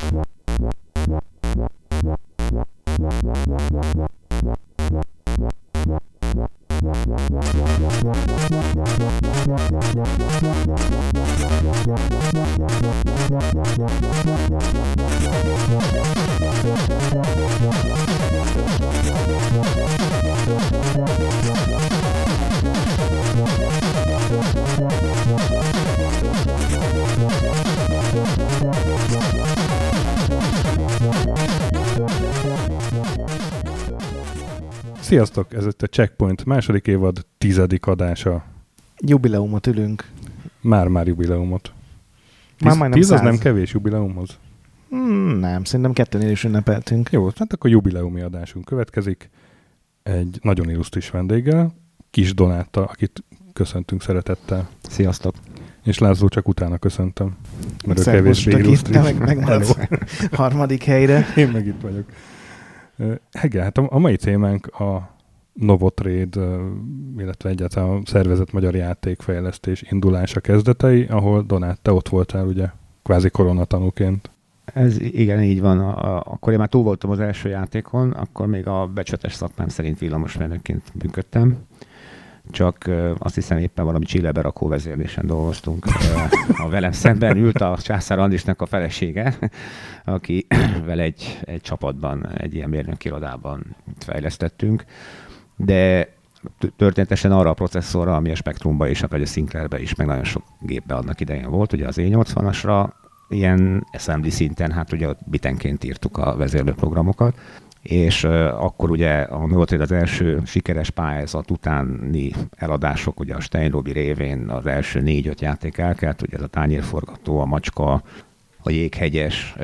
Sziasztok! Ez itt a Checkpoint második évad 10. adása. Jubileumot ülünk. Már jubileumot. 10 az nem kevés jubileumhoz? Nem, szerintem 2-nél is ünnepeltünk. Jó, hát akkor jubileumi adásunk következik. Egy nagyon illusztris vendéggel, Kis Donáttal, akit köszöntünk szeretettel. Sziasztok! És László csak utána köszöntem, mert ő Szervus, kevésbé illusztris. Te megmaradsz harmadik helyre. Én meg itt vagyok. Hege, hát a mai témánk a Novotrade, illetve egyáltalán a szervezett magyar játékfejlesztés indulása kezdetei, ahol Donát, te ott voltál ugye kvázi koronatanúként. Ez igen, így van. Akkor én már túl voltam az első játékon, akkor még a becsületes szakmám szerint villamosmérnökként működtem. Csak azt hiszem éppen valami csilleberakó vezérlésen dolgoztunk. A velem szemben ült a Császár Andrisnak a felesége, aki vele egy csapatban, egy ilyen mérnökirodában fejlesztettünk. De történetesen arra a processzorra, ami a Spectrumba és vagy a Sinclairbe is, meg nagyon sok gépbe annak idején volt, ugye az E80-asra, ilyen assembly szinten, hát ugye bitenként írtuk a vezérlőprogramokat, és akkor ugye a Novotrade az első sikeres pályázat utáni eladások, ugye a Steinrobi révén az első 4-5 játék elkelt, ugye ez a Tányérforgató, a Macska, a Jéghegyes,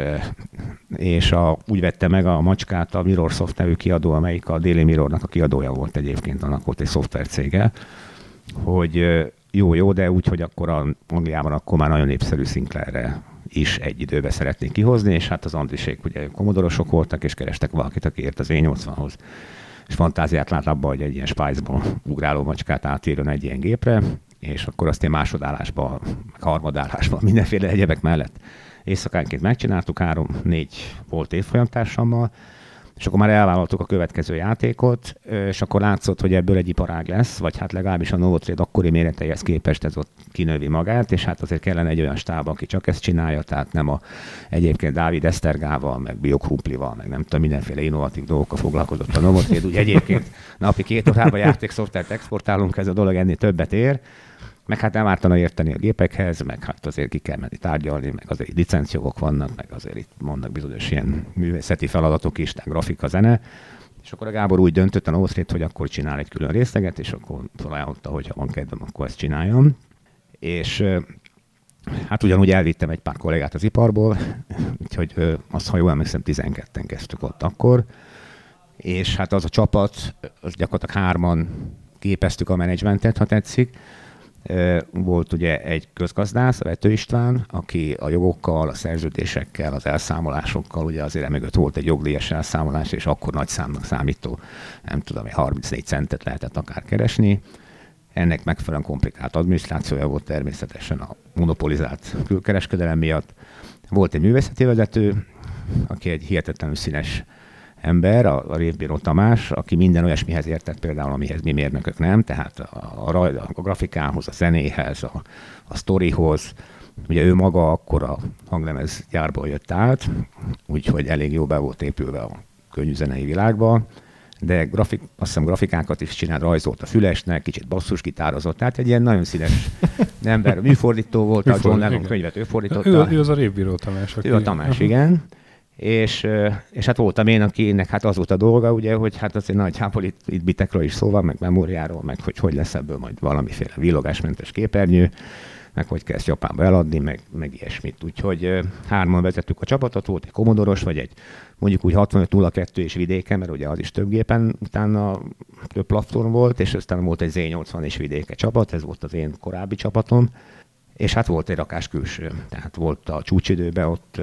és úgy vette meg a Macskát a Mirrorsoft nevű kiadó, amelyik a Daily Mirrornak a kiadója volt egyébként, annak volt egy szoftvercége, hogy jó, de úgy, hogy akkor Angliában akkor már nagyon népszerű Sinclairre is egy időben szeretnék kihozni, és hát az Andrisék ugye Commodore-osok voltak, és kerestek valakit, aki ért az E80-hoz, és fantáziát lát abba, hogy egy ilyen Spice-ból ugráló macskát átírjon egy ilyen gépre, és akkor azt én másodállásban, meg harmadállásban, mindenféle egyebek mellett éjszakánként megcsináltuk, 3-4 volt évfolyamtársammal, és akkor már elvállaltuk a következő játékot, és akkor látszott, hogy ebből egy iparág lesz, vagy hát legalábbis a Novotrade akkori méreteihez képest ez ott kinövi magát, és hát azért kellene egy olyan stáb, aki csak ezt csinálja, tehát nem egyébként Dávid Esztergával, meg Biokrumplival, meg nem tudom, mindenféle innovatív dolgokkal foglalkozott a Novotrade, úgy egyébként napi 2 órában játékszoftvert exportálunk, ez a dolog ennél többet ér, meg hát nem ártana érteni a gépekhez, meg hát azért ki kell menni tárgyalni, meg azért licencjogok vannak, meg azért itt mondnak bizonyos ilyen művészeti feladatok is, tehát grafika, zene. És akkor a Gábor úgy döntött a Novotrade, hogy akkor csinál egy külön részleget, és akkor felajánlotta, hogy ha van kedvem, akkor ezt csináljam. És hát ugyanúgy elvittem egy pár kollégát az iparból, úgyhogy azt, ha jól emlékszem, 12-en kezdtük ott akkor. És hát az a csapat, az gyakorlatilag 3-an képeztük a menedzsmentet, ha tetszik. Volt ugye egy közgazdász, a Vető István, aki a jogokkal, a szerződésekkel, az elszámolásokkal, ugye azért emögött volt egy jogdíjas elszámolás, és akkor nagy számnak számító, nem tudom, 34 centet lehetett akár keresni. Ennek megfelelően komplikált adminisztrációja volt természetesen a monopolizált külkereskedelem miatt. Volt egy művészeti vezető, aki egy hihetetlenül színes ember, a Révbíró Tamás, aki minden olyasmihez értett például, amihez mi mérnökök nem, tehát a grafikához, a zenéhez, a sztorihoz. Ugye ő maga akkor a hanglemez gyárból jött át, úgyhogy elég jó be volt épülve a könnyű zenei világba, de azt hiszem grafikákat is csinált, rajzolt a Fülesnek, kicsit basszusgitározott, tehát egy ilyen nagyon színes ember. Műfordító volt, a John Lennon könyvet ő fordította. Ő az a Révbíró Tamás. Ő a Tamás, igen. És hát voltam én, akinek hát az volt a dolga, ugye, hogy hát azért nagyjából itt bitekről is szó van, meg memóriáról, meg hogy lesz ebből majd valamiféle villogásmentes képernyő, meg hogy kell ezt Japánba eladni, meg ilyesmit. Úgyhogy 3-an vezettük a csapatot, volt egy Commodore-os, vagy egy mondjuk úgy 6502 és vidéken, mert ugye az is több gépen utána több platform volt, és aztán volt egy Z80 és vidéke csapat, ez volt az én korábbi csapatom, és hát volt egy rakás külső, tehát volt a csúcsidőben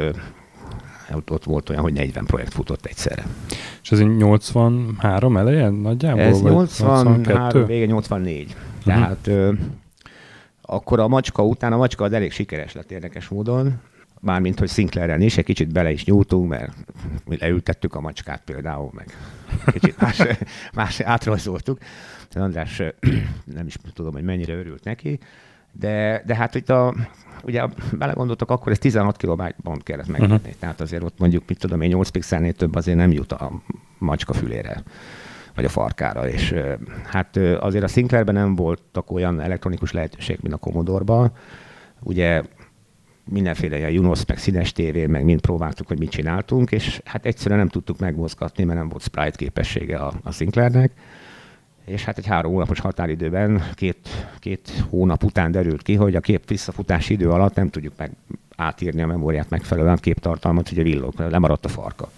ott volt olyan, hogy 40 projekt futott egyszerre. És ez 83 eleje nagyjából? Ez 83, vége 84. Tehát akkor a Macska után, a Macska az elég sikeres lett érdekes módon. Mármint, hogy Sinclairren is, egy kicsit bele is nyúltunk, mert mi leültettük a macskát például, meg kicsit más átrajzoltuk. András nem is tudom, hogy mennyire örült neki, de hát ugye belegondoltak, akkor ez 16 kilobájtban kellett megvenni. Tehát azért ott mondjuk, mit tudom én, 8 pixelnél több azért nem jut a macska fülére, vagy a farkára. És hát azért a Sinclairben nem voltak olyan elektronikus lehetőség, mint a Commodore-ban. Ugye mindenféle ilyen Junos, meg színes tévé, meg mind próbáltuk, hogy mit csináltunk, és hát egyszerűen nem tudtuk megmozgatni, mert nem volt sprite képessége a Sinclairnek. És hát egy 3 hónapos határidőben, két hónap után derült ki, hogy a kép visszafutási idő alatt nem tudjuk meg átírni a memóriát megfelelően, a képtartalmat, ugye villog, lemaradt a farka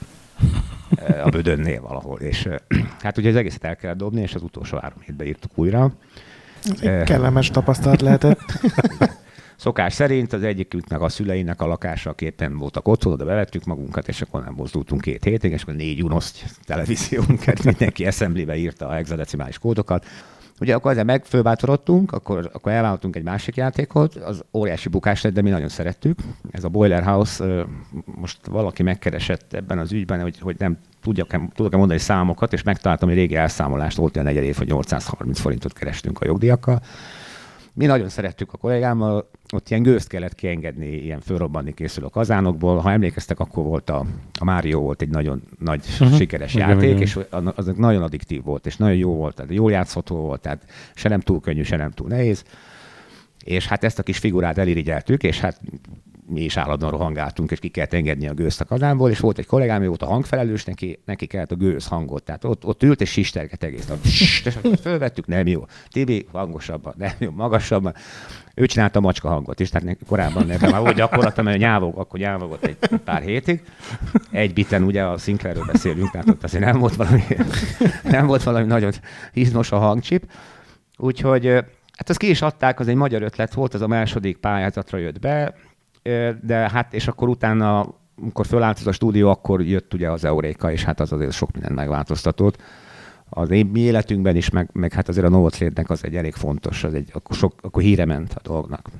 a bödönnél valahol. És hát ugye az egészet el kellett dobni, és az utolsó 3 hétben írtuk újra. Kellemes tapasztalat lehetett. Szokás szerint az egyikünknek a szüleinek a lakása képen voltak otthon, oda bevettük magunkat, és akkor nem mozdultunk 2 hétig, és akkor 4 Junos televíziónkat, mindenki assemblybe írta a hexadecimális kódokat. Ugye akkor ezzel fölbátorodtunk, akkor elvállaltunk egy másik játékot, az óriási bukás lett, de mi nagyon szerettük. Ez a Boiler House, most valaki megkeresett ebben az ügyben, hogy nem tudok-e mondani számokat, és megtaláltam egy régi elszámolást, volt ilyen negyed év, hogy 830 forintot kerestünk a jogdíjakkal. Mi nagyon szerettük a kollégámmal, ott ilyen gőzt kellett kiengedni, ilyen fölrobbanni készülő kazánokból. Ha emlékeztek, akkor volt a Mario volt egy nagyon nagy sikeres játék, és az nagyon addiktív volt, és nagyon jó volt, tehát jól játszható volt, tehát se nem túl könnyű, se nem túl nehéz. És hát ezt a kis figurát elirigyeltük, és hát mi is állandóan rohangáltunk, és ki kellett engedni a gőzt a kazánból, és volt egy kollégám, volt a hangfelelős, neki kellett a gőz hangot. Tehát ott ült és sisterget egész nap. És fölvettük, nem jó. Tibi, hangosabban, nem jó, magasabban. Ő csinálta a macska hangot is, tehát korábban nekem már volt gyakorlatilag, mert akkor nyávogott egy pár hétig. Egy biten ugye a Sinclairről beszélünk, tehát ott azért nem volt valami nagyon izmos a hangcsip. Úgyhogy hát azt ki is adták, az egy magyar ötlet volt, az a második pályázatra jött be, de hát, és akkor utána, amikor fölállt az a stúdió, akkor jött ugye az Eureka, és hát az azért sok mindent megváltoztatott. Az mi életünkben is, meg hát azért a Novotrade-nek az egy elég fontos, akkor híre ment a dolgnak.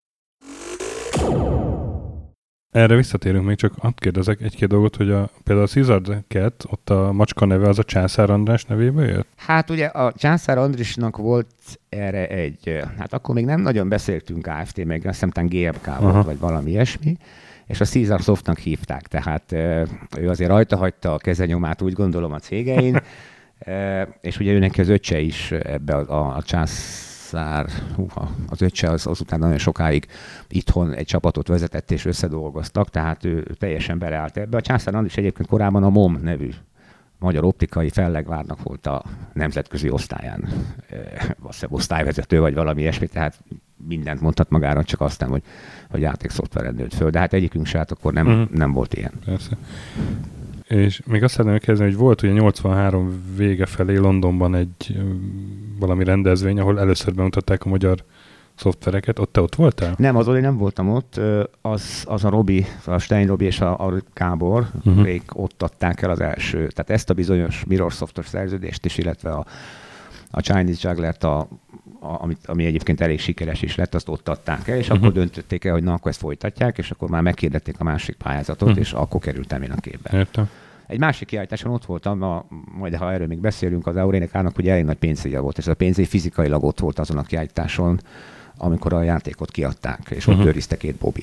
Erre visszatérünk, még csak azt kérdezek 1-2 dolgot, hogy például a Caesar Cat, ott a macska neve az a Császár András nevébe jött? Hát ugye a Császár Andrisnak volt erre hát akkor még nem nagyon beszéltünk AFT, meg azt hiszem GMK volt, vagy valami ilyesmi, és a Caesar Softnak hívták, tehát ő azért rajta hagyta a kezenyomát, úgy gondolom, a cégein, és ugye őnek az öccse is ebbe a Császár, az öccse az utána nagyon sokáig itthon egy csapatot vezetett és összedolgoztak, tehát ő teljesen beleállt ebbe. A Császár Andris egyébként korábban a MOM nevű Magyar Optikai Fellegvárnak volt a nemzetközi osztályán, osztályvezető vagy valami ilyesmi, tehát mindent mondhat magára, csak aztán, hogy játékszoftveren nőtt föl. De hát egyikünk se, hát akkor nem volt ilyen. Persze. És még azt szeretném kezdeni, hogy volt ugye 83 vége felé Londonban egy valami rendezvény, ahol először bemutatták a magyar szoftvereket. Ott voltál? Nem, azon én nem voltam ott. Az a Robi, a Stein Robi és a Gábor, még ott adták el az első. Tehát ezt a bizonyos Mirrorsoftos szerződést is, illetve a Chinese Jugglert, ami egyébként elég sikeres is lett, azt ott adták el, és akkor döntötték el, hogy na, akkor ezt folytatják, és akkor már megkérdették a másik pályázatot, és akkor kerültem én a képbe. Értem. Egy másik kiállításon ott voltam, majd ha erről még beszélünk, az Eurékának ugye elég nagy pénzége volt, és a pénzé fizikailag ott volt azon a kiállításon, amikor a játékot kiadták, és ott őrizte 2 Bobby.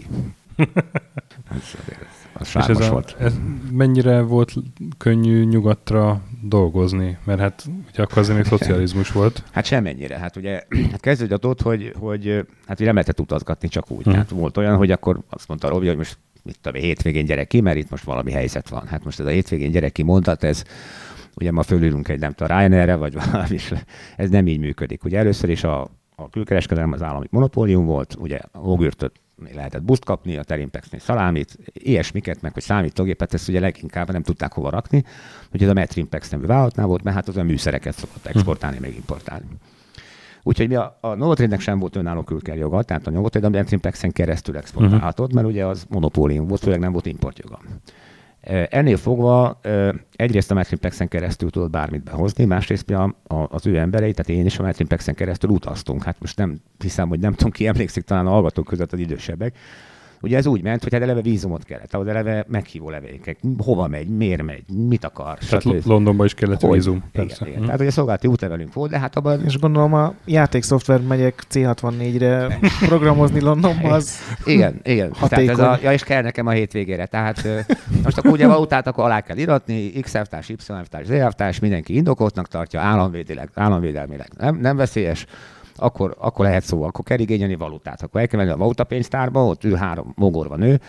Az sármos volt. Ez mennyire volt könnyű nyugatra dolgozni? Mert hát ugye akkor azért még szocializmus volt. Hát semmennyire. Hát ugye kezdődött ott, hogy hát nem lehetett utazgatni csak úgy. Hát volt olyan, hogy akkor azt mondta Robi, hogy most mit tudom, hétvégén gyerek ki, mert itt most valami helyzet van. Hát most ez a hétvégén gyerek ki mondat, ez ugye ma fölülünk egy nem tudom, Ryanairre, vagy valami, ez nem így működik. Ugye először is a külkereskedelem az állami monopólium volt, ugye a Ogürtöt lehetett buszt kapni, a Terimpexnél szalámit, ilyesmiket, meg hogy számítógépet, ezt ugye leginkább nem tudták hova rakni, hogy ez a Metrimpex nevű vállalatnál volt, mert hát az a műszereket szokott exportálni, meg importálni. Úgyhogy mi a Novotrade-nek sem volt önálló külkerjoga, tehát a Novotrade a Metrimpexen keresztül exportálhatott, mert ugye az monopólium volt, főleg nem volt importjoga. Ennél fogva egyrészt a Metrimpexen keresztül tudott bármit behozni, másrészt az ő emberei, tehát én is a Metrimpexen keresztül utaztunk. Hát most nem hiszem, hogy nem tudom, ki emlékszik, talán a hallgatók között az idősebbek. Ugye ez úgy ment, hogy hát eleve vízumot kellett, ahhoz eleve meghívó levékek, hova megy, miért megy, mit akar. Tehát Londonban is kellett vízum. Igen. Tehát ugye szolgálati útlevelünk volt, de hát abban... És gondolom a játékszoftver megyek C64-re programozni Londonban, az igen. hatékony. Tehát és kell nekem a hétvégére. Tehát most akkor ugye valutát akkor alá kell iratni, X-elvtárs, Y-elvtárs, Z-elvtárs, mindenki indokoltnak tartja, államvédelmileg nem veszélyes. Akkor lehet szó, akkor kell igényelni valutát. Akkor el kell menni a valutapénztárba, ott ül 3 mogorva nő,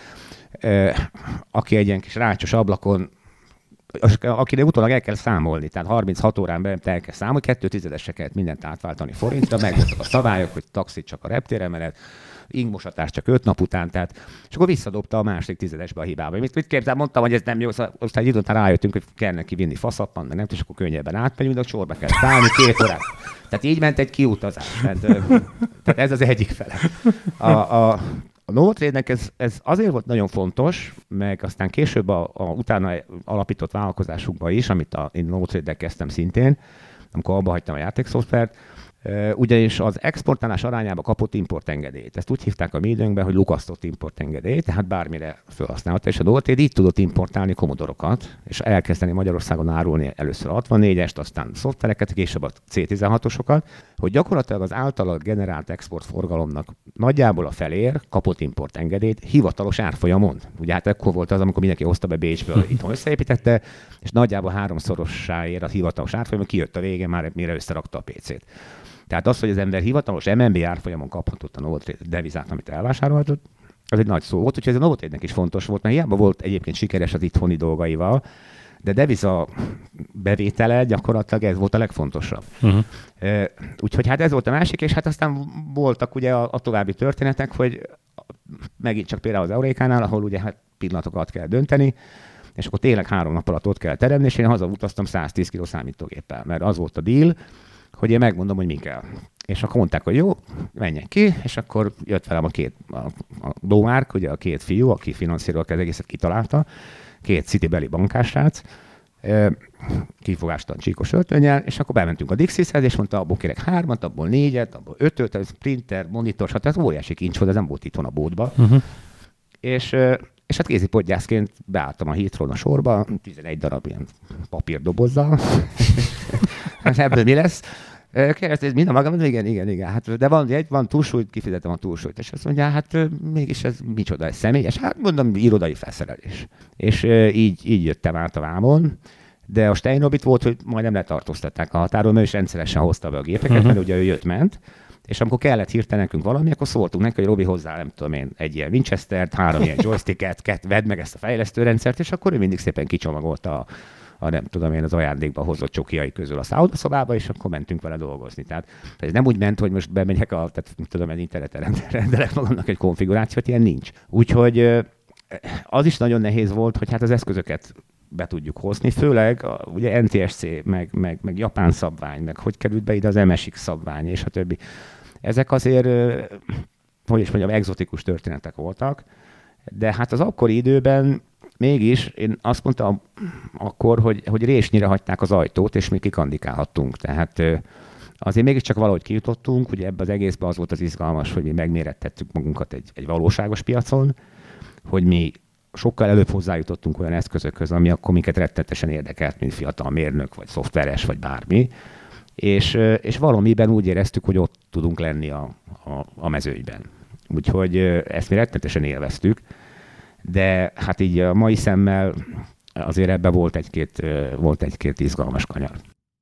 aki egy ilyen kis rácsos ablakon, akinek utólag el kell számolni, tehát 36 órán belül el kell számolni, 2/10-esre kellett mindent átváltani forintra, megvoltak a szabályok, hogy taxit csak a reptéren menet, ingmosatás csak 5 nap után, tehát, és akkor visszadobta a második 10-esbe a hibába. Mit képzel, mondtam, hogy ez nem jó, aztán egy idő után rájöttünk, hogy kell neki vinni faszappan, meg nem, és akkor könnyebben átmegyünk, de a sorba kell szállni 2 órát. Tehát így ment egy kiutazás. Tehát ez az egyik fele. A Novotrade-nek ez azért volt nagyon fontos, meg aztán később a utána alapított vállalkozásukban is, amit én Novotrade-del kezdtem szintén, amikor abba hagytam a játékszoftvert, ugyanis az exportálás arányába kapott importengedélyt. Ezt úgy hívták a mi időnkben, hogy lukasztott importengedélyt, tehát bármire felhasználható. És a Novotrade így tudott importálni Commodore-okat, és elkezdeni Magyarországon árulni először a 64-est, aztán szoftvereket, később a C16-osokat, hogy gyakorlatilag az általa generált exportforgalomnak nagyjából a felér kapott importengedélyt hivatalos árfolyamon. Ugye hát ekkor volt az, amikor mindenki hozta be Bécsből, itthon összeépítette, és nagyjából 3-szorossá ér a hivatalos árfolyamon, kijött a vége már, mire összerakta a PC-t. Tehát az, hogy az ember hivatalos MNB árfolyamon kaphatott a Novotrade devizát, amit elvásárolhatott, az egy nagy szó volt, úgyhogy ez a Novotrade-nek is fontos volt, mert hiába volt egyébként sikeres az itthoni dolgaival, de deviza bevétele gyakorlatilag ez volt a legfontosabb. Úgyhogy hát ez volt a másik, és hát aztán voltak ugye a további történetek, hogy megint csak például az Eurékánál, ahol ugye hát pillanatokat kell dönteni, és akkor tényleg 3 nap alatt ott kell teremni, és én hazautaztam 110 kg számítógéppel, mert az volt a deal, hogy én megmondom, hogy mi kell. És akkor mondták, hogy jó, menjen ki, és akkor jött velem a Domárk, ugye a 2 fiú, aki finanszírozta az egészet, kitalálta, 2 citybeli bankássrác, kifogástalan csíkos öltönnyel, és akkor bementünk a Dixishez, és mondta, abból kérek 3-at, abból 4-et, abból 5-öt, printer, monitor, hát ez óriási kincs volt, ez nem volt itthon a bódba. És hát kézipodgyászként beálltam a Heathrow-n a sorba, 11 darab ilyen papírdobozzal. Hát ebből mi lesz? Kérdezte, mind a magam, igen. Hát, de van túlsúlyt, kifizetem a túlsúlyt. És azt mondja, hát mégis ez micsoda, ez személyes? Hát mondom, irodai felszerelés. És így jöttem át a vámon. De a Steinobit volt, hogy majdnem letartóztatták a határon, mert is rendszeresen hozta be a gépeket, mert ugye ő jött-ment. És amikor kellett hirtelen nekünk valami, akkor szóltunk neki, hogy Robi hozzá, nem tudom én, egy ilyen Winchester-t, 3 ilyen joysticket, vedd meg ezt a fejlesztőrendszert, és akkor ő mindig szépen kicsomagolta a nem tudom én, az ajándékba hozott csokiai közül a szállodaszobába, és akkor mentünk vele dolgozni. Tehát ez nem úgy ment, hogy most bemegyek tehát tudom, egy interneten rendelek magamnak egy konfigurációt, ilyen nincs. Úgyhogy az is nagyon nehéz volt, hogy hát az eszközöket be tudjuk hozni, főleg ugye NTSC, meg japán szabvány, meg hogy került be ide az MSX szabvány, és a többi. Ezek azért, hogy is mondjam, egzotikus történetek voltak, de hát az akkori időben mégis én azt mondtam akkor, hogy résnyire hagyták az ajtót, és mi kikandikálhattunk. Tehát azért mégiscsak valahogy kijutottunk, ugye ebbe az egészben az volt az izgalmas, hogy mi megmérettettük magunkat egy valóságos piacon, hogy mi sokkal előbb hozzájutottunk olyan eszközökhöz, ami akkor minket rettenetesen érdekelt, mint fiatal mérnök, vagy szoftveres, vagy bármi. És valamiben úgy éreztük, hogy ott tudunk lenni a mezőnyben. Úgyhogy ezt mi rettenetesen élveztük, de hát így a mai szemmel azért ebben volt egy-két izgalmas kanyar.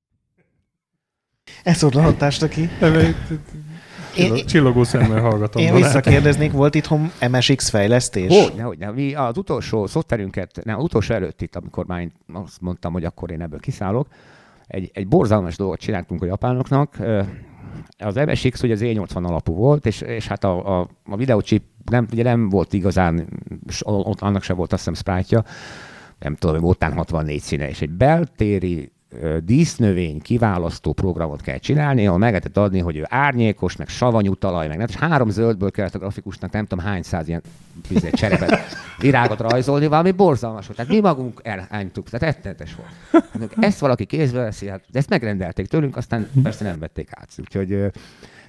Ezt odahattásra ki. Csillogó szemmel hallgatom. Én visszakérdeznék, volt itthon MSX fejlesztés? Hogyne. Mi az utolsó szoftverünket, utolsó előtt itt, amikor már azt mondtam, hogy akkor én ebből kiszállok, egy borzalmas dolgot csináltunk a japánoknak. Az MSX ugye az E80 alapú volt, és hát a videóchip nem volt igazán, annak sem volt azt hiszem sprite-ja, nem tudom, voltán 64 színe, és egy beltéri dísznövény kiválasztó programot kell csinálni, ahol meg lehetett adni, hogy ő árnyékos, meg savanyú talaj, meg nem, és 3 zöldből kellett a grafikusnak nem tudom hány száz ilyen cserepet, virágot rajzolni, valami borzalmas volt. Tehát mi magunk elhánytuk, tehát rettenetes volt. Ezt valaki kézbe veszi, hát, de ezt megrendelték tőlünk, aztán persze nem vették át. Úgyhogy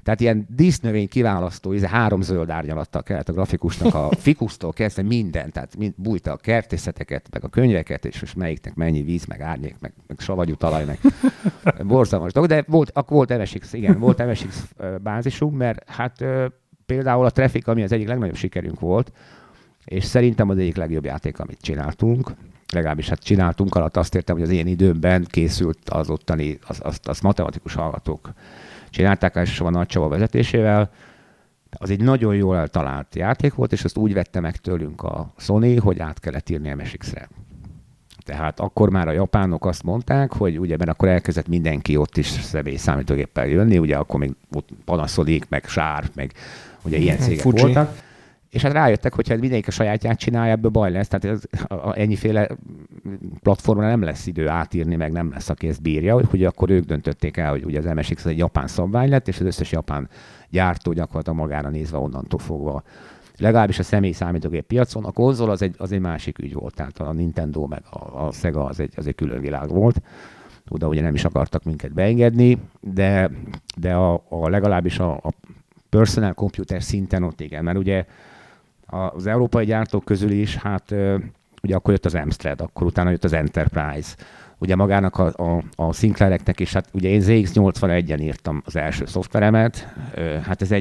Tehát ilyen dísznövény kiválasztó, 3 zöld árnyalattal kellett a grafikusnak a fikusztól kezdve minden, tehát bújta a kertészeteket, meg a könyveket, és most melyiknek mennyi víz, meg árnyék, meg savanyú talaj, meg borzalmas dolog. De volt MSX, igen, volt MSX bázisunk, mert hát például a Traffic, ami az egyik legnagyobb sikerünk volt, és szerintem az egyik legjobb játék, amit csináltunk, legalábbis hát csináltunk alatt, azt értem, hogy az én időmben készült az ottani, azt matematikus hallgatók csinálták, elsősorban Nagy Csaba vezetésével. Az egy nagyon jól eltalált játék volt, és azt úgy vette meg tőlünk a Sony, hogy át kellett írni MSX-re. Tehát akkor már a japánok azt mondták, hogy ugye, mert akkor elkezdett mindenki ott is személyi számítógéppel jönni, ugye akkor még ott Panasonic, meg Sharp, meg ugye ilyen cégek Fuji voltak. És hát rájöttek, hogy hát mindenki a sajátját csinálja, ebből baj lesz. Tehát ennyiféle platformra nem lesz idő átírni, meg nem lesz, aki ezt bírja. Ugye akkor ők döntötték el, hogy ugye az MSX egy japán szabvány lett, és az összes japán gyártó gyakorlatilag magára nézve onnantól fogva. Legalábbis a személyi számítógép piacon. A konzol az egy másik ügy volt. Tehát a Nintendo meg a Sega az egy külön világ volt. Oda ugye nem is akartak minket beengedni, de a legalábbis a personal computer szinten ott igen, mert ugye az európai gyártók közül is, hát ugye akkor jött az Amstrad, akkor utána jött az Enterprise, ugye magának a Sinclaireknek is, hát ugye én ZX81-en írtam az első szoftveremet, hát ez egy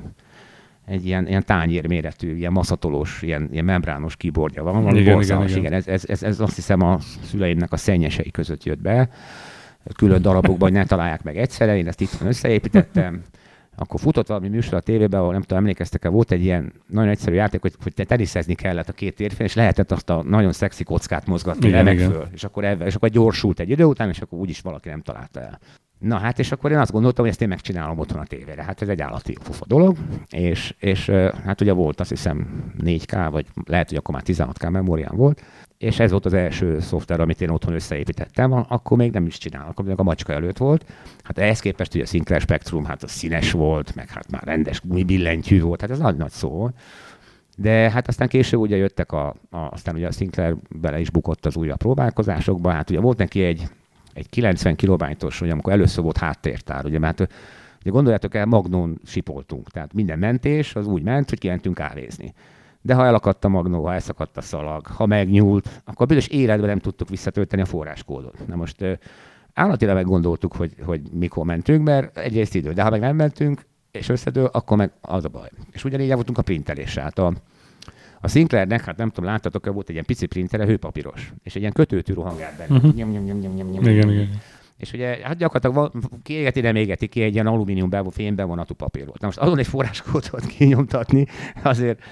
ilyen tányérméretű, ilyen maszatolós, ilyen membrános keyboardja van, igen. Ez azt hiszem a szüleimnek a szennyesei között jött be, külön darabokban, hogy ne találják meg egyszerre, én ezt itthon összeépítettem. Akkor futott valami műsor a tévében, ahol nem tudom, emlékeztek-e, volt egy ilyen nagyon egyszerű játék, hogy teniszezni kellett a két térfén, és lehetett azt a nagyon szexi kockát mozgatni föl, és akkor gyorsult egy idő után, és akkor úgyis valaki nem találta el. Na hát, és akkor én azt gondoltam, hogy ezt én megcsinálom otthon a tévére. Hát ez egy állati fufa dolog, és hát ugye volt azt hiszem 4K, vagy lehet, hogy akkor már 16K memórián volt, és ez volt az első szoftver, amit én otthon összeépítettem, akkor még nem is csinálom, akkor még a macska előtt volt. Hát ehhez képest ugye a Sinclair Spectrum, hát az színes volt, meg hát már rendes gumibillentyű volt, hát ez nagy szó volt. De hát aztán később ugye jöttek aztán ugye a Sinclair bele is bukott az újabb próbálkozásokba, hát ugye volt neki egy 90 kilobájtos, ugye amikor először volt háttértár, ugye, mert ugye gondoljátok el, Magnón sipoltunk, tehát minden mentés az úgy ment, hogy kimentünk kávézni. De ha elakadt a magnó, ha elszakadt a szalag, ha megnyúlt, akkor bizonyos életben nem tudtuk visszatölteni a forráskódot. Na most állatilag meggondoltuk, hogy mikor mentünk, mert egyrészt idő, de ha meg nem mentünk, és összedől, akkor meg az a baj. És ugyanígy voltunk a printeléssel. Hát a Sinclairnek, hát nem tudom, láttatok-e, volt egy ilyen pici printere, hőpapíros, és egy ilyen kötőtű rohangált benne. Igen. És ugye hát gyakorlatilag kiégeti, nem égeti ki, egy ilyen alumínium fémbevonatú papír volt. Na most azon egy forráskódot kinyomtatni, azért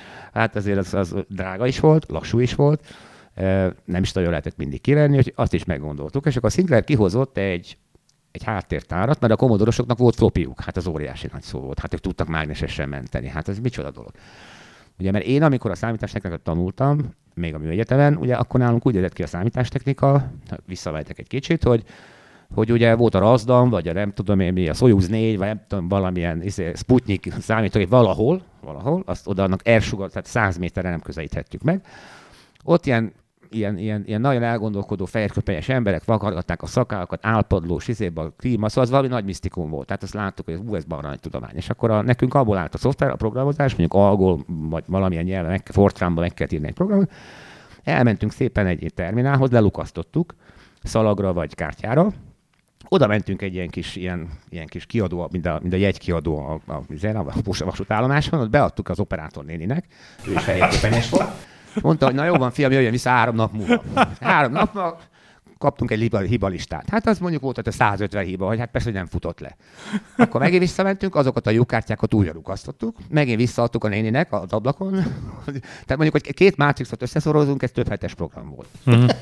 az drága is volt, lassú is volt, nem is nagyon lehetett mindig kivenni, hogy azt is meggondoltuk. És akkor a Sinclair kihozott egy háttértárat, mert a Commodore-osoknak volt floppyjuk, hát az óriási nagy szó volt, hát ők tudtak mágnesesen menteni, hát ez micsoda dolog. Ugye, mert én, amikor a számítástechnikát tanultam, még a műegyetemen, ugye akkor nálunk úgy jött ki a számítástechnika, visszavejtek egy kicsit, hogy ugye volt a Razdam, vagy a nem tudom én mi, a Soyuz 4, vagy nem tudom, valamilyen Sputnik számítógép valahol, azt oda annak elsugat, tehát 100 méterre nem közelíthetjük meg. Ott ilyen nagyon elgondolkodó fehérköpenyes emberek vakargatták a szakállakat, álpadlós, a klíma, szóval az valami nagy misztikum volt. Tehát azt láttuk, hogy ez balra nagy tudomány. És akkor nekünk abból állt a szoftver, a programozás, mondjuk Algol, vagy valamilyen nyelven, Fortranban meg kell írni egy programot. Elmentünk szépen egy terminálhoz, lelukasztottuk szalagra vagy kártyára. Oda mentünk egy ilyen kis kiadó, mint a jegykiadó a vasútállomáson, ott beadtuk az operátor néninek, ő is fehérköpenyes volt. Mondta, hogy na jó van, fiam, jöjjön vissza 3 nap múlva. 3 napban kaptunk egy hibalistát. Hát az mondjuk volt, hogy a 150 hiba, hogy hát persze, hogy nem futott le. Akkor megint visszamentünk, azokat a lyukkártyákat újra rukasztottuk, megint visszaadtuk a néninek az ablakon. Tehát mondjuk, hogy 2 mátrixot összeszorozunk, ez több hetes program volt.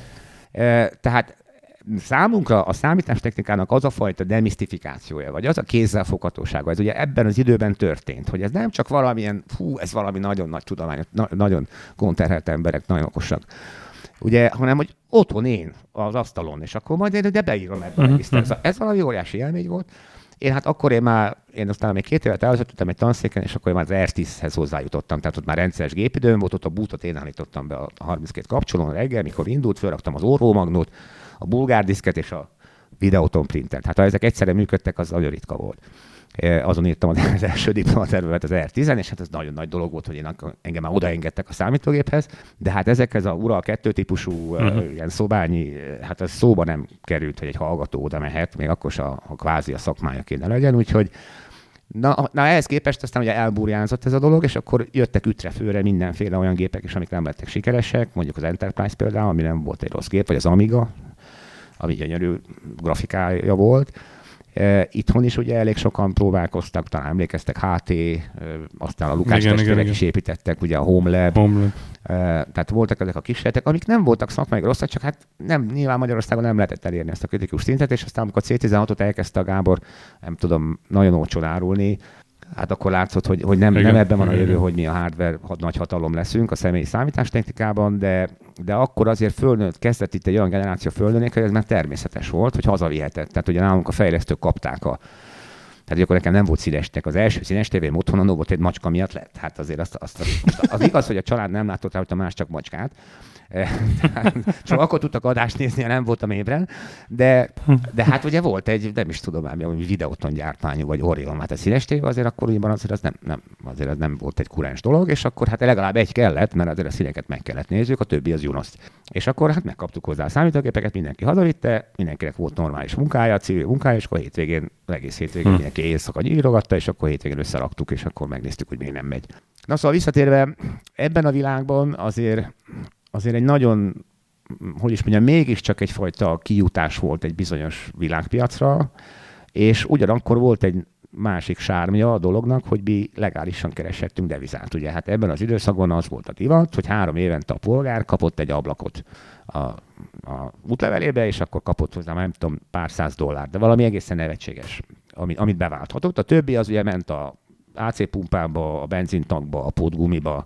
Tehát számunkra a számítástechnikának az a fajta demisztifikációja, vagy az a kézzelfoghatósága, ez ugye ebben az időben történt, hogy ez nem csak valamilyen, ez valami nagyon nagy tudomány, nagyon konterhelt emberek, nagyon okosak, ugye, hanem hogy otthon én az asztalon, és akkor majd én beírom ebben a lisztet. Ez valami óriási élmény volt. Én aztán még 2 évet elvezettem egy tanszéken, és akkor én már az R10-hez hozzájutottam, tehát ott már rendszeres gépidőm volt, ott a bootot én állítottam be a 32 kapcsolón reggel, mikor indult, fölraktam az orrómagnót, a bulgárdiszket és a videóton printer. Hát ha ezek egyszerre működtek, az nagyon ritka volt. Azon írtam az első diplomatervemet, az R10-en, és hát ez nagyon nagy dolog volt, hogy engem már odaengedtek a számítógéphez, de hát ezekhez a Ural 2 típusú ilyen szobányi, hát ez szóba nem került, hogy egy hallgató oda mehet, még akkor se, ha kvázi a szakmája kéne legyen, úgyhogy Na ehhez képest aztán ugye elburjánzott ez a dolog, és akkor jöttek ütrefőre mindenféle olyan gépek is, amik nem lettek sikeresek, mondjuk az Enterprise például, ami nem volt egy rossz gép, vagy az Amiga, ami gyönyörű grafikája volt. Itthon is ugye elég sokan próbálkoztak, talán emlékeztek, HT, aztán a Lukács testvérek is építettek, ugye a HomeLab. Tehát voltak ezek a kísérletek, amik nem voltak szakmai rosszak, csak hát nyilván Magyarországon nem lehetett elérni ezt a kritikus szintet, és aztán amikor C16-ot elkezdte a Gábor, nem tudom, nagyon olcsón árulni, hát akkor látszott, hogy nem ebben van a jövő, hogy mi a hardware nagy hatalom leszünk a személyi számítástechnikában, de akkor azért kezdett itt egy olyan generáció fölnőni, hogy ez már természetes volt, hogy hazavihetett. Tehát ugye nálunk a fejlesztők kapták tehát akkor nekem nem volt színestek. Az első színes tévém otthon a Novotéd macska miatt lett. Hát azért az igaz, hogy a család nem látott rá, hogy a más csak macskát. Csak akkor tudtak adást nézni, ha nem voltam ébren. De hát ugye volt egy, nem is tudom már, hogy Videóton gyártmányú, vagy Orion, hát a színes tévé, azért akkor ugyan azért az nem volt egy kurens dolog, és akkor hát legalább egy kellett, mert azért a színeket meg kellett nézzük, a többi az Junos. És akkor hát megkaptuk hozzá a számítógépeket, mindenki hazavitte, mindenkinek volt normális munkája, civil munkája, és akkor egész hétvégén mindenki éjszaka nyírogatta, és akkor hétvégén összeraktuk, és akkor megnéztük, hogy még nem megy. Na szóval visszatérve, ebben a világban azért egy nagyon, hogy is mondjam, mégiscsak egyfajta kijutás volt egy bizonyos világpiacra, és ugyanakkor volt egy másik sármja a dolognak, hogy mi legálisan kereshettünk devizát. Ugye hát ebben az időszakban az volt a divat, hogy 3 évente a polgár kapott egy ablakot a útlevelébe, és akkor kapott hozzá, nem tudom, pár $100, de valami egészen nevetséges, amit beválthatott. A többi az ugye ment a AC pumpába, a benzintankba, a pótgumiba,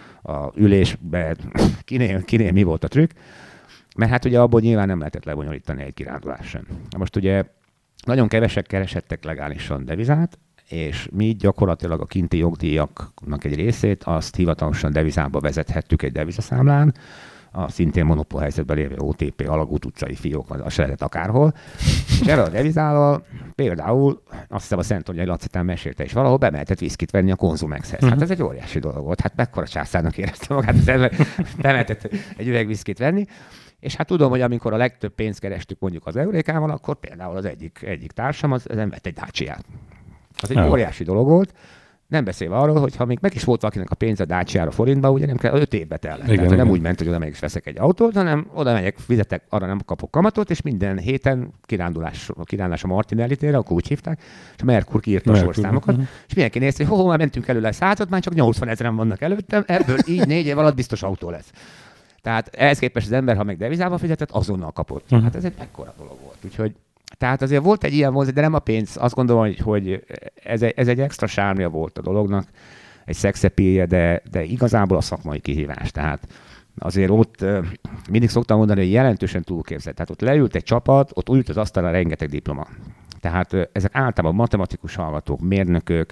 a ülésbe, kinél mi volt a trükk, mert hát ugye abból nyilván nem lehetett lebonyolítani egy kirándulás sem. Most ugye nagyon kevesek keresettek legálisan devizát, és mi gyakorlatilag a kinti jogdíjaknak egy részét azt hivatalosan devizába vezethettük egy devizaszámlán, a szintén monopól helyzetben lévő OTP, Alagút utcai fiók, a se lehet akárhol. És erre a devizával például, azt hiszem a Szentonyai Lacitán mesélte is valahol, bemehetett viszkit venni a Konzumexhez. Hát ez egy óriási dolog volt. Hát mekkora császárnak érezte magát az ember, bemehetett egy üveg viszkit venni. És hát tudom, hogy amikor a legtöbb pénzt kerestük mondjuk az Eurékával, akkor például az egyik társam az nem vett egy Dacia-t. Az egy óriási dolog volt. Nem beszélve arról, hogy ha még meg is volt valakinek a pénze Dacia-ra forintba, ugye nem kell 5 évbe tellett. Tehát nem úgy ment, hogy oda megyek és veszek egy autót, hanem oda megyek, fizetek, arra nem kapok kamatot, és minden héten kirándulás a Martinelli térre, akkor úgy hívták, és a Merkur kiírta a sorszámokat, és mindenki nézte, hogy már mentünk előle 100-at, már csak 80 000 vannak előttem, ebből így 4 év alatt biztos autó lesz. Tehát ehhez képest az ember, ha meg devizába fizetett, azonnal kapott. Hát ez egy mekkora dolog volt. Úgyhogy tehát azért volt egy ilyen vonzat, de nem a pénz. Azt gondolom, hogy ez egy extra sármja volt a dolognak, egy szexepéje, de igazából a szakmai kihívás. Tehát azért ott mindig szoktam mondani, hogy jelentősen túlképzett. Tehát ott leült egy csapat, ott ült az asztalra rengeteg diploma. Tehát ezek általában matematikus hallgatók, mérnökök,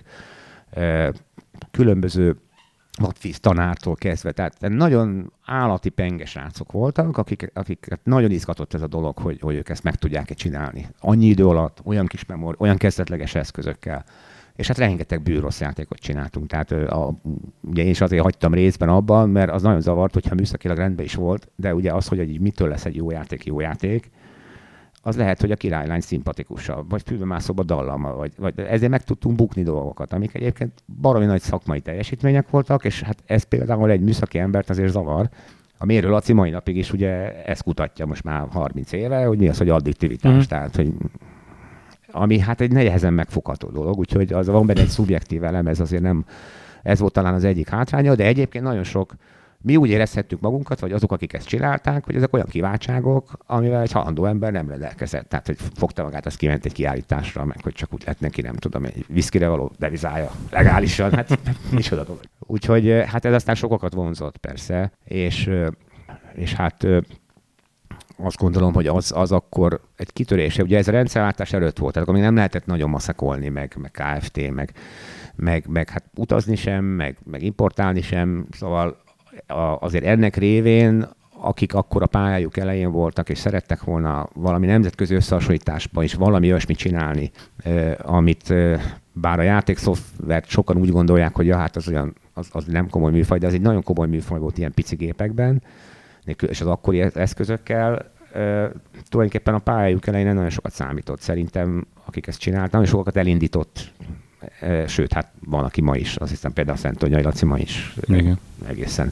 különböző matvíz tanártól kezdve, tehát nagyon állati penges srácok voltak, akiket nagyon izgatott ez a dolog, hogy ők ezt meg tudják csinálni. Annyi idő alatt, olyan kis memória, olyan kezdetleges eszközökkel. És hát rengeteg bűrossz játékot csináltunk. Tehát ugye én is azért hagytam részben abban, mert az nagyon zavart, hogyha műszakilag rendben is volt, de ugye az, hogy így mitől lesz egy jó játék, az lehet, hogy a királylány szimpatikusabb, vagy fülbemászóbb a dallama, vagy ezért meg tudtunk bukni dolgokat, amik egyébként baromi nagy szakmai teljesítmények voltak, és hát ez például egy műszaki embert azért zavar. A Mérő Laci mai napig is ugye ezt kutatja most már 30 éve, hogy mi az, hogy addiktivitás, tehát hogy ami hát egy nehezen megfogható dolog, úgyhogy az van benne egy szubjektív elem, ez azért nem, ez volt talán az egyik hátránya, de egyébként nagyon sok, mi úgy érezhettük magunkat, vagy azok, akik ezt csinálták, hogy ezek olyan kiváltságok, amivel egy halandó ember nem rendelkezett. Tehát, hogy fogta magát, az kiment egy kiállításra, meg hogy csak úgy lett neki, nem tudom, egy viszkire való devizája legálisan, hát micsoda dolog. Úgyhogy hát ez aztán sokakat vonzott persze, és hát azt gondolom, hogy az akkor egy kitörése. Ugye ez a rendszerváltás előtt volt, tehát akkor még nem lehetett nagyon maszakolni, meg Kft., meg hát utazni sem, meg importálni sem, szóval azért ennek révén akik akkor a pályájuk elején voltak, és szerettek volna valami nemzetközi összehasonlításban is valami olyasmit csinálni, amit bár a játékszoftvert sokan úgy gondolják, hogy ja, hát az nem komoly műfaj, de ez egy nagyon komoly műfaj volt ilyen pici gépekben, és az akkori eszközökkel tulajdonképpen a pályájuk elején nagyon sokat számított. Szerintem, akik ezt csináltak, nagyon sokat elindított, sőt, hát van, aki ma is, azt hiszem például a Szentonyai Laci ma is egészen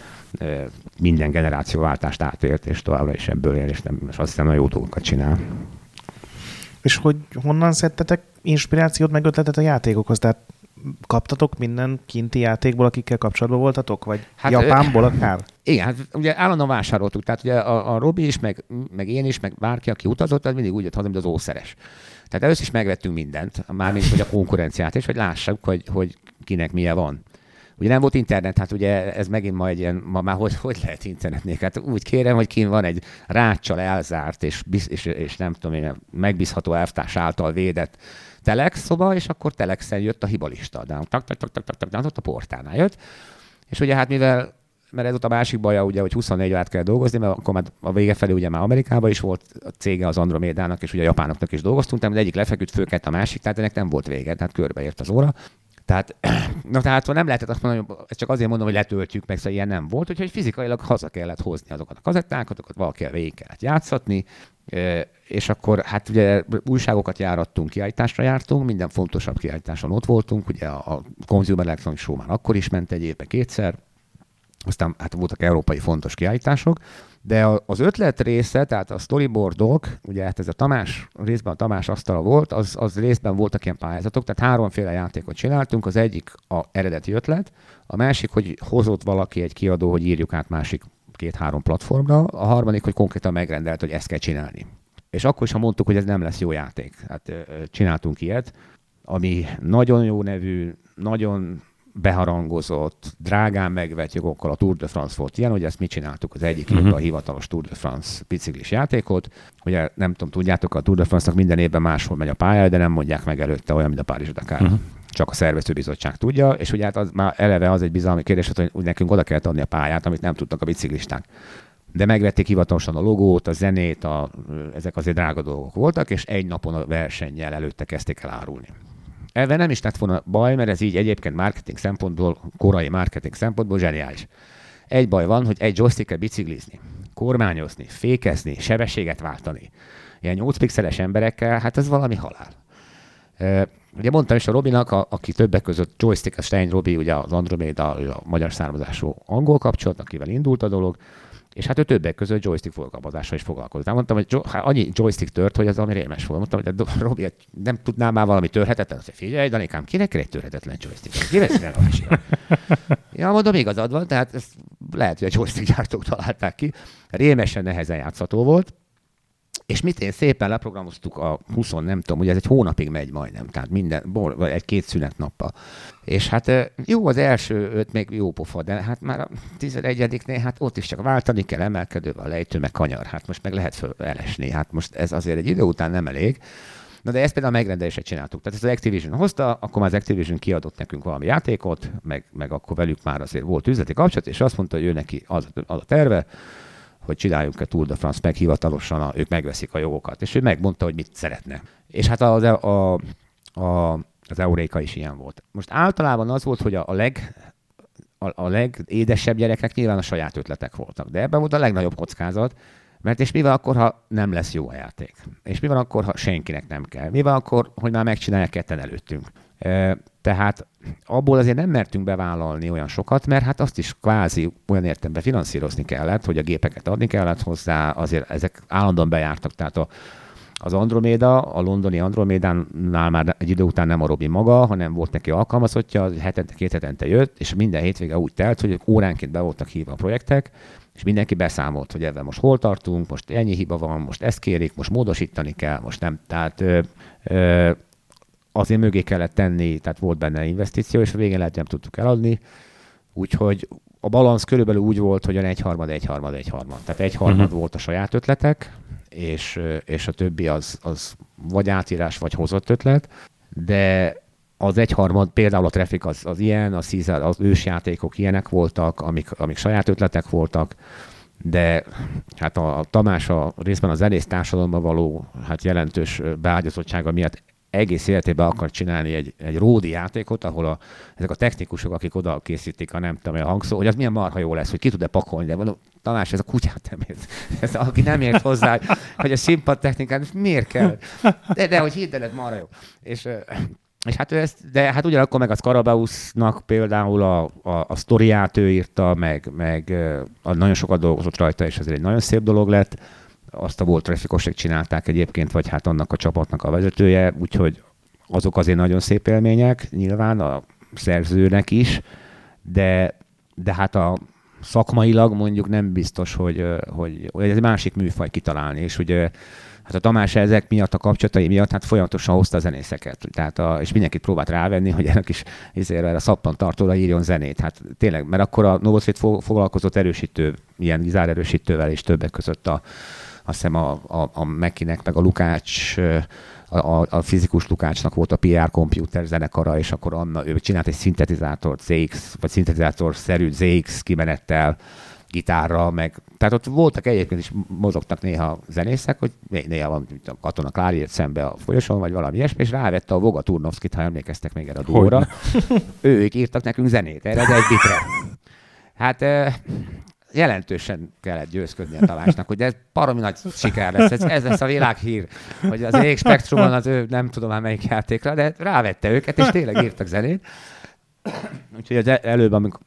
minden generációváltást átélt, és továbbra is ebből él, és azt hiszem nagyon jó dolgokat csinál. És hogy honnan szedtetek inspirációt, meg ötletet a játékokhoz? Tehát kaptatok minden kinti játékból, akikkel kapcsolatban voltatok? Vagy hát, Japánból akár? Igen, hát ugye állandóan vásároltuk. Tehát ugye a Robi is, meg én is, meg bárki, aki utazott, az mindig úgy jött haza, mint az ószeres. Tehát először is megvettünk mindent, mármint hogy a konkurenciát, és hogy lássuk, hogy kinek milyen van. Ugye nem volt internet, hát ugye ez megint ma egy ilyen, már hogy lehet internetnél? Hát úgy kérem, hogy kint van egy ráccsal elzárt, és nem tudom én, megbízható elvtárs által védett telex szoba, és akkor telexen jött a hibalista. De ott a portálnál jött. És ugye hát mert ez ott a másik baja, ugye, hogy 24 órát kell dolgozni, mert akkor már a vége felé ugye már Amerikában is volt a cége az Andromédának, és ugye a japánoknak is dolgoztunk, de egyik lefeküdt, fölkelt a másik, tehát ennek nem volt vége, tehát körbeért az óra. Tehát nem lehetett azt mondani, hogy ezt csak azért mondom, hogy letöltjük meg, szóval ilyen nem volt, úgyhogy fizikailag haza kellett hozni azokat a kazettákat, azokat valakivel végig kellett játszatni, és akkor hát ugye újságokat járattunk, kiállításra jártunk, minden fontosabb kiállításon ott voltunk, ugye a Consumer Electronics Show már akkor is ment egy évbe kétszer, aztán hát voltak európai fontos kiállítások, de az ötlet része, tehát a storyboardok, ugye hát ez részben a Tamás asztala volt, az részben voltak ilyen pályázatok, tehát háromféle játékot csináltunk, az egyik a eredeti ötlet, a másik, hogy hozott valaki egy kiadó, hogy írjuk át másik 2-3 platformra, a harmadik, hogy konkrétan megrendelt, hogy ezt kell csinálni. És akkor is, ha mondtuk, hogy ez nem lesz jó játék, hát csináltunk ilyet, ami nagyon jó nevű, nagyon beharangozott, drágán megvett jogokkal a Tour de France volt ilyen, hogy ezt mi csináltuk az egyik évben a hivatalos Tour de France biciklis játékot. Ugye nem tudom, tudjátok, a Tour de France-nak minden évben máshol megy a pályája, de nem mondják meg előtte olyan, mint a Párizs-Dakar. Csak a szervezőbizottság tudja, és ugye hát az már eleve az egy bizalmi kérdés, hogy nekünk oda kellett adni a pályát, amit nem tudtak a biciklisták. De megvették hivatalosan a logót, a zenét, ezek azért drága dolgok voltak, és egy napon a versennyel előtte kezdték el árulni. Ebben nem is lett volna baj, mert ez így egyébként marketing szempontból, korai marketing szempontból zseniális. Egy baj van, hogy egy joystickkel biciklizni, kormányozni, fékezni, sebességet váltani. Ilyen 8 pixeles emberekkel, hát ez valami halál. Ugye mondtam is a Robinak, aki többek között joystick, a Stein Robi, ugye az Andromeda, a magyar származású angol kapcsolat, akivel indult a dolog, és hát ő többek között joystick forgalmazással is foglalkozott. Mondtam, hogy annyi joystick tört, hogy az valami rémes volt. Mondtam, hogy Robi, nem tudnál már valami törhetetlen? Azt mondja, figyelj, Danikám, kinek egy törhetetlen joystick? Kiveszél a másik. Ja, mondom, igazad van, tehát ezt lehet, hogy a joystick gyártók találták ki. Rémesen nehezen játszható volt. És én szépen leprogramoztuk a 20, nem tudom, ugye ez egy hónapig megy majdnem, tehát vagy egy-két szünetnappal. És hát jó, az első 5 még jó pofa, de hát már a 11-nél hát ott is csak váltani kell emelkedővel, a lejtő, meg kanyar, hát most meg lehet elesni, hát most ez azért egy idő után nem elég. Na de ezt például a megrendelésre csináltuk. Tehát ezt az Activision hozta, akkor már az Activision kiadott nekünk valami játékot, meg akkor velük már azért volt üzleti kapcsolat, és azt mondta, hogy ő neki az a terve, hogy csináljunk-e Tour de France meg hivatalosan, ők megveszik a jogokat. És ő megmondta, hogy mit szeretne. És hát az Euréka is ilyen volt. Most általában az volt, hogy a legédesebb gyerekek nyilván a saját ötletek voltak. De ebben volt a legnagyobb kockázat, mert és mi van akkor, ha nem lesz jó a játék? És mi van akkor, ha senkinek nem kell? Mi van akkor, hogy már megcsinálják ketten előttünk? Tehát abból azért nem mertünk bevállalni olyan sokat, mert hát azt is kvázi olyan értelemben finanszírozni kellett, hogy a gépeket adni kellett hozzá, azért ezek állandóan bejártak, tehát az Andromeda, a londoni Andromédánál már egy idő után nem a Robi maga, hanem volt neki alkalmazottja, két hetente jött, és minden hétvége úgy telt, hogy óránként be voltak hívva a projektek, és mindenki beszámolt, hogy ebben most hol tartunk, most ennyi hiba van, most ezt kérik, most módosítani kell, most nem. Tehát azért mögé kellett tenni, tehát volt benne investíció, és a végén lehet, nem tudtuk eladni. Úgyhogy a balansz körülbelül úgy volt, hogy egyharmad. Tehát egyharmad volt a saját ötletek, és a többi az vagy átírás, vagy hozott ötlet, de az egyharmad, például a Traffic az ilyen, az ősjátékok ilyenek voltak, amik saját ötletek voltak, de hát a Tamás a részben a zenész társadalomban való hát jelentős beágyazottsága miatt egész életében akar csinálni egy ródi játékot, ahol ezek a technikusok, akik oda készítik a nem tudom, a hangszó, hogy az milyen marha jó lesz, hogy ki tud-e pakolni, de mondom, Tamás, ez a kutyát nem ért. Ez, aki nem ért hozzá, hogy a színpad technikát, miért kell? De hogy hidd el, marha jó. És hát de hát ugyanakkor meg a Scarabeusnak például a sztoriát ő írta, meg nagyon sokat dolgozott rajta, és ez egy nagyon szép dolog lett. Azt a Volt Trafficoség csinálták egyébként, vagy hát annak a csapatnak a vezetője, úgyhogy azok azért nagyon szép élmények, nyilván a szerzőnek is, de hát a szakmailag mondjuk nem biztos, hogy ez egy másik műfaj kitalálni, és ugye hát a Tamás ezek miatt, a kapcsolatai miatt hát folyamatosan hozta a zenészeket. Tehát és mindenkit próbált rávenni, hogy ennek is a szappantartóra írjon zenét. Hát tényleg, mert akkor a Novothread foglalkozott erősítő, ilyen gitárerősítővel is többek között azt hiszem a Mekinek, meg a Lukács, a fizikus Lukácsnak volt a PR Computer zenekara, és akkor ő csinált egy szintetizátort, ZX, vagy szintetizátor-szerű ZX kimenettel, gitárra, tehát ott voltak egyébként is mozogtak néha zenészek, hogy néha van Katona Klári jött szembe a folyosón, vagy valami ilyesmi, és rávette a Voga Turnovszkit, ha emlékeztek még erre a dúra. Ők írtak nekünk zenét erre az egy bitre. Hát jelentősen kellett győzködni a Tamásnak, hogy ez baromi nagy siker lesz, ez lesz a világhír, hogy az ég Spektrumon az ő nem tudom már melyik játékra, de rávette őket, és tényleg írtak zenét. Úgyhogy az előbb, amikor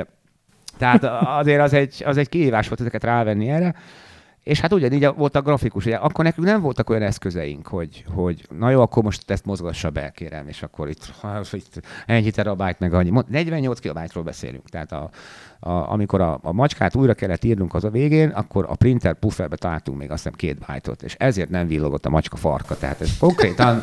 tehát azért az egy kihívás volt ezeket rávenni erre, és hát ugyanígy volt a grafikus, ugye akkor nekünk nem voltak olyan eszközeink, hogy na jó, akkor most ezt mozgassa be, kérem, és akkor itt ennyi terabájt, meg annyi. 48 kilobájtról beszélünk, tehát amikor a macskát újra kellett írnunk az a végén, akkor a printer pufferbe találtunk még azt hiszem 2 bájtot, és ezért nem villogott a macska farka, tehát ez konkrétan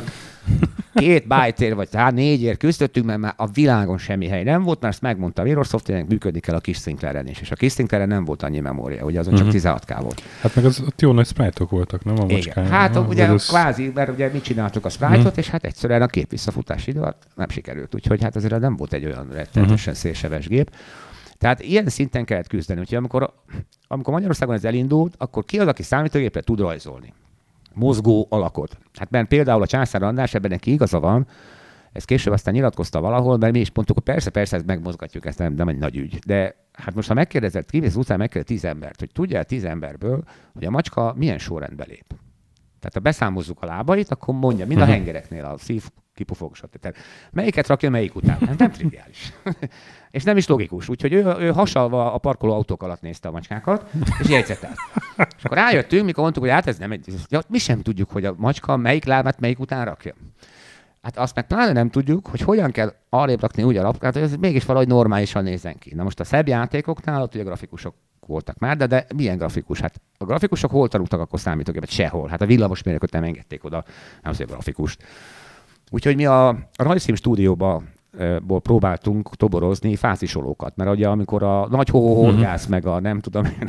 2 bájtért, vagy 4-ért küzdöttünk, mert már a világon semmi hely nem volt, mert ezt megmondta a Microsoft, működni kell a kis Sinclairen is, és a kis Sinclairen nem volt annyi memória, ugye azon csak 16K volt. Hát meg ott jó nagy sprite-ok voltak, nem a macskáján? Hát ugye kvázi, mert ugye mi csináltuk a sprite-ot, és hát egyszerűen a kép visszafutás idő nem sikerült, úgyhogy hát azért nem volt egy olyan rettenetesen szélsebes gép. Tehát ilyen szinten kellett küzdeni, úgyhogy amikor Magyarországon ez elindult, akkor ki az, aki számítógépre tud rajzolni? Mozgó alakot. Hát mert például a Császár András, ebben neki igaza van, ezt később aztán nyilatkozta valahol, mert mi is mondtuk, hogy persze, ezt megmozgatjuk, ezt nem egy nagy ügy. De hát most ha megkérdezed, kivész utcán megkérdezed 10 embert, hogy tudja el 10 emberből, hogy a macska milyen sorrendbe lép. Tehát ha beszámozzuk a lábait, akkor mondja, mind a hengereknél, a szív, kipufog, stb. Melyiket rakja melyik után? Hát nem triviális. És nem is logikus. Úgyhogy ő hasalva a parkoló autók alatt nézte a macskákat, és jegyzetelt. És akkor rájöttünk, mikor mondtuk, hogy hát ez nem egy... Ja, mi sem tudjuk, hogy a macska melyik lábát melyik után rakja. Hát azt meg pláne nem tudjuk, hogy hogyan kell arrébb rakni úgy a lapkát, hogy ez mégis valahogy normálisan nézzen ki. Na most a szebb játékoknál ott ugye grafikusok voltak már, de milyen grafikus? Hát a grafikusok hol tanultak akkor számítógépet? Sehol. Hát a villamosmérnököt nem engedték oda, nem azért grafikust. Úgyhogy mi a rajzfilm stúdióban próbáltunk toborozni fázisolókat, mert ugye amikor a nagy horgász meg a nem tudom én,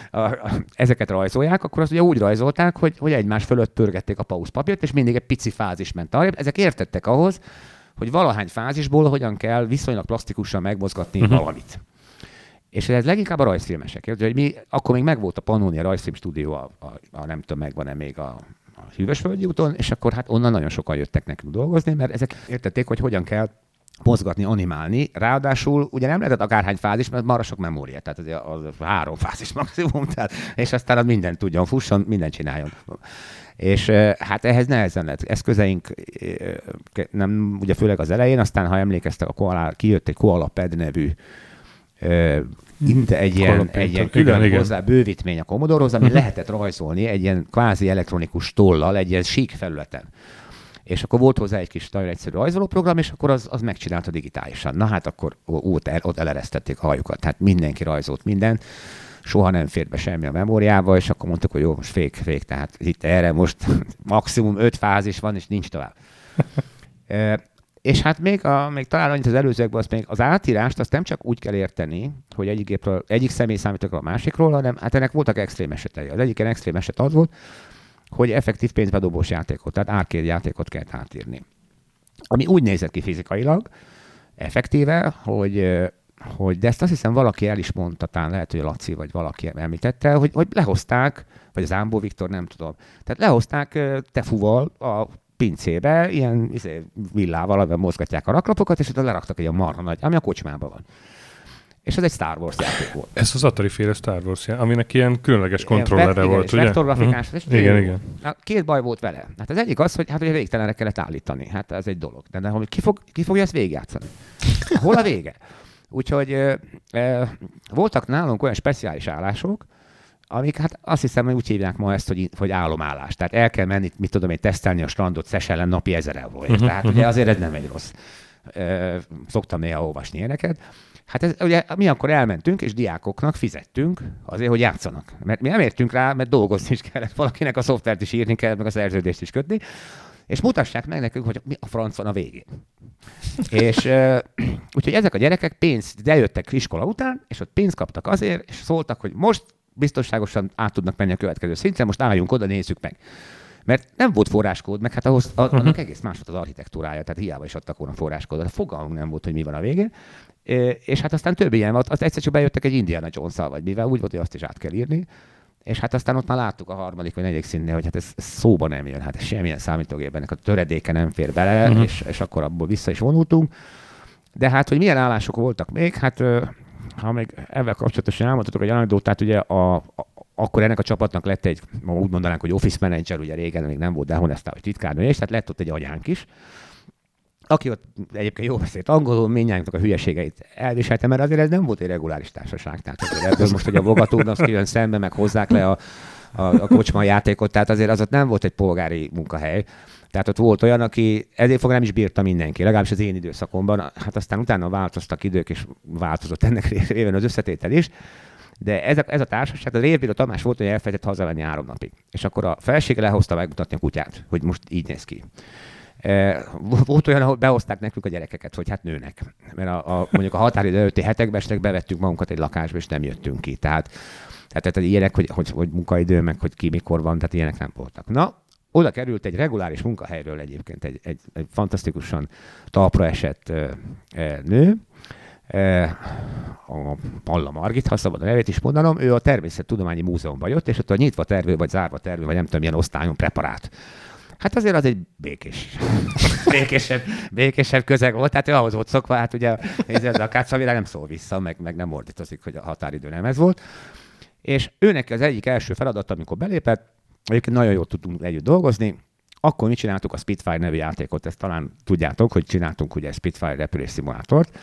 ezeket rajzolják, akkor azt ugye úgy rajzolták, hogy egymás fölött pörgették a pauszpapírt, és mindig egy pici fázis ment arrébb. Ezek értettek ahhoz, hogy valahány fázisból hogyan kell viszonylag plastikusan megmozgatni valamit. És ez leginkább a rajzfilmesek. Hogy mi, akkor még megvolt a Pannonia rajzfilm stúdió, a nem tudom, megvan-e még a Hűvösvölgyi úton, és akkor hát onnan nagyon sokan jöttek nekünk dolgozni, mert ezek értették, hogy hogyan kell mozgatni, animálni. Ráadásul ugye nem lehetett akárhány fázis, mert marra sok memória, tehát az 3 fázis maximum, tehát, és aztán az mindent tudjon, fusson, mindent csináljon. És hát ehhez nehezen lett. Eszközeink nem, ugye főleg az elején, aztán ha emlékeztek, kijött egy Koala Pad nevű egy ilyen külön hozzá bővítmény a Commodore-hoz, ami lehetett rajzolni egy ilyen kvázi elektronikus tollal, egy ilyen sík felületen. És akkor volt hozzá egy kis nagyon egyszerű rajzolóprogram, és akkor az megcsinálta digitálisan. Na hát akkor ott eleresztették a hajukat. Tehát mindenki rajzolt mindent, soha nem fért be semmi a memóriába, és akkor mondtuk, hogy jó, most fék, tehát itt erre most maximum 5 fázis van, és nincs tovább. És hát még talán annyit az előzőekben, még az átírást azt nem csak úgy kell érteni, hogy egyik személy számítok a másikról, hanem hát ennek voltak extrém esetei. Az egyik extrém eset az volt, hogy effektív pénzbedobós játékot, tehát arcade játékot kellett átírni. Ami úgy nézett ki fizikailag, effektíve, hogy de ezt azt hiszem valaki el is mondta, talán lehet, hogy a Laci vagy valaki említette, hogy lehozták, vagy az Ámbó Viktor, nem tudom. Tehát lehozták tefuval a pincébe, ilyen villával, amivel mozgatják a raklapokat, és ott leraktak egy a marha nagy, ami a kocsmában van. És ez egy Star Wars játék volt. Ez az Atari-féle Star Wars játék, aminek ilyen különleges kontrollere volt, ugye? Vektorgrafikás. Igen. Két baj volt vele. Hát az egyik az, hogy ugye végtelenre kellett állítani. Hát ez egy dolog. De hogy ki fogja ezt végigjátszani? Hol a vége? Úgyhogy voltak nálunk olyan speciális állások, amik hát azt hiszem, hogy úgy hívják ma ezt, hogy álomállás. Tehát el kell menni, mit tudom én, tesztelni a strandot Szeselen napi 1000 euróért. Tehát ugye azért ez nem egy rossz. Szoktam néha olvasni ilyeneket. Hát ugye mi akkor elmentünk, és diákoknak fizettünk azért, hogy játszanak. Mert mi nem értünk rá, mert dolgozni is kellett, valakinek a szoftvert is írni kellett, meg a szerződést is kötni, és mutassák meg nekünk, hogy mi a franc van a végén. És úgyhogy ezek a gyerekek pénzt, eljöttek iskola után, és ott pénzt kaptak azért, és szóltak, hogy most biztonságosan át tudnak menni a következő szintre, most álljunk oda, nézzük meg. Mert nem volt forráskód, meg hát annak egész más volt az architektúrája, tehát hiába is adtak volna forráskódot. A fogalmunk nem volt, hogy mi van a végén. És hát aztán több ilyen volt, azt egyszer csak bejöttek egy Indiana Jones-szal, vagy mivel úgy volt, hogy azt is át kell írni. És hát aztán ott már láttuk a harmadik vagy negyedik színnél, hogy hát ez szóba nem jön, hát semmilyen számítógépben a töredéke nem fér bele, és akkor abból vissza is vonultunk. De hát, hogy milyen állások voltak még, hát ha még ezzel kapcsolatosan elmondhatok egy anekdótát, ugye akkor ennek a csapatnak lett egy, úgy mondanánk, hogy office manager, ugye régen még nem volt, de honestál, hogy titkárnő, és tehát lett ott egy agyánk is, aki ott egyébként jól beszélt angolul, mindnyájunknak a hülyeségeit elviselte, mert azért ez nem volt egy reguláris társaság. Tehát azért ebből most, hogy a Bogatónak kijön szembe, meg hozzák le a kocsma játékot, tehát azért az ott nem volt egy polgári munkahely. Tehát ott volt olyan, aki ezért fog nem is bírta mindenki, legalábbis az én időszakomban. Hát aztán utána változtak idők, és változott ennek révén az összetétel is. De ez a társaság, a Révbíró Tamás volt, hogy elfelejtett hazamenni 3 napig. És akkor a felsége lehozta megmutatni a kutyát, hogy most így néz ki. Volt olyan, ahol behozták nekünk a gyerekeket, hogy hát nőnek. Mert mondjuk a határidő előtti hetekben bevettük magunkat egy lakásba, és nem jöttünk ki. Tehát ilyenek, hogy munkaidő, meg hogy ki mikor van, tehát ilyenek nem voltak. Na, oda került egy reguláris munkahelyről egyébként egy fantasztikusan talpra esett nő, a Palla Margit, ha szabad a nevét is mondanom, ő a Természettudományi Múzeumban jött, és ott a nyitva tervő, vagy zárva tervő, vagy nem tudom, milyen osztályon preparált. Hát azért az egy békésebb közeg volt, tehát ő ahhoz volt szokva, hát ugye az akácsavilág nem szól vissza, meg nem ordítozik, hogy a határidő nem ez volt. És őnek az egyik első feladat, amikor belépett, egyébként nagyon jól tudtunk együtt dolgozni, akkor mi csináltuk a Spitfire nevű játékot, ezt talán tudjátok, hogy csináltunk ugye Spitfire repülés szimulátort.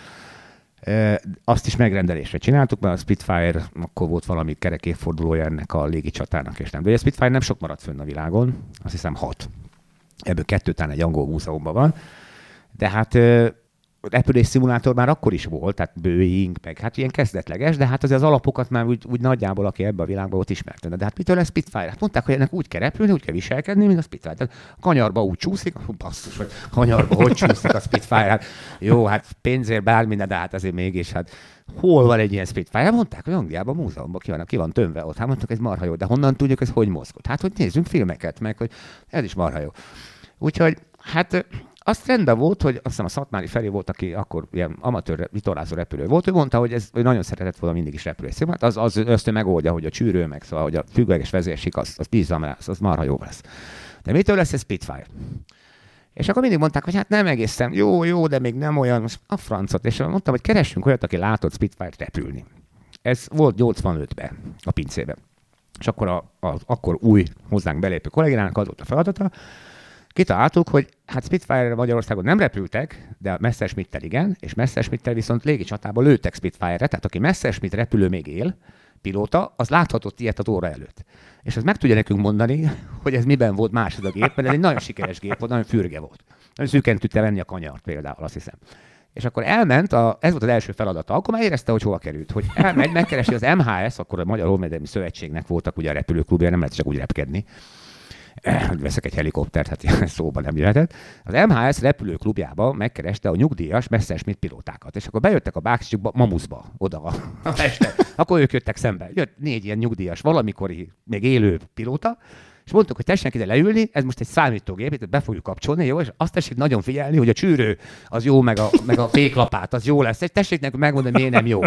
Azt is megrendelésre csináltuk, mert a Spitfire akkor volt valami kerek évfordulója ennek a légicsatának, és nem. De a Spitfire nem sok maradt fönn a világon, azt hiszem 6. Ebből 2 talán egy angol múzeumban van. De hát repülés szimulátor már akkor is volt, tehát Boeing, meg hát ilyen kezdetleges, de hát azért az alapokat már úgy nagyjából, aki ebbe a világban ott ismerte. De hát mitől lesz Spitfire? Hát mondták, hogy ennek úgy kell repülni, úgy kell viselkedni, mint a Spitfire. Tehát a kanyarba úgy csúszik, basszus, hogy kanyarba hogy csúszik a Spitfire. Hát, jó, hát pénzért bármilyen, de hát azért mégis, hát hol van egy ilyen Spitfire? Mondták, hogy Angliában, múzeumban ki van tömve ott. Hát mondtak, ez marha jó, de honnan tudjuk, ez hogy mozgott? Hát, hogy nézzünk filmeket, meg hogy ez is marha jó. Úgyhogy, hát azt rendben volt, hogy azt hiszem a Szatmári Feri volt, aki akkor ilyen amatőr vitorlázó repülő volt, ő mondta, hogy ő nagyon szeretett volna mindig is repülés. Hát azt ő megoldja, hogy a csűrő, meg szóval, hogy a függőleges vezérsik, az bízzam rá, az marha jó lesz. De mitől lesz ez Spitfire? És akkor mindig mondták, hogy hát nem egészen jó, de még nem olyan, most a francot. És mondtam, hogy keressünk olyat, aki látott Spitfire-t repülni. Ez volt 85-ben a pincében. És akkor akkor új hozzánk belépő kollégának az volt a feladata. Kitaláltuk, hogy hát Spitfire-re Magyarországon nem repültek, de Messerschmitt-tel igen, és Messerschmitt-tel viszont légicsatában lőttek Spitfire-re, tehát aki Messerschmitt repülő még él, pilóta, az láthatott ilyet az óra előtt. És az meg tudja nekünk mondani, hogy ez miben volt másod a gép, mert ez egy nagyon sikeres gép volt, nagyon fürge volt. Nagyon szűken tudta venni a kanyart például, azt hiszem. És akkor elment, ez volt az első feladata, akkor már érezte, hogy hova került. Hogy elmegy, megkeresi az MHS, akkor a Magyar Honvédelmi Szövetségnek voltak ugye a repülőklubja, nem lehet csak úgy repkedni. Veszek egy helikoptert, hát ilyen szóban nem jöhetett. Az MHS repülőklubjában megkereste a nyugdíjas Messerschmitt pilótákat, és akkor bejöttek a bácsik Mamuszba, oda a este. Akkor ők jöttek szembe. Jött 4 ilyen nyugdíjas, valamikori még élő pilóta, és mondtuk, hogy tessenek ide leülni, ez most egy számítógép, itt be fogjuk kapcsolni, jó, és azt tessék nagyon figyelni, hogy a csűrő az jó, meg a féklapát az jó lesz, és tessék nekünk megmondani, miért nem jó.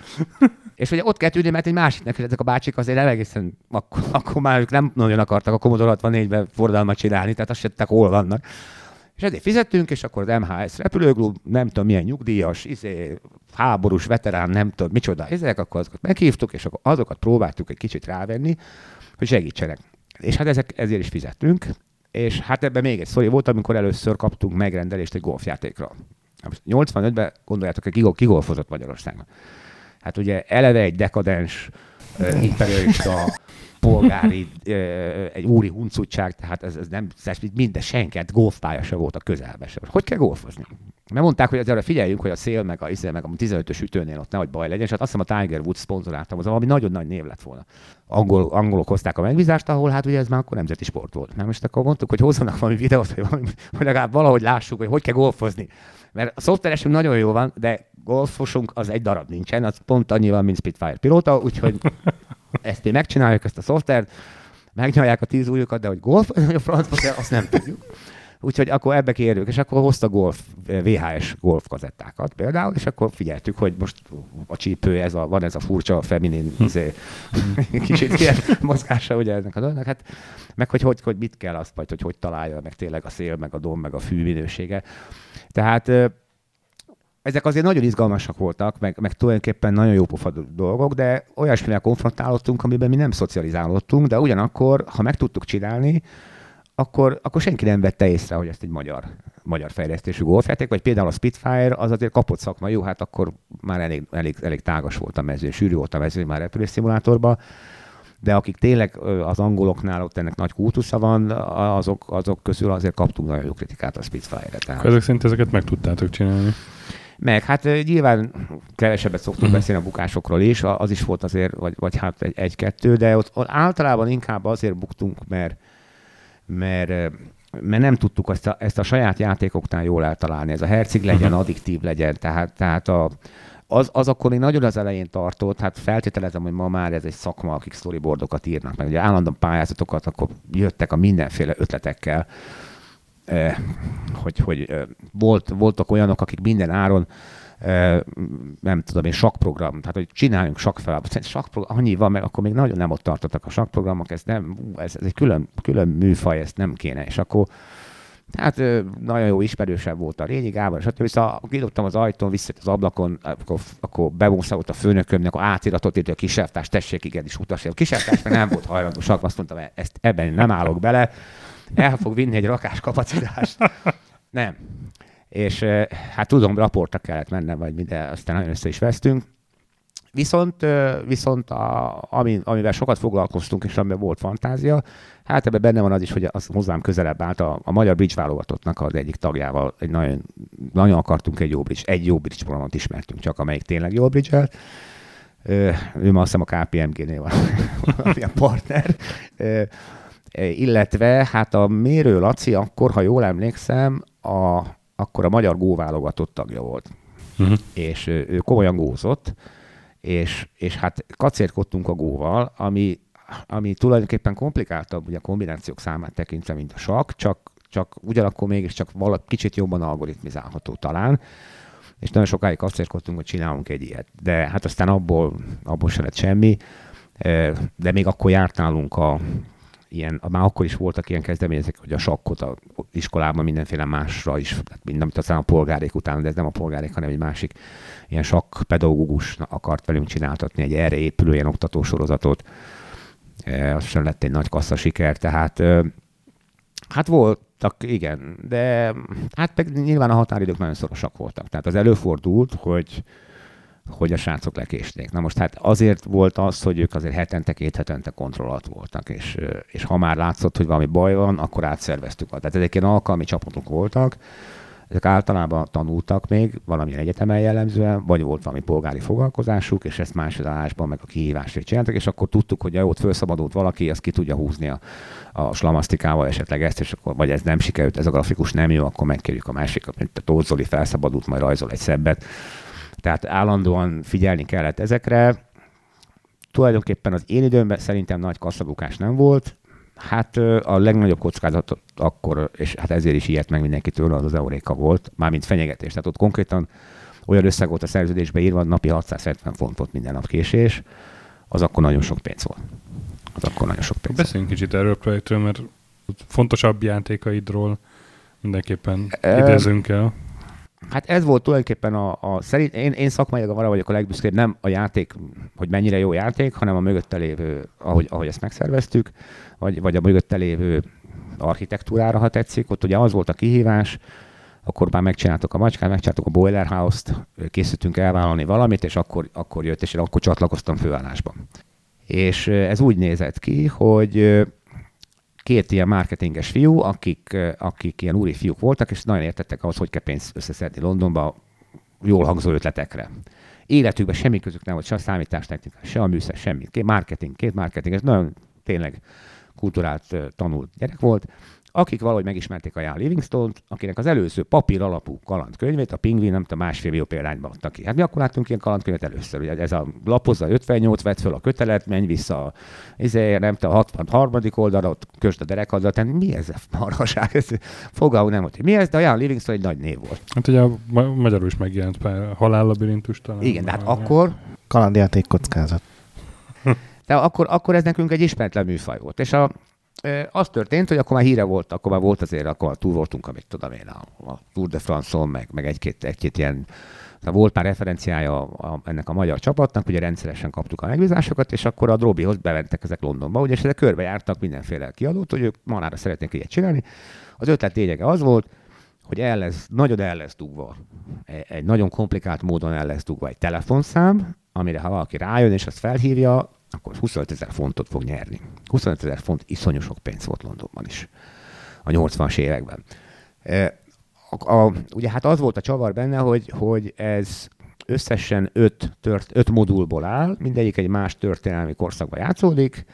És ugye ott kell tűnni, mert egy másiknak, hogy ezek a bácsik azért nem egészen, akkor már ők nem nagyon akartak a Commodore 64-ben forradalmat csinálni, tehát azt se tudták, hol vannak. És ezért fizettünk, és akkor az MHS repülőklub, nem tudom milyen nyugdíjas, háborús veterán, nem tudom micsoda, akkor azokat meghívtuk, és akkor azokat próbáltuk egy kicsit rávenni, hogy segítsenek. És hát ezért is fizettünk, és hát ebben még egy sztori volt, amikor először kaptunk megrendelést egy golfjátékra. 85-ben gondoljátok, hogy ki golfozott Magyarországon. Hát ugye eleve egy dekadens, imperialista, polgári, egy úri huncutság, tehát ez nem, minden senket golfpálya se volt a közelben sem. Hogy kell golfozni? Mert mondták, hogy azért figyeljünk, hogy a szél meg a 15-ös ütőnél ott nehogy baj legyen, és hát azt hiszem a Tiger Woods szponzoráltam, az valami nagyon nagy név lett volna. Angolok hozták a megbízást, ahol hát ugye ez már akkor nemzeti sport volt. Mert most akkor mondtuk, hogy hozzanak valami videót, hogy legalább valahogy lássuk, hogy kell golfozni. Mert a szoftveresünk nagyon jó van, de golfosunk az egy darab nincsen, az pont annyi van, mint Spitfire pilóta, úgyhogy ezt mi megcsináljuk, ezt a szoftvert, megnyalják a 10 ujjukat, de hogy golf, a francba, azt nem tudjuk. Úgyhogy akkor ebbe kérjük, és akkor hozta VHS golf kazettákat például, és akkor figyeltük, hogy most a csípő, van ez a furcsa, feminin, kicsit ilyen mozgása ugye ennek a dolognak, hát meg hogy mit kell azt, vagy hogy találja, meg tényleg a szél, meg a dom, meg a fű minősége. Tehát ezek azért nagyon izgalmasak voltak, meg tulajdonképpen nagyon jó pofa dolgok, de olyasmivel konfrontálódtunk, amiben mi nem szocializálódtunk, de ugyanakkor, ha meg tudtuk csinálni, akkor senki nem vette észre, hogy ezt egy magyar fejlesztésű golfjáték, vagy például a Spitfire az azért kapott szakma, jó, hát akkor már elég tágas volt a mező, sűrű volt a mező már repülésszimulátorban, de akik tényleg az angoloknál ott ennek nagy kultusza van, azok közül azért kaptunk nagyon jó kritikát a Spitfire-re. Tehát. Ezek szerint ezeket meg tudtátok csinálni. Meg, hát nyilván kevesebbet szoktunk beszélni a bukásokról is, az is volt azért, vagy hát egy-kettő, de ott általában inkább azért buktunk, mert nem tudtuk ezt a saját játékoknál jól eltalálni. Ez a herceg legyen, addiktív legyen, tehát az akkor még nagyon az elején tartott, hát feltételezem, hogy ma már ez egy szakma, akik storyboardokat írnak, meg ugye állandóan pályázatokat, akkor jöttek a mindenféle ötletekkel, hogy voltak olyanok, akik minden áron nem tudom én, sakkprogram, tehát hogy csináljunk sakkfelállítást. Sakkprogram, annyi van, meg akkor még nagyon nem ott tartottak a sakkprogramok, ez egy külön műfaj, ezt nem kéne, és akkor hát nagyon jó ismerősebb volt a Rényi Gábor, és szóval kidobtam az ajtón, visszajött az ablakon, akkor bevonszagott a főnökömnek, a átiratot írt, a kiselvtárs, tessék, igenis utasni. A kiselvtárs meg nem volt hajlandó sakk, azt mondtam, ebben nem állok bele, el fog vinni egy rakás kapacitást. Nem. És hát tudom, raportra kellett mennem, vagy minden, aztán nagyon össze is vesztünk. Viszont amivel sokat foglalkoztunk, és amiben volt fantázia, hát ebben benne van az is, hogy az hozzám közelebb állt a magyar bridge válogatottnak az egyik tagjával. Nagyon akartunk egy jó bridge programot ismertünk csak, amelyik tényleg jó bridge-el. Ő ma azt hiszem a KPMG-nél van a partner. Illetve hát a Mérő Laci akkor, ha jól emlékszem, akkor a magyar góválogatott tagja volt. És ő komolyan gózott, és hát kacérkodtunk a góval, ami tulajdonképpen komplikáltabb ugye a kombinációk számát tekintve, mint a sakk, csak ugyanakkor mégiscsak kicsit jobban algoritmizálható talán, és nagyon sokáig kacérkodtunk, hogy csinálunk egy ilyet. De hát aztán abból se lett semmi, de még akkor járt nálunk már akkor is voltak ilyen kezdeményezések, hogy a sakkot az iskolában mindenféle másra is, amit aztán a polgárék után, de ez nem a polgárék, hanem egy másik ilyen sakkpedagógus akart velünk csináltatni egy erre épülő ilyen oktatósorozatot. Az sem lett egy nagy kassza siker, tehát hát voltak, igen, de hát meg nyilván a határidők nagyon szorosak voltak. Tehát az előfordult, hogy a srácok lekésték. Na most hát azért volt az, hogy ők azért két hetente kontroll alatt voltak, és ha már látszott, hogy valami baj van, akkor átszerveztük. Tehát ezek ilyen alkalmi csapatok voltak, ezek általában tanultak még valamilyen egyetemen jellemzően, vagy volt valami polgári foglalkozásuk, és ezt másodálásban meg a kihívásra csináltak, és akkor tudtuk, hogy ott felszabadult valaki, az ki tudja húzni a slamasztikával esetleg ezt, és akkor, vagy ez nem sikerült, ez a grafikus nem jó, akkor megkérjük a másikat, mint a Tóth Zoli felszabadult, majd rajzol egy szebbet. Tehát állandóan figyelni kellett ezekre. Tulajdonképpen az én időmben szerintem nagy kasszabukás nem volt, Hát a legnagyobb kockázat akkor, és hát ezért is ilyet meg mindenkitől, az Euréka volt, mármint fenyegetés. Tehát ott konkrétan olyan összeg volt a szerződésbe írva, napi 670 fontot minden nap késés, az akkor nagyon sok pénz volt. Beszéljünk kicsit erről a projektről, mert fontosabb játékaidról mindenképpen idézünk el. Hát ez volt tulajdonképpen szerint, én szakmailag arra vagyok a legbüszkébb, nem a játék, hogy mennyire jó játék, hanem a mögötte lévő, ahogy ezt megszerveztük, vagy a mögötte lévő architektúrára, ha tetszik. Ott ugye az volt a kihívás, akkor már megcsináltuk a macskát, megcsináltuk a Boiler House-t, készültünk elvállalni valamit, és akkor jött, és én akkor csatlakoztam főállásba. És ez úgy nézett ki, hogy két ilyen marketinges fiú, akik ilyen úri fiúk voltak, és nagyon értettek ahhoz, hogy kell pénzt összeszedni Londonba jól hangzó ötletekre. Életükben semmi közük nem volt, se a számítástechnika, se a műszer, semmi. Két marketing, ez nagyon tényleg kulturált, tanult gyerek volt, akik valahogy megismerték a Jan Livingstone-t, akinek az előző papír alapú kalandkönyvét, a Pingvin, nem tudom, 1,5 millió példányba adta ki. Hát mi akkor láttunk ilyen kalandkönyvet először, ugye ez a lapozza 58, vett föl a kötelet, menj vissza nem tudom, a 63. oldalra, ott kösd a derekadat, tehát mi ez a marhaság? Ez fogalmú nem volt, hogy mi ez, de a Jan Livingstone egy nagy név volt. Hát ugye magyarul is megjelent pár Halállabirintus talán. Igen, de hát akkor... Kalandjáték kockázat. De akkor ez nekünk egy ismeretlen műfaj volt, és az történt, hogy akkor már híre volt, akkor már volt azért, akkor túl voltunk, amit tudom én, a Tour de France-on, meg egy-két ilyen, volt már referenciája ennek a magyar csapatnak, ugye rendszeresen kaptuk a megbízásokat, és akkor a Drobihoz beventek ezek Londonba, ugye, és ezek körbe mindenféle kiadót, hogy ők manára szeretnék ilyet csinálni. Az ötlet lényege az volt, hogy nagyon el lesz dugva, egy nagyon komplikált módon el lesz dugva egy telefonszám, amire ha valaki rájön, és azt felhívja, akkor 25 000 fontot fog nyerni. 25 000 font iszonyú sok pénz volt Londonban is, a 80-as években. Ugye hát az volt a csavar benne, hogy ez összesen 5 modulból áll, mindegyik egy más történelmi korszakban játszódik,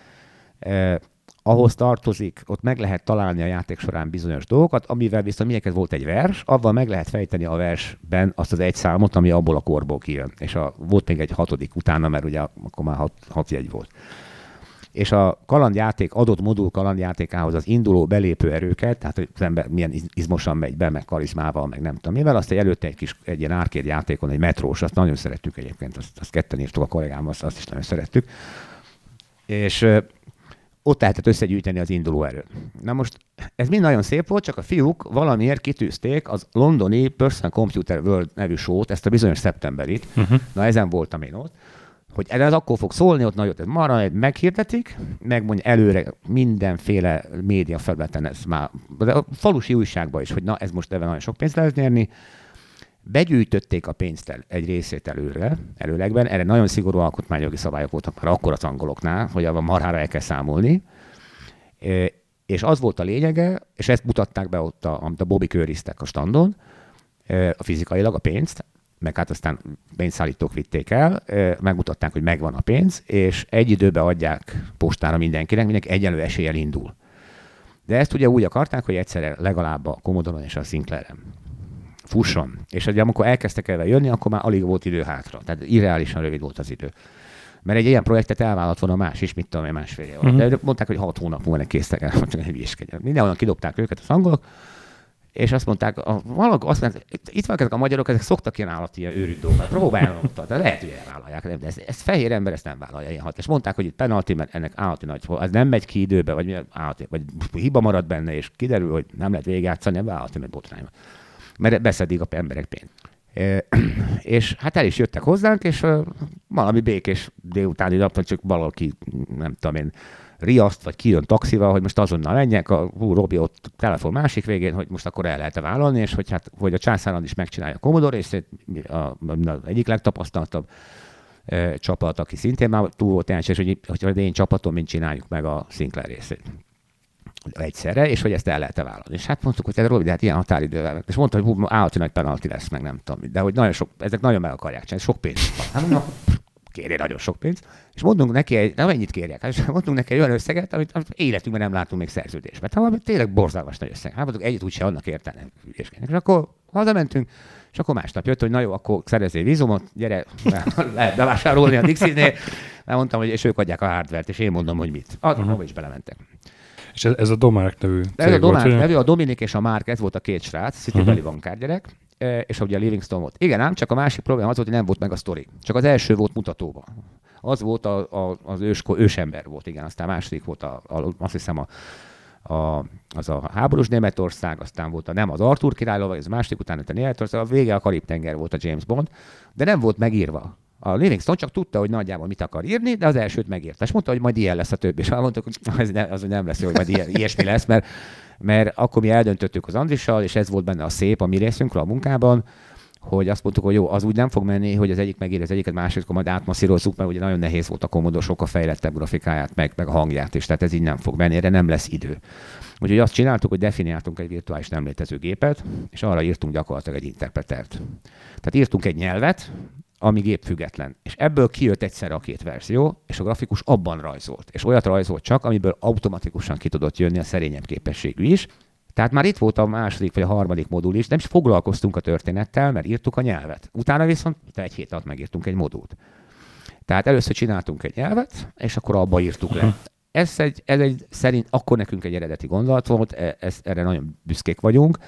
ahhoz tartozik, ott meg lehet találni a játék során bizonyos dolgokat, amivel viszont mindenkez volt egy vers, avval meg lehet fejteni a versben azt az egy számot, ami abból a korból kijön. És volt még egy 6. utána, mert ugye akkor már 6 jegy volt. És a kalandjáték, adott modul kalandjátékához az induló belépő erőket, tehát hogy az ember milyen izmosan megy be, meg karizmával, meg nem tudom mivel, azt előtte egy ilyen arcade játékon, egy metrós, azt nagyon szerettük egyébként, azt ketten írtuk a kollégámmal, azt is nagyon szerettük. És ott lehetett összegyűjteni az induló erőt. Na most ez mind nagyon szép volt, csak a fiúk valamiért kitűzték az londoni Personal Computer World nevű show-t, ezt a bizonyos szeptemberit. Na ezen voltam én ott, hogy ez akkor fog szólni, ott nagyot ez marad, meghirdetik, megmondja előre mindenféle média felületen, ez már, de a falusi újságban is, hogy na ez most ebben nagyon sok pénzt lehet nyerni. Begyűjtötték a pénzt egy részét előlegben, erre nagyon szigorú alkotmányjogi szabályok voltak már akkor az angoloknál, hogy a marhára el kell számolni. És az volt a lényege, és ezt mutatták be ott, amit a Bobby köriztek a standon, a fizikailag a pénzt, meg hát aztán pénzszállítók vitték el, megmutatták, hogy megvan a pénz, és egy időben adják postára mindenki egyenlő eséllyel indul. De ezt ugye úgy akarták, hogy egyszerre legalább a Commodore-on és a Sinclair-en fusson. És ugye amikor elkezdtek el jönni, akkor már alig volt idő hátra. Tehát irreálisan rövid volt az idő. Mert egy ilyen projektet elvállalt volna más is, mit tudom én, másfél év. De mondták, hogy 6 hónap múlva késztek el, csak egy hülyéskedjen. Mindenhonnan kidobták őket az angolok, és azt mondták, itt vannak ezek a magyarok, ezek szoktak ilyen állati, ilyen őrült dolgokat. Próbáljanak, de lehet, hogy elvállalják. De ez fehér ember ezt nem vállalja ilyen hat. És mondták, hogy itt penalty, mert ennek állati nagy, ez nem megy ki időbe, vagy hiba marad benne, és kiderül, hogy nem lehet végigjátszani, nem állati, mert botrányban. Mert beszedik a emberek pénzt. És hát el is jöttek hozzánk, és valami békés délutáni napon csak valaki, nem tudom én, riaszt, vagy kijön taxival, hogy most azonnal menjek, a Robi ott telefon másik végén, hogy most akkor el lehet vállalni, és hogy a császárad is megcsinálja a Commodore részét, az egyik legtapasztaltabb csapat, aki szintén már túl volt és hogy az én csapatom, mint csináljuk meg a Sinclair részét egyszerre, és hogy ezt el lehet vállalni. És hát mondtuk, hogy Robi, de hát ilyen határidővel. És mondta, hogy állati nagy penalty lesz, meg nem tudom. De hogy nagyon sok, ezek nagyon meg akarják csinálni, sok pénz van. Hát mondom, kérje nagyon sok pénzt. És mondunk neki, nem ennyit kérjek, hát mondtunk neki egy olyan összeget, amit életünkben nem látunk még szerződésben. Hát valami tényleg borzalmas nagy összeg. Hát mondjuk egyet úgyse annak értelem. És akkor Hazamentünk, és akkor másnap jött, hogy na jó, akkor szerezzél vízumot, gyere, lehet bevásárolni a Dixie-nél. Mondtam, hogy és ők adják a hardvert, és én mondom, hogy mit. Abba is belementek. És ez a Domark nevű cég ez a Domark volt, nevű, a Dominik és a Mark, ez volt a két srác, Citybeli bankárgyerek, és ugye a Livingston volt. Igen ám, csak a másik probléma az volt, hogy nem volt meg a sztori. Csak az első volt mutatóban. Az volt az ősember volt, igen, aztán második volt azt hiszem az a háborús Németország, aztán volt nem az Arthur királyló, vagy az második, utána a Németország, a vége a Karib-tenger volt a James Bond, de nem volt megírva. A Livingston csak tudta, hogy nagyjából mit akar írni, de az elsőt megírta. És mondta, hogy majd ilyen lesz a többi. És mondtuk, hogy az nem lesz, hogy majd ilyesmi lesz, mert akkor mi eldöntöttük az Andrissal, és ez volt benne a szép a mi részünkről a munkában, hogy azt mondtuk, hogy jó, az úgy nem fog menni, hogy az egyik megír az egyiket, másikor majd átmasszírozzuk, mert ugye nagyon nehéz volt a Commodore sokkal fejlettebb grafikáját, meg a hangját is, tehát ez így nem fog menni, erre nem lesz idő. Úgyhogy azt csináltuk, hogy definiáltunk egy virtuális nem létező gépet, és arra írtunk gyakorlatilag egy interpretert. Tehát írtunk egy nyelvet, ami gépfüggetlen. És ebből kijött egyszerre a két verzió, és a grafikus abban rajzolt. És olyat rajzolt csak, amiből automatikusan ki tudott jönni a szerényebb képességű is. Tehát már itt volt a második vagy a harmadik modul is, nem is foglalkoztunk a történettel, mert írtuk a nyelvet. Utána viszont egy hét alatt megírtunk egy modult. Tehát először csináltunk egy nyelvet, és akkor abba írtuk le. Ez egy szerint akkor nekünk egy eredeti gondolat volt, erre nagyon büszkék vagyunk,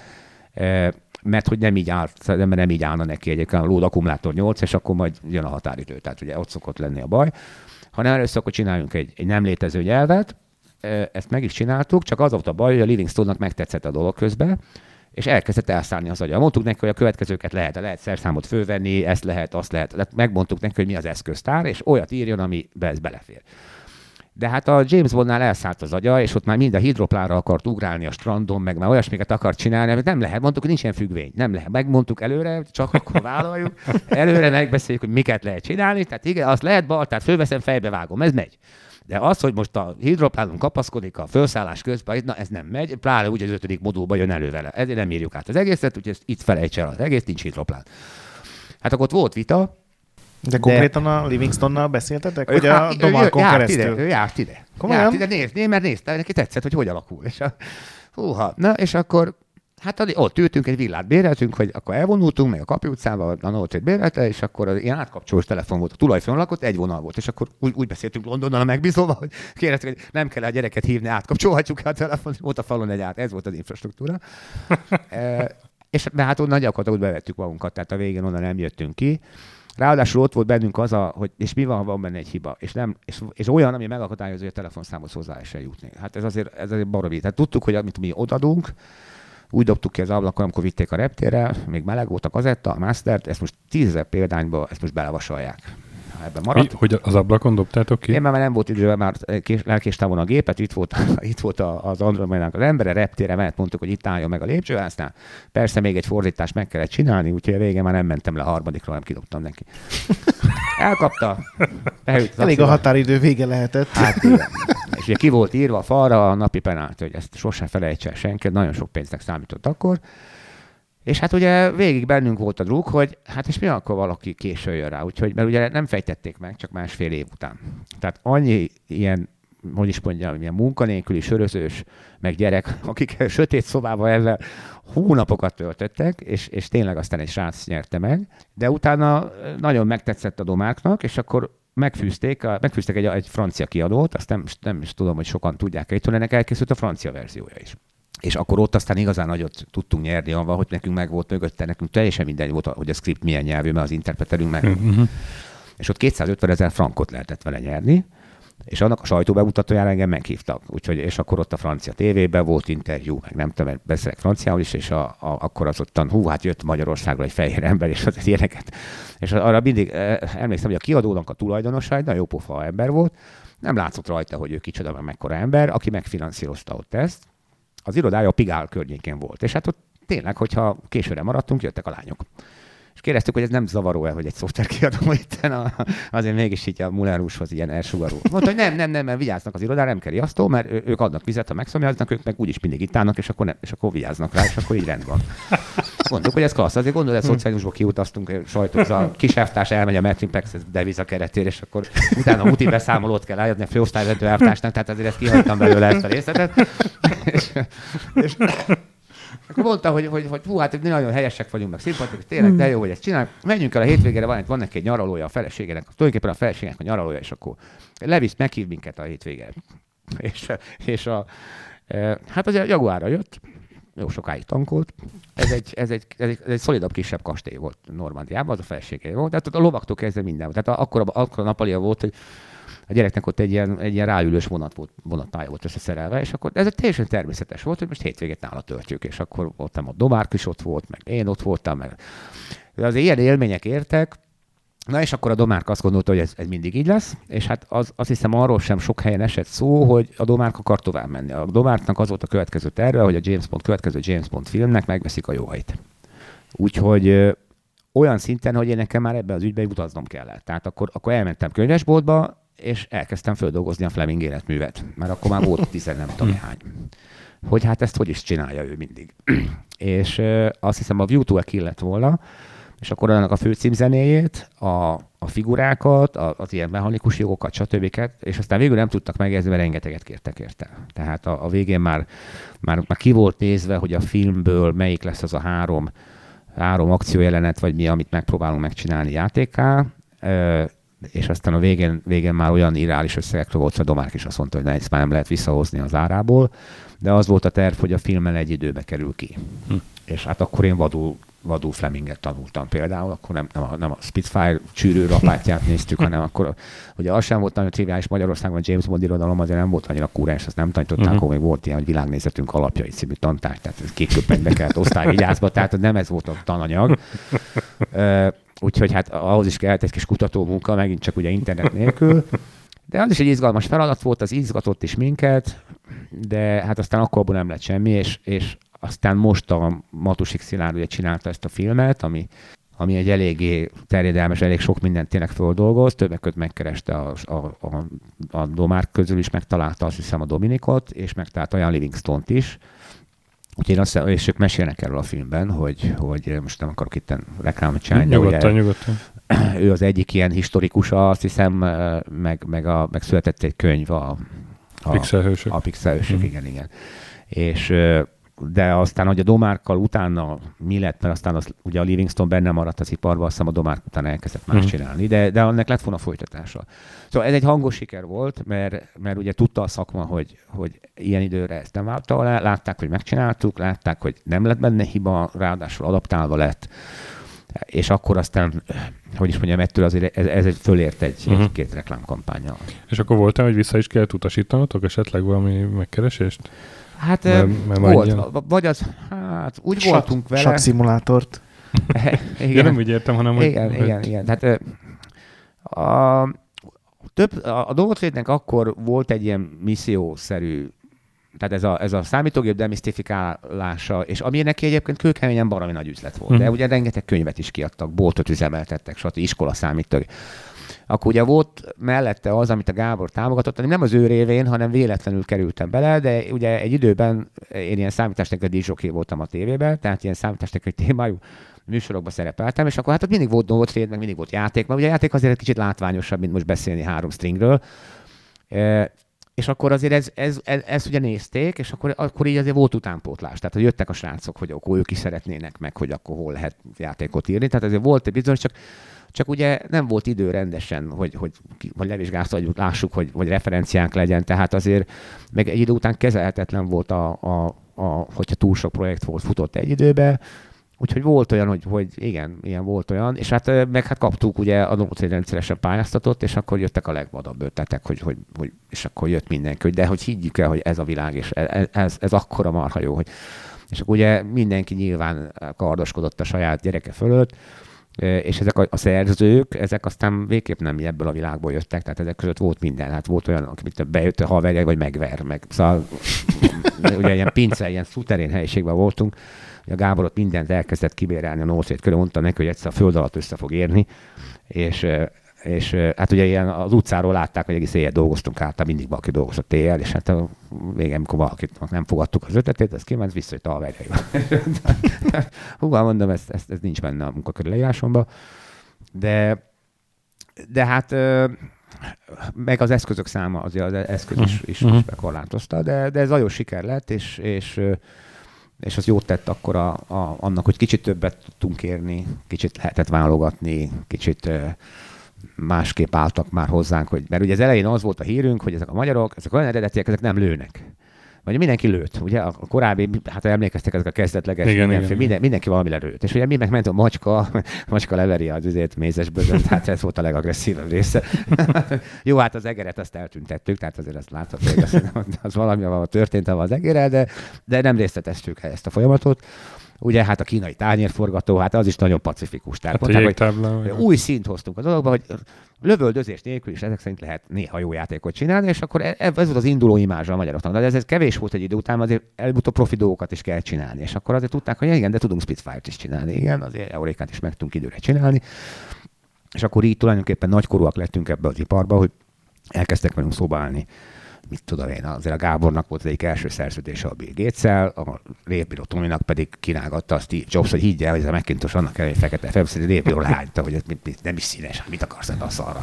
mert hogy nem így állna neki egyébként a load akkumulátor 8, és akkor majd jön a határidő. Tehát ugye ott szokott lenni a baj. Hanem először akkor csináljunk egy nem létező nyelvet, ezt meg is csináltuk, csak az volt a baj, hogy a Livingstonnak megtetszett a dolog közben, és elkezdett elszállni az agya. Mondtuk neki, hogy a következőket lehet szerszámot fölvenni, ezt lehet, azt lehet. Megmondtuk neki, hogy mi az eszköztár, és olyat írjon, ami ez belefér. De hát a James Bondnál elszállt az agya, és ott már mind a hidroplára akart ugrálni a strandon, meg már olyasmiket akart csinálni, amit nem lehet. Mondtuk, hogy nincs ilyen függvény. Nem lehet. Megmondtuk előre, csak akkor vállaljuk. Előre megbeszéljük, hogy miket lehet csinálni. Tehát igen, azt lehet baltát, fölveszem, fejbevágom. Ez megy. De az, hogy most a hidroplánon kapaszkodik a felszállás közben, na ez nem megy, pláne úgy az 5. modulban jön elő vele. Ezért nem írjuk át az egészet, úgyhogy ezt itt felejts el az egész, nincs hidroplán. Hát akkor ott volt vita. De konkrétan a Livingstonnal beszéltetek? Vagy a Domarkon keresztül? Ő járt ide. Nézd, mert nézd, neki tetszett, hogy alakul. És na, és akkor hát ott ültünk, egy villát béreltünk, hogy akkor elvonultunk, meg a Kapi utcába, a Nolte bérelte, és akkor az ilyen átkapcsolós telefon volt. A tulajfőn lakott, egy vonal volt, és akkor úgy beszéltünk Londonnal a megbízóval, hogy kérdeztük, hogy nem kell a gyereket hívni, átkapcsolhatjuk a telefon, volt a falon egy ez volt az infrastruktúra. És hát onnan gyakorlatilag bevettük magunkat, tehát a végén onnan nem jöttünk ki. Ráadásul ott volt bennünk az, hogy és mi van benne egy hiba, és olyan, ami megakadályozza, hogy a telefonszámhoz hozzá lehessen jutni. Hát ez azért baromi. Tehát tudtuk, hogy amit mi odadunk, úgy dobtuk ki az ablakon, amikor vitték a reptérre, még meleg volt a kazetta, a mastert, ezt most 10 000 példányba, ezt most belevasalják. Ebben maradt. Hogy az ablakon dobtátok ki? Én már nem volt idő, már elkéstávon a gépet, itt volt az Andromédának az embere, reptére mehet, mondtuk, hogy itt álljon meg a lépcsőháztnál. Persze még egy fordítást meg kellett csinálni, úgyhogy a végén már nem mentem le a harmadikra, nem kidobtam neki. Elkapta. Elég a határidő vége lehetett. Hát igen. És ugye ki volt írva a falra a napi penálti, hogy ezt sosem felejtse senki, nagyon sok pénznek számított akkor. És hát ugye végig bennünk volt a druk, hogy hát és mi akkor valaki későn jön rá, úgyhogy, mert ugye nem fejtették meg, csak másfél év után. Tehát annyi ilyen, hogy is mondjam, ilyen munkanélküli, sörözős, meg gyerek, akik sötét szobába ezzel hónapokat töltöttek, és tényleg aztán egy srác nyerte meg. De utána nagyon megtetszett a Domáknak, és akkor megfűzték egy francia kiadót, azt nem is tudom, hogy sokan tudják, hogy ennek elkészült a francia verziója is. És akkor ott aztán igazán nagyot tudtunk nyerni, avval, hogy nekünk meg volt mögötte, nekünk teljesen mindegy volt, hogy a script milyen nyelvű, mert az interpreterünk meg. És ott 250 000 frankot lehetett vele nyerni, és annak a sajtóbemutatójára engem meghívtak. Úgyhogy, és akkor ott a francia tévében volt interjú, meg nem tudom, beszélek franciául is, és akkor az ottan, hát jött Magyarországról egy fehér ember, és az ilyeneket. És arra mindig emlékszem, hogy a kiadónak a tulajdonosa egy nagyon pofa ember volt, nem látszott rajta, hogy ő kicsoda, meg mekkora ember, aki megfinanszírozta ott ezt. Az irodája a Pigál környékén volt, és hát ott tényleg, hogyha későre maradtunk, jöttek a lányok. És kérdeztük, hogy ez nem zavaró-e, hogy egy szoftverkiadó itten azért mégis így a Moulin Rouge-hoz ilyen elsugaró. Mondta, hogy nem, mert vigyáznak az irodára, nem kell riasztó, mert ők adnak vizet, ha megszomjaznak, ők meg úgyis mindig itt állnak, és akkor vigyáznak rá, és akkor így rend van. Mondtuk, hogy ez klassz. Azért gondolod, hogy a szociálisból kiutaztunk, sajtos a kiselvtárs elmegy a Metrimpex deviza keretére, és akkor utána a muti beszámolót kell eladni a főosztályvezető elvtársnak, tehát azért ezt kihagytam belőle ezt a részletet. Akkor mondta, hogy hú, hát nagyon helyesek vagyunk, meg szimpatikus, tényleg, de jó, hogy ezt csináljuk. Menjünk el a hétvégére, van neki egy nyaralója a feleségének, tulajdonképpen a feleségének a nyaralója, és akkor levisz, meghív minket a hétvégére. Hát az a Jaguárra jött, jó sokáig tankolt. Ez egy szolidabb, kisebb kastély volt Normandiában, az a feleségé volt. Tehát a lovaktól kezdve minden. Tehát akkor a napalia volt, hogy a gyereknek ott egy ilyen ráülős vonatpálya volt összeszerelve, és akkor ez egy teljesen természetes volt, hogy most hétvégét nála töltjük, és akkor ott a Domárk is ott volt, meg én ott voltam, meg azért ilyen élmények értek. Na és akkor a Domárk azt gondolta, hogy ez mindig így lesz, és hát azt hiszem arról sem sok helyen esett szó, hogy a Domárk akar tovább menni. A Domárknak az volt a következő terve, hogy a következő James Bond filmnek megveszik a jogait. Úgyhogy olyan szinten, hogy én nekem már ebben az ügyben utaznom kellett. Tehát akkor elmentem könyvesboltba, és elkezdtem földolgozni a Fleming életművet. Mert akkor már volt 10 nem tudom hány. Hogy hát ezt hogy is csinálja ő mindig. És azt hiszem a View to a Kill lett volna, és akkor annak a főcímzenéjét, a figurákat, az ilyen mechanikus jogokat, stb. És aztán végül nem tudtak megjegyezni, mert rengeteget kértek érte. Tehát a végén már ki volt nézve, hogy a filmből melyik lesz az a három akciójelenet, vagy mi, amit megpróbálunk megcsinálni játékká, és aztán a végén már olyan irreális összegekről volt, hogy a Domárk is azt mondta, hogy ezt már nem lehet visszahozni az árából, de az volt a terv, hogy a filmmel egy időbe kerül ki. És hát akkor én vadul Fleminget tanultam például, akkor nem a Spitfire csűrő rapátját néztük, hanem akkor, ugye az sem volt nagyon triviális Magyarországon, James Bond irodalom azért nem volt annyira kúrens, azt nem tanították, akkor még volt ilyen, hogy világnézetünk alapjai című tantárgy, tehát kék köpenybe kellett osztályvigyázba, tehát nem ez volt a tananyag. Úgyhogy hát ahhoz is kellett egy kis kutatómunka, megint csak ugye internet nélkül. De az is egy izgalmas feladat volt, az izgatott is minket, de hát aztán akkor abból nem lett semmi, és aztán most a Matusik Szilárd ugye csinálta ezt a filmet, ami egy eléggé terjedelmes, elég sok mindent tényleg földolgoz, többek között megkereste a Domárk közül is, megtalálta azt hiszem a Dominikot, és megtalálta Ian Livingstone-t is. Úgyhogy és ők mesélnek erről a filmben, hogy most nem akarok itt reklámot csinálni. Nyugodtan. Ő az egyik ilyen historikusa, azt hiszem, meg született egy könyv a Pixelhősök. A Pixelhősök, igen. És de aztán, hogy a Domárkkal utána mi lett, mert aztán ugye a Livingstone benne maradt az iparban, azt hiszem a Domárk utána elkezdett más csinálni, de annak lett volna folytatása. Szóval ez egy hangos siker volt, mert ugye tudta a szakma, hogy ilyen időre ezt nem válta alá, látták, hogy megcsináltuk, látták, hogy nem lett benne hiba, ráadásul adaptálva lett, és akkor aztán, hogy is mondjam, ettől azért ez fölért egy-két reklámkampánnyal. És akkor volt-e, hogy vissza is kellett utasítanatok esetleg valami megkeresést? Hát volt, vagy az, úgy voltunk vele. Sakkszimulátort. Igen, nem úgy értem, hanem hogy... Igen. Tehát a Novotrade-nek akkor volt egy ilyen missziószerű, tehát ez a számítógép demisztifikálása, és ami neki egyébként kőkeményen baromi nagy üzlet volt. De ugye rengeteg könyvet is kiadtak, boltot üzemeltettek, stb. Iskola számítógép. Akkor ugye volt mellette az, amit a Gábor támogatott, nem az ő révén, hanem véletlenül kerültem bele, de ugye egy időben én ilyen számítástechnikai DJ voltam a tévében, tehát ilyen számítástechnikai témájú műsorokban szerepeltem, és akkor hát ott mindig volt Novotrade, meg mindig volt játék, mert ugye a játék azért egy kicsit látványosabb, mint most beszélni 3 stringről. És akkor azért ezt ugye nézték, és akkor így azért volt utánpótlás. Tehát, hogy jöttek a srácok, hogy akkor ők is szeretnének meg, hogy akkor hol lehet játékot írni. Tehát azért volt egy bizonyos, csak ugye nem volt idő rendesen, hogy levizsgálta, hogy lássuk, hogy referenciánk legyen. Tehát azért meg egy idő után kezelhetetlen volt, hogyha túl sok projekt volt, futott egy időbe. Úgyhogy volt olyan, hogy igen, ilyen volt olyan, és hát kaptuk ugye a Novotrade rendszeresen pályáztatott, és akkor jöttek a legvadabb ötletek, hogy és akkor jött mindenki, de hogy higgyük el, hogy ez a világ, és ez akkora marha jó, hogy és akkor ugye mindenki nyilván kardoskodott a saját gyereke fölött, és ezek a szerzők, ezek aztán végképp nem ebből a világból jöttek, tehát ezek között volt minden, hát volt olyan, aki bejött a haverja, vagy megver, meg szóval ugye ilyen pince, ilyen szuterén helyiségben voltunk, a Gábor ott mindent elkezdett kibérelni a Novotrade körül, mondta neki, hogy egyszer a föld alatt össze fog érni, és hát ugye ilyen az utcáról látták, hogy egész éjjel dolgoztunk át, mindig valaki dolgozott éjjel, és hát a végén, amikor valakit nem fogadtuk az ötletét, ez kiment, visszajött a haverjaival. Húval mondom, ez nincs benne a munkakörű leírásomban, de hát meg az eszközök száma, azért az eszköz is bekorlátozta, de ez nagyon siker lett, és és az jót tett akkor annak, hogy kicsit többet tudtunk érni, kicsit lehetett válogatni, kicsit másképp álltak már hozzánk, mert ugye az elején az volt a hírünk, hogy ezek a magyarok, ezek olyan eredetiek, ezek nem lőnek. Vagy mindenki lőtt, ugye a korábbi, hát emlékeztek ezek a kezdetleges, mindenki valami lőtt. És ugye mi meg ment a macska leveri az üzét mézesből, hát ez volt a legagresszívebb része. Jó, hát az egeret azt eltüntettük, tehát azért azt látható, hogy az valami történt az egérrel, de nem részleteztük ezt a folyamatot. Ugye hát a kínai tányérforgató, hát az is nagyon pacifikus. Tehát mondták, hogy új szint hoztunk a dologba, hogy lövöldözés nélkül is ezek szerint lehet néha jó játékot csinálni, és akkor ez volt az induló imázsa a magyaroknak. De ez kevés volt egy idő után, azért előbb-utóbb profi dolgokat is kell csinálni. És akkor azért tudták, hogy igen, de tudunk Spitfire-t is csinálni, igen, azért Eurékát is meg tudunk időre csinálni. És akkor így tulajdonképpen nagykorúak lettünk ebbe az iparba, hogy elkezdtek velünk szóba állni. Mit tudom én, azért a Gábornak volt az egyik első szerződése a Bill Gates-szel, a Révbíró Tominak pedig kínálgatta a Steve Jobs, hogy higgy el, hogy ez a Macintosh annak elég fekete felszínű, Révbíró leányta, hogy ez nem is színes, hát mit akarsz ebbe a szarra.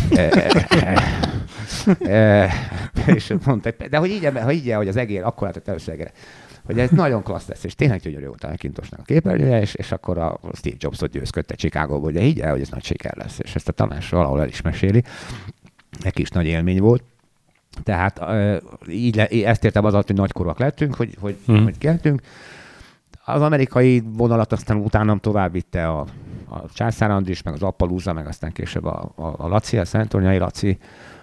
És mondta, de hogy higgy el, hogy az egér, akkor látott először egére, hogy ez nagyon klassz lesz, és tényleg gyönyörű volt a Macintosnak a képernyője, és akkor a Steve Jobsot győzködte Chicagóból, hogy higgy el, hogy ez nagy siker lesz, és ezt a Tamás valahol el is meséli. Neki is nagy élmény volt. Tehát így ezt értem az alatt, hogy nagykorúak lettünk, hogy keltünk. Az amerikai vonalat aztán utánam tovább vitte a Császár Andris, meg az Appalooza, meg aztán később a Laci, a Szenttornyai Laci.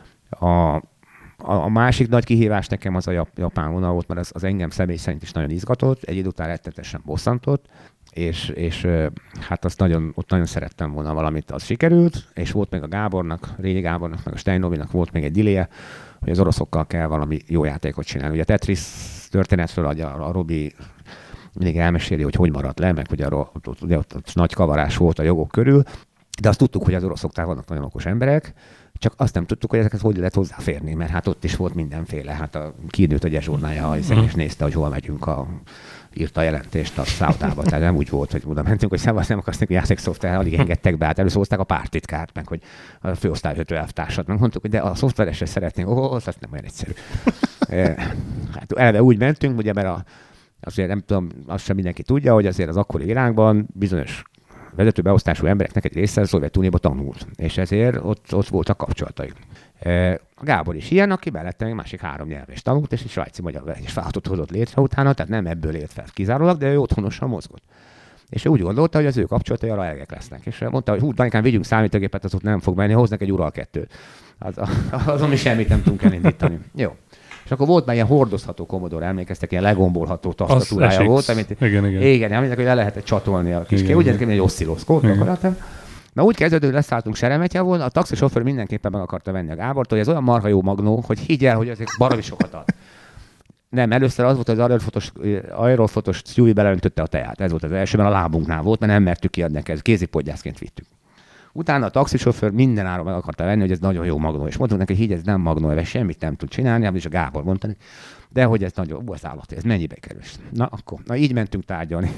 A másik nagy kihívás nekem az a japán vonal volt, mert az engem személy szerint is nagyon izgatott, egy idő után rettetesen bosszantott, és hát azt ott nagyon szerettem volna valamit, az sikerült, és volt még a Gábornak, Rényi Gábornak, meg a Steinovinak volt még egy diléje, hogy az oroszokkal kell valami jó játékot csinálni. Ugye a Tetris történetről a Robi mindig elmeséli, hogy maradt le, meg hogy ugye ott nagy kavarás volt a jogok körül, de azt tudtuk, hogy az oroszoknál vannak nagyon okos emberek, csak azt nem tudtuk, hogy ezeket hogy lehet hozzáférni, mert hát ott is volt mindenféle. Hát kinőtt a zsezsurnája, és nézte, hogy hol megyünk, írta a jelentést a szállodába. Tehát nem úgy volt, hogy oda mentünk, hogy nem akarsz neki játékszoftver, alig engedtek be. Hát először hozták a pártitkát, meg hogy a főosztályvezető elvtársat. Meg mondtuk, hogy de a szoftveresre szeretnénk, az nem olyan egyszerű. Hát eleve úgy mentünk, ugye, mert azért nem tudom, azt sem mindenki tudja, hogy azért az akkori világban bizonyos vezetőbeosztású embereknek egy része a Szovjetunióban tanult, és ezért ott voltak kapcsolatai. A Gábor is ilyen, aki mellette még másik 3 nyelves tanult, és egy svájci magyar és vállalatot hozott létre utána, tehát nem ebből élt fel kizárólag, de ő otthonosan mozgott. És ő úgy gondolta, hogy az ő kapcsolatai arra elegek lesznek. És mondta, hogy Danikám, vigyünk számítógépet, az ott nem fog menni, hoznak egy Ural 2-t. Azon is semmit nem tudunk elindítani. Jó. És akkor volt már ilyen hordozható Commodore, emlékeztek, ilyen legombolható tasztatúrája volt, amit igen, hogy le lehetett csatolni a kis úgy nézett ki, egy oszcilloszkóp. Na úgy kezdődő, leszálltunk Seremetjavon, a taxisofőr mindenképpen meg akarta venni a Gábort, hogy ez olyan marha jó magnó, hogy higgy el, hogy ezek baromi sokat ad. Nem, először az volt, hogy az aerofotós Stewie beleöntötte a teát. Ez volt az első, mert a lábunknál volt, mert nem mertük kiadni neki, kézipodgyászként vittük. Utána a taxisofőr minden áron meg akarta venni, hogy ez nagyon jó magnó. És mondtuk neki, hogy ez nem magnó, ez semmit nem tud csinálni, és a Gábor mondta, de hogy ez nagyon jó, az állati, ez mennyibe kerül. Na így mentünk tárgyalni.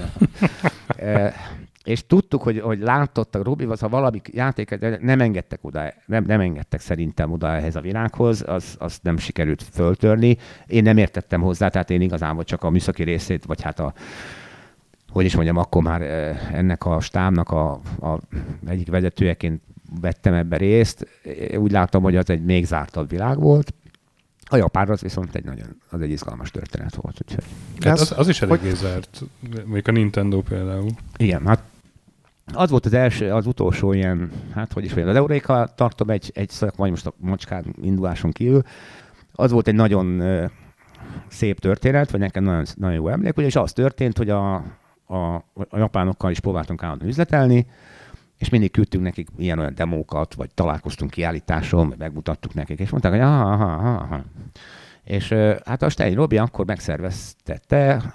És tudtuk, hogy látottak Robi, ha valami játéket nem engedtek oda, nem engedtek szerintem oda ehhez a világhoz, az nem sikerült föltörni. Én nem értettem hozzá, tehát én igazából csak a műszaki részét, vagy hát hogy is mondjam, akkor már ennek a stábnak a egyik vezetőjeként vettem ebbe részt. Úgy láttam, hogy az egy még zártabb világ volt. A japánra az viszont egy izgalmas történet volt. Úgyhogy. Hát az is eléggé zárt, még a Nintendo például. Igen, hát az volt az utolsó ilyen, hát hogy is mondjam, az Euréka tartom egy szakmai, most a macskán induláson kívül. Az volt egy nagyon szép történet, vagy nekem nagyon, nagyon jó emlék, ugyanis az történt, hogy a japánokkal is próbáltunk állandóan üzletelni, és mindig küldtünk nekik ilyen-olyan demókat, vagy találkoztunk kiállításon, vagy megmutattuk nekik, és mondták, hogy aha. És hát a Stein Robi akkor megszerveztette,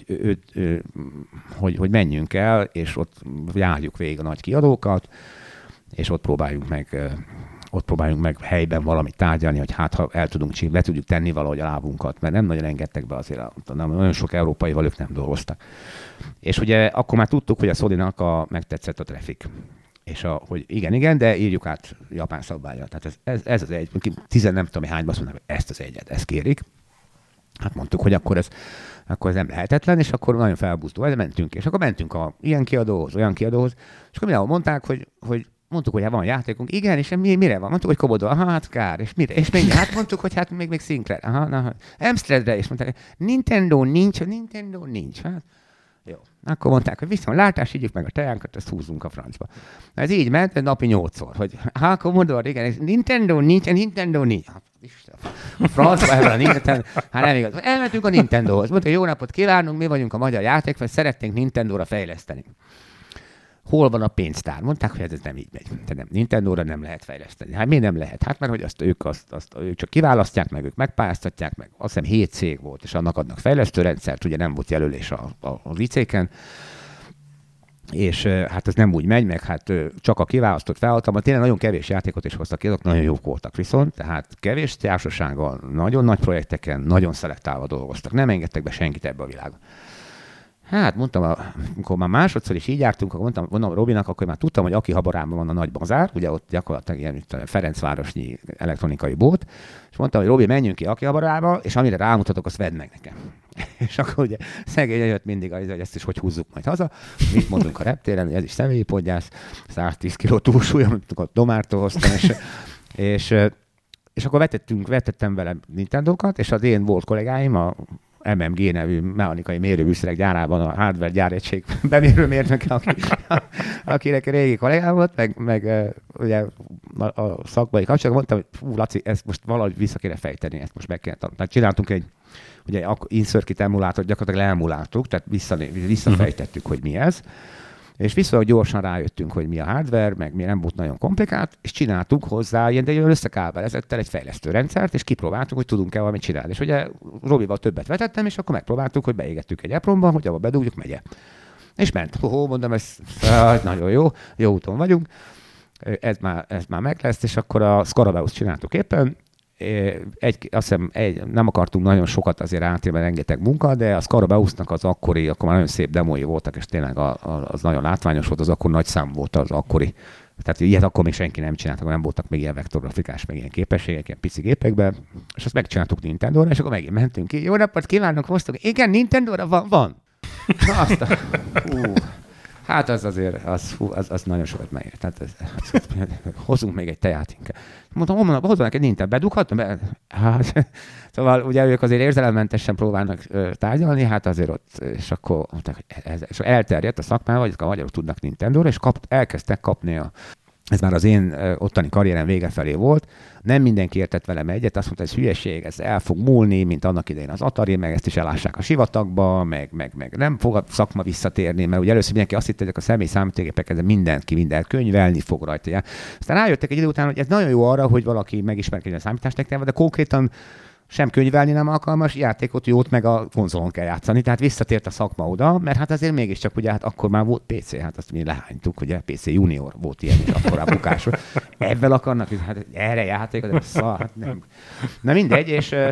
hogy menjünk el, és ott járjuk végig a nagy kiadókat, és ott próbáljunk meg helyben valamit tárgyalni, hogy hát ha le tudjuk tenni valahogy a lábunkat, mert nem nagyon engedtek be azért, nagyon sok európaival ők nem dolgoztak. És ugye akkor már tudtuk, hogy a Sony-nak megtetszett a Traffic. És hogy igen, de írjuk át japán szabállyal. Tehát ez az egy, nem tudom hányban azt mondják, hogy ezt az egyet, ezt kérik. Hát mondtuk, hogy akkor akkor ez nem lehetetlen, és akkor nagyon felbuzdó, mentünk. És akkor mentünk ilyen kiadóhoz, olyan kiadóhoz, és akkor mindenhol mondták, hogy mondtuk, hogy van játékunk. Igen, és mire van? Mondtuk, hogy Commodore. Aha, hát kár. És mire? És még, hát mondtuk, hogy hát még Sinclair. Aha, Amstradre. És mondták, Nintendo nincs. Hát, jó. Akkor mondták, hogy viszont látás, ígyük meg a tejánkat, ezt húzzunk a francba. Na, ez így ment, napi 8-szor, hogy Commodore, igen, Nintendo nincs. Hát, Isten, a francba ebben a Nintendo, hát nem igaz. Elmentünk a Nintendohoz. Mondtuk, jó napot kívánunk, mi vagyunk a magyar játék, vagy szeretnénk Nintendóra fejleszteni. Hol van a pénztár? Mondták, hogy ez nem így megy. Tehát Nintendóra nem lehet fejleszteni. Hát miért nem lehet? Hát mert hogy ők csak kiválasztják meg, ők megpályáztatják meg. Azt hiszem 7 cég volt, és annak adnak fejlesztőrendszert, ugye nem volt jelölés az IC-ken. És hát ez nem úgy megy, meg hát csak a kiválasztott felhatalmat. Tényleg nagyon kevés játékot is hoztak ki, azok nagyon jók voltak viszont. Tehát kevés társasággal, nagyon nagy projekteken, nagyon szelektálva dolgoztak. Nem engedtek be senkit ebbe a világba. Hát mondtam, amikor már másodszor is így jártunk, akkor mondtam Robinak, akkor már tudtam, hogy Akihabarában van a nagy bazár, ugye ott gyakorlatilag ilyen Ferencvárosnyi elektronikai bolt, és mondtam, hogy Robi, menjünk ki Akihabarába, és amire rámutatok, azt vedd meg nekem. És akkor ugye szegény jött mindig, hogy ezt is hogy húzzuk majd haza. Mit mondunk a reptéren, ez is személyi podgyász, 110 kg túlsúly, amit a Domártól hoztam, és akkor vetettem vele Nintendókat, és az én volt kollégáim, a MMG nevű mechanikai mérőműszerek gyárában a hardware gyáregység bemérőmérnöke, akinek régi kollégám volt, meg ugye a szakmai kapcsolatban mondtam, hogy fú, Laci, ezt most valahogy vissza kéne fejteni, ezt most meg kell tanulni. Tehát csináltunk egy InSerkit emulátort, gyakorlatilag leemuláltuk, tehát visszafejtettük, hogy mi ez. És viszonylag gyorsan rájöttünk, hogy mi a hardware, meg mi nem volt nagyon komplikált, és csináltuk hozzá ilyen összekábelezettel egy fejlesztőrendszert, és kipróbáltuk, hogy tudunk-e valamit csinálni. És ugye Robival többet vetettem, és akkor megpróbáltuk, hogy beégettük egy EPROM-ba, hogy abba bedugjuk, megye. És ment. Mondom, ez nagyon jó úton vagyunk, ez már meg lesz, és akkor a Scarabeus csináltuk éppen. Azt hiszem, nem akartunk nagyon sokat azért átélni, rengeteg munka, de a Scarabeusnak az akkori, akkor már nagyon szép demói voltak, és tényleg az nagyon látványos volt, az akkor nagy szám volt az akkori. Tehát ilyet akkor még senki nem csinált, akkor nem voltak még ilyen vektorgrafikás, meg ilyen képességek, ilyen pici gépekben, és azt megcsináltuk Nintendóra, és akkor megint mentünk ki. Jó napot kívánok, hoztuk. Igen, Nintendóra van. Hát az azért, az nagyon sokat megér. Tehát hozzunk még egy teját inkább. Mondtam, hozzunk egy Nintendo, bedughatom? Hát, szóval ugye ők azért érzelemmentesen próbálnak tárgyalni, hát azért ott, és akkor mondták, hogy és elterjedt a szakmával, hogy a magyarok tudnak Nintendóra, és elkezdtek kapni ez már az én ottani karrierem vége felé volt. Nem mindenki értett velem egyet, azt mondta, hogy ez hülyeség, ez el fog múlni, mint annak idején az Atari, meg ezt is elássák a sivatagba, meg nem fog a szakma visszatérni, mert ugye először mindenki azt hitte, hogy a személyi számítógépek, ez minden könyvelni fog rajta. Aztán rájöttek egy idő után, hogy ez nagyon jó arra, hogy valaki megismerkedjen a számítástechnikával, de konkrétan sem könyvelni nem alkalmas, játékot jót meg a konzolon kell játszani, tehát visszatért a szakma oda, mert hát azért mégiscsak ugye hát akkor már volt PC, hát azt mi lehánytuk, ugye PC Junior volt ilyen, és akkor a bukásról. Ebben akarnak, hát erre játékot, de hát nem. Na mindegy,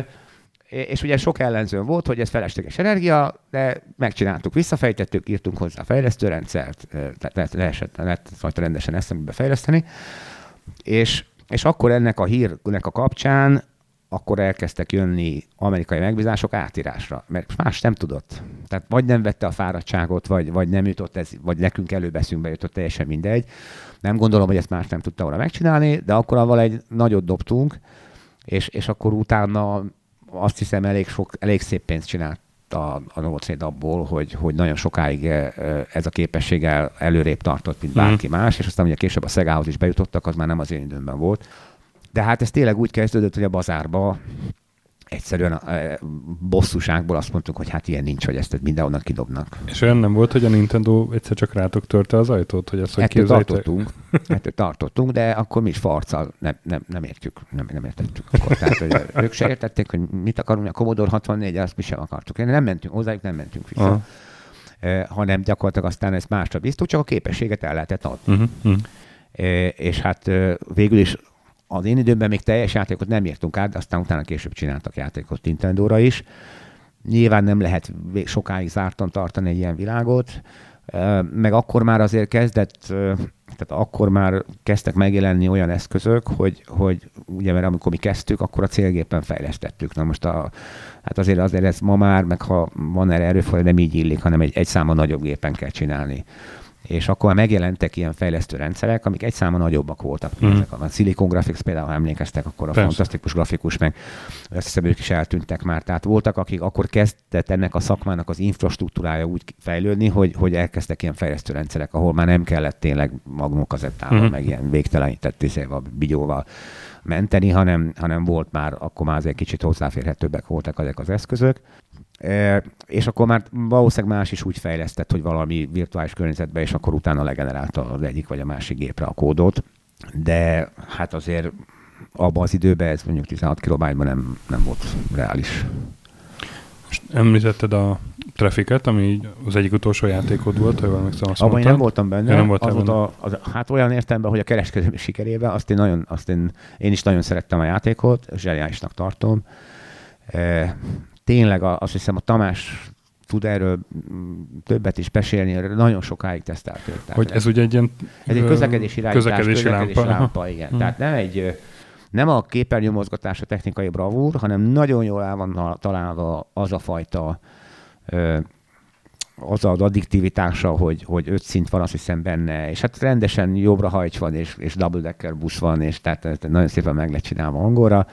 és ugye sok ellenzőn volt, hogy ez felesleges energia, de megcsináltuk, visszafejtettük, írtunk hozzá a fejlesztőrendszert, lehet rajta rendesen eszembe fejleszteni, és akkor ennek a hírnek a kapcsán akkor elkezdtek jönni amerikai megbízások átírásra, mert más nem tudott. Tehát vagy nem vette a fáradtságot, vagy nem jutott ez, vagy nekünk előbb jutott, teljesen mindegy. Nem gondolom, hogy ezt más nem tudta volna megcsinálni, de akkor avval egy nagyot dobtunk, és akkor utána azt hiszem elég szép pénzt csinált a Novotrade abból, hogy nagyon sokáig ez a képességgel előrébb tartott, mint bárki más, és aztán ugye később a Segához is bejutottak, az már nem az én időmben volt. De hát ez tényleg úgy kezdődött, hogy a bazárba egyszerűen a bosszúságból azt mondtuk, hogy hát ilyen nincs, hogy ezt mindenhonnan kidobnak. És olyan nem volt, hogy a Nintendo egyszer csak rátok törte az ajtót, hogy ezt hogy Ettől tartottunk, de akkor mi is farccal nem értettük. Akkor. Tehát hogy ők se értették, hogy mit akarunk, a Commodore 64, azt mi sem akartuk. Nem mentünk vissza. Hanem gyakorlatilag aztán ezt másra bíztuk, csak a képességet el lehetett adni. És hát végül is az én időmben még teljes játékot nem írtunk át, de aztán utána később csináltak játékot Nintendóra is. Nyilván nem lehet sokáig zártan tartani egy ilyen világot. Meg akkor már azért tehát akkor már kezdtek megjelenni olyan eszközök, hogy ugye, mert amikor mi kezdtük, akkor a célgépen fejlesztettük. Na most hát azért ez ma már, meg ha van erre erőforrás, nem így illik, hanem egy száma nagyobb gépen kell csinálni. És akkor már megjelentek ilyen fejlesztő rendszerek, amik egy száma nagyobbak voltak. A Silicon Graphics például, ha emlékeztek, akkor a fantasztikus grafikus, meg azt hiszem, ők is eltűntek már. Tehát voltak, akik akkor kezdett ennek a szakmának az infrastruktúrája úgy fejlődni, hogy elkezdtek ilyen fejlesztő rendszerek, ahol már nem kellett tényleg magnókazettával, meg ilyen végtelenített bigyóval menteni, hanem volt már, akkor már azért kicsit hozzáférhetőbbek voltak ezek az eszközök. És akkor már valószínűleg más is úgy fejlesztett, hogy valami virtuális környezetben, és akkor utána legenerálta az egyik vagy a másik gépre a kódot. De hát azért abban az időben ez mondjuk 16 kilobájtban nem volt reális. Most említetted a Traffic-et, ami az egyik utolsó játékod volt, hogy valamelyik azt abban én nem voltam benne. Nem voltam benne. Hát olyan értelemben, hogy a kereskedelmi sikerében, én is nagyon szerettem a játékot, zseniálisnak tartom. Tényleg azt hiszem, a Tamás tud erről többet is mesélni, nagyon sokáig teszteltük. Hogy ez ugye egy ilyen ez egy közlekedési lámpa, igen. Tehát nem a képernyőmozgatás a technikai bravúr, hanem nagyon jól el van találva az a fajta az az addiktivitása, hogy 5 szint van, azt hiszem benne, és hát rendesen jobbra hajts van, és double decker busz van, és tehát nagyon szépen meg lehet csinálva angolra,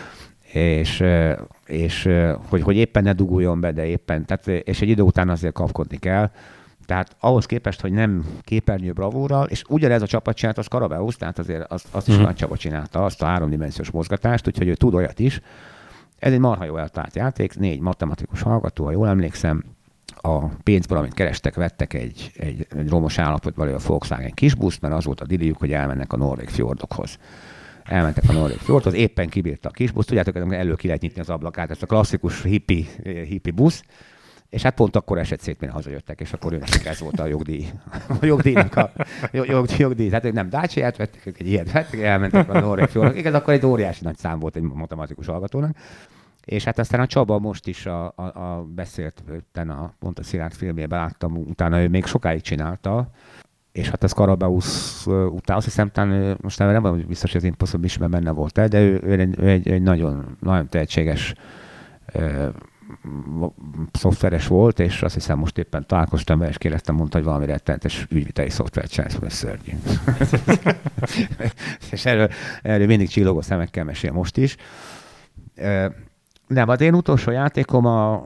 és hogy éppen ne duguljon be, de éppen, tehát, és egy idő után azért kapkodni kell. Tehát ahhoz képest, hogy nem képernyő bravúrral, és ugyanez a csapat csinált, az Karabeusz, tehát azért azt is olyan csapat csinálta, azt a 3D mozgatást, úgyhogy ő tud olyat is. Ez egy marha jó eltalált játék, 4 matematikus hallgató, ha jól emlékszem, a pénzből, amit kerestek, vettek egy romos állapotban a Volkswagen kisbuszt, mert az volt a diliük, hogy elmennek a norvég fjordokhoz. Elmentek a norvég fjordhoz, éppen kibírta a kisbuszt, tudjátok, elő ki lehet nyitni az ablakát, ez a klasszikus hippi busz, és hát pont akkor esett szét, mire hazajöttek, és akkor őnek ez volt a jogdíj. A jogdíj. Tehát ők nem Dacia-t vettek, ők egy ilyet vettek, elmentek a norvég fjordokhoz. Igaz, akkor egy óriási nagy szám volt egy matematikus hallgatónak. És hát aztán a Csaba most is beszélt, pont a Szilárd filmjében láttam, utána ő még sokáig csinálta, és hát ez Karabeusz után, azt hiszem, most nem van biztos, hogy az Impossible is benne volt, de ő egy nagyon, nagyon tehetséges szoftveres volt, és azt hiszem most éppen találkoztam vele, és kérdeztem, mondta, hogy valami rettenetes ügyviteli szoftvert csinálsz, hogy szörnyű. És erről mindig csillogó szemekkel mesél most is. Nem, az én utolsó játékom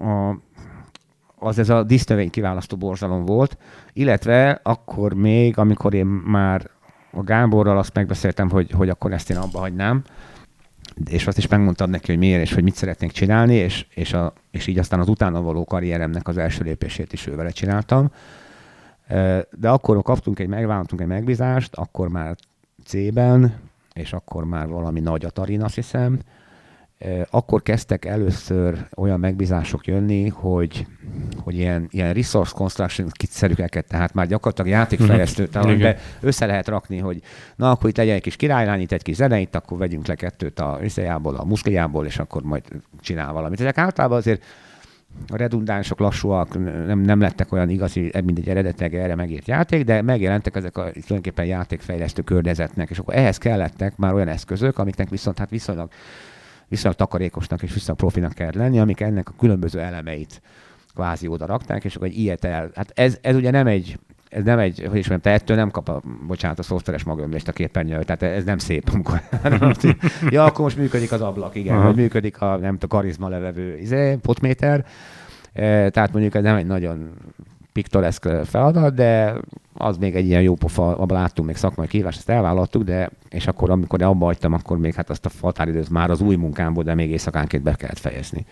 az ez a dísznövény kiválasztó borzalom volt, illetve akkor még, amikor én már a Gáborral azt megbeszéltem, hogy akkor ezt én abba hagynám, és azt is megmondtam neki, hogy miért és hogy mit szeretnénk csinálni, és így aztán az utána való karrieremnek az első lépését is ővele csináltam. De akkor vállaltunk egy megbízást, akkor már C-ben, és akkor már valami nagy Atarin, azt hiszem. Akkor kezdtek először olyan megbízások jönni, hogy ilyen resource construction kitszerűeket, tehát már gyakorlatilag játékfejlesztő, amiben össze lehet rakni, hogy na, akkor itt legyen egy kis királylány, itt egy kis zene, itt akkor vegyünk le 2 a részejából, a muszkliából, és akkor majd csinál valamit. Ezek általában azért a redundánsok, lassúak, nem lettek olyan igazi, mint egy eredetileg erre megírt játék, de megjelentek ezek tulajdonképpen játékfejlesztő környezetnek, és akkor ehhez kellettek már olyan eszközök, amiknek viszont hát viszonylag takarékosnak és viszonylag profinak kell lenni, amik ennek a különböző elemeit kvázi oda rakták, és akkor egy ilyet hát ez ugye nem egy, hogy is mondjam, te ettől nem kap a szoftveres magömlést a képernyő, tehát ez nem szép, amikor akkor most működik az ablak, igen, vagy működik a karizma levevő potméter, tehát mondjuk ez nem egy nagyon piktoreszk feladat, de az még egy ilyen jó pofa, abban láttunk még szakmai kihívást, ezt elvállaltuk, és akkor, amikor abba hagytam, akkor még hát azt a határidőt már az új munkámból, de még éjszakánként be kellett fejezni.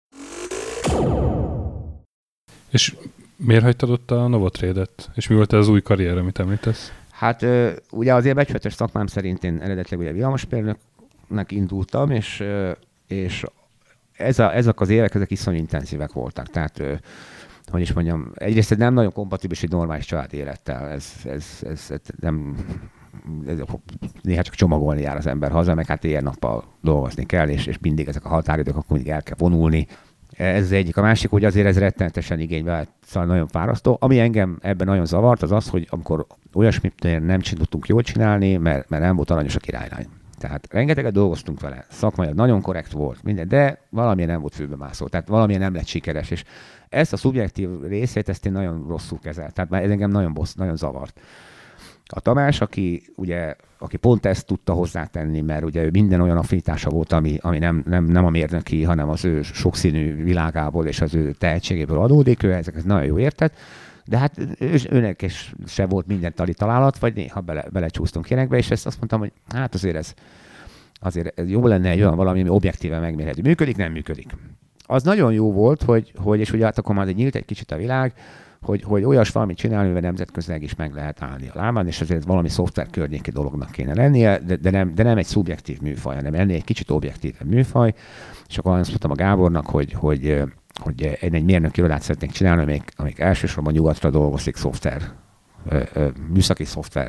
És miért hagytad ott a Novotrade-et? És mi volt ez az új karrier, amit említesz? Hát ugye azért becsületes szakmám szerint én eredetileg ugye villamosmérnöknek indultam, és ezek az évek, ezek iszonyú intenzívek voltak. Tehát hogy is mondjam, egyrészt nem nagyon kompatibilis egy normális családi élettel. Ez nem, néha csak csomagolni jár az ember haza, meg hát éjjel-nappal dolgozni kell, és mindig ezek a határidők, akkor mindig el kell vonulni. Ez az egyik. A másik, hogy azért ez rettenetesen igénybe, szóval nagyon fárasztó. Ami engem ebben nagyon zavart, az az, hogy amikor olyasmit nem tudtunk jól csinálni, mert nem volt aranyos a királylány. Tehát rengeteget dolgoztunk vele, szakmailag nagyon korrekt volt, minden, de valamilyen nem volt fülbemászó, tehát valamilyen nem lett sikeres, és ezt a szubjektív részét, ezt én nagyon rosszul kezelt, tehát már ez engem nagyon zavart. A Tamás, aki pont ezt tudta hozzátenni, mert ugye ő minden olyan affinitása volt, ami nem a mérnöki, hanem az ő sokszínű világából és az ő tehetségéből adódik, ő ezeket nagyon jó értett, de hát őnek is se volt minden tali találat, vagy néha belecsúsztunk ilyenekbe, és ezt azt mondtam, hogy hát azért ez jó lenne egy olyan valami, ami objektíven megmérhető. Működik, nem működik. Az nagyon jó volt, hogy és ugye hát akkor már nyílt egy kicsit a világ, hogy olyas valamit csinálni, mivel nemzetközileg is meg lehet állni a lábán, és azért valami szoftver környéki dolognak kéne lennie, de nem egy szubjektív műfaj, hanem ennél egy kicsit objektívebb műfaj. És akkor azt mondtam a Gábornak, hogy egy mérnöki irodát szeretnénk csinálni, amik elsősorban nyugatra dolgozik műszaki szoftver.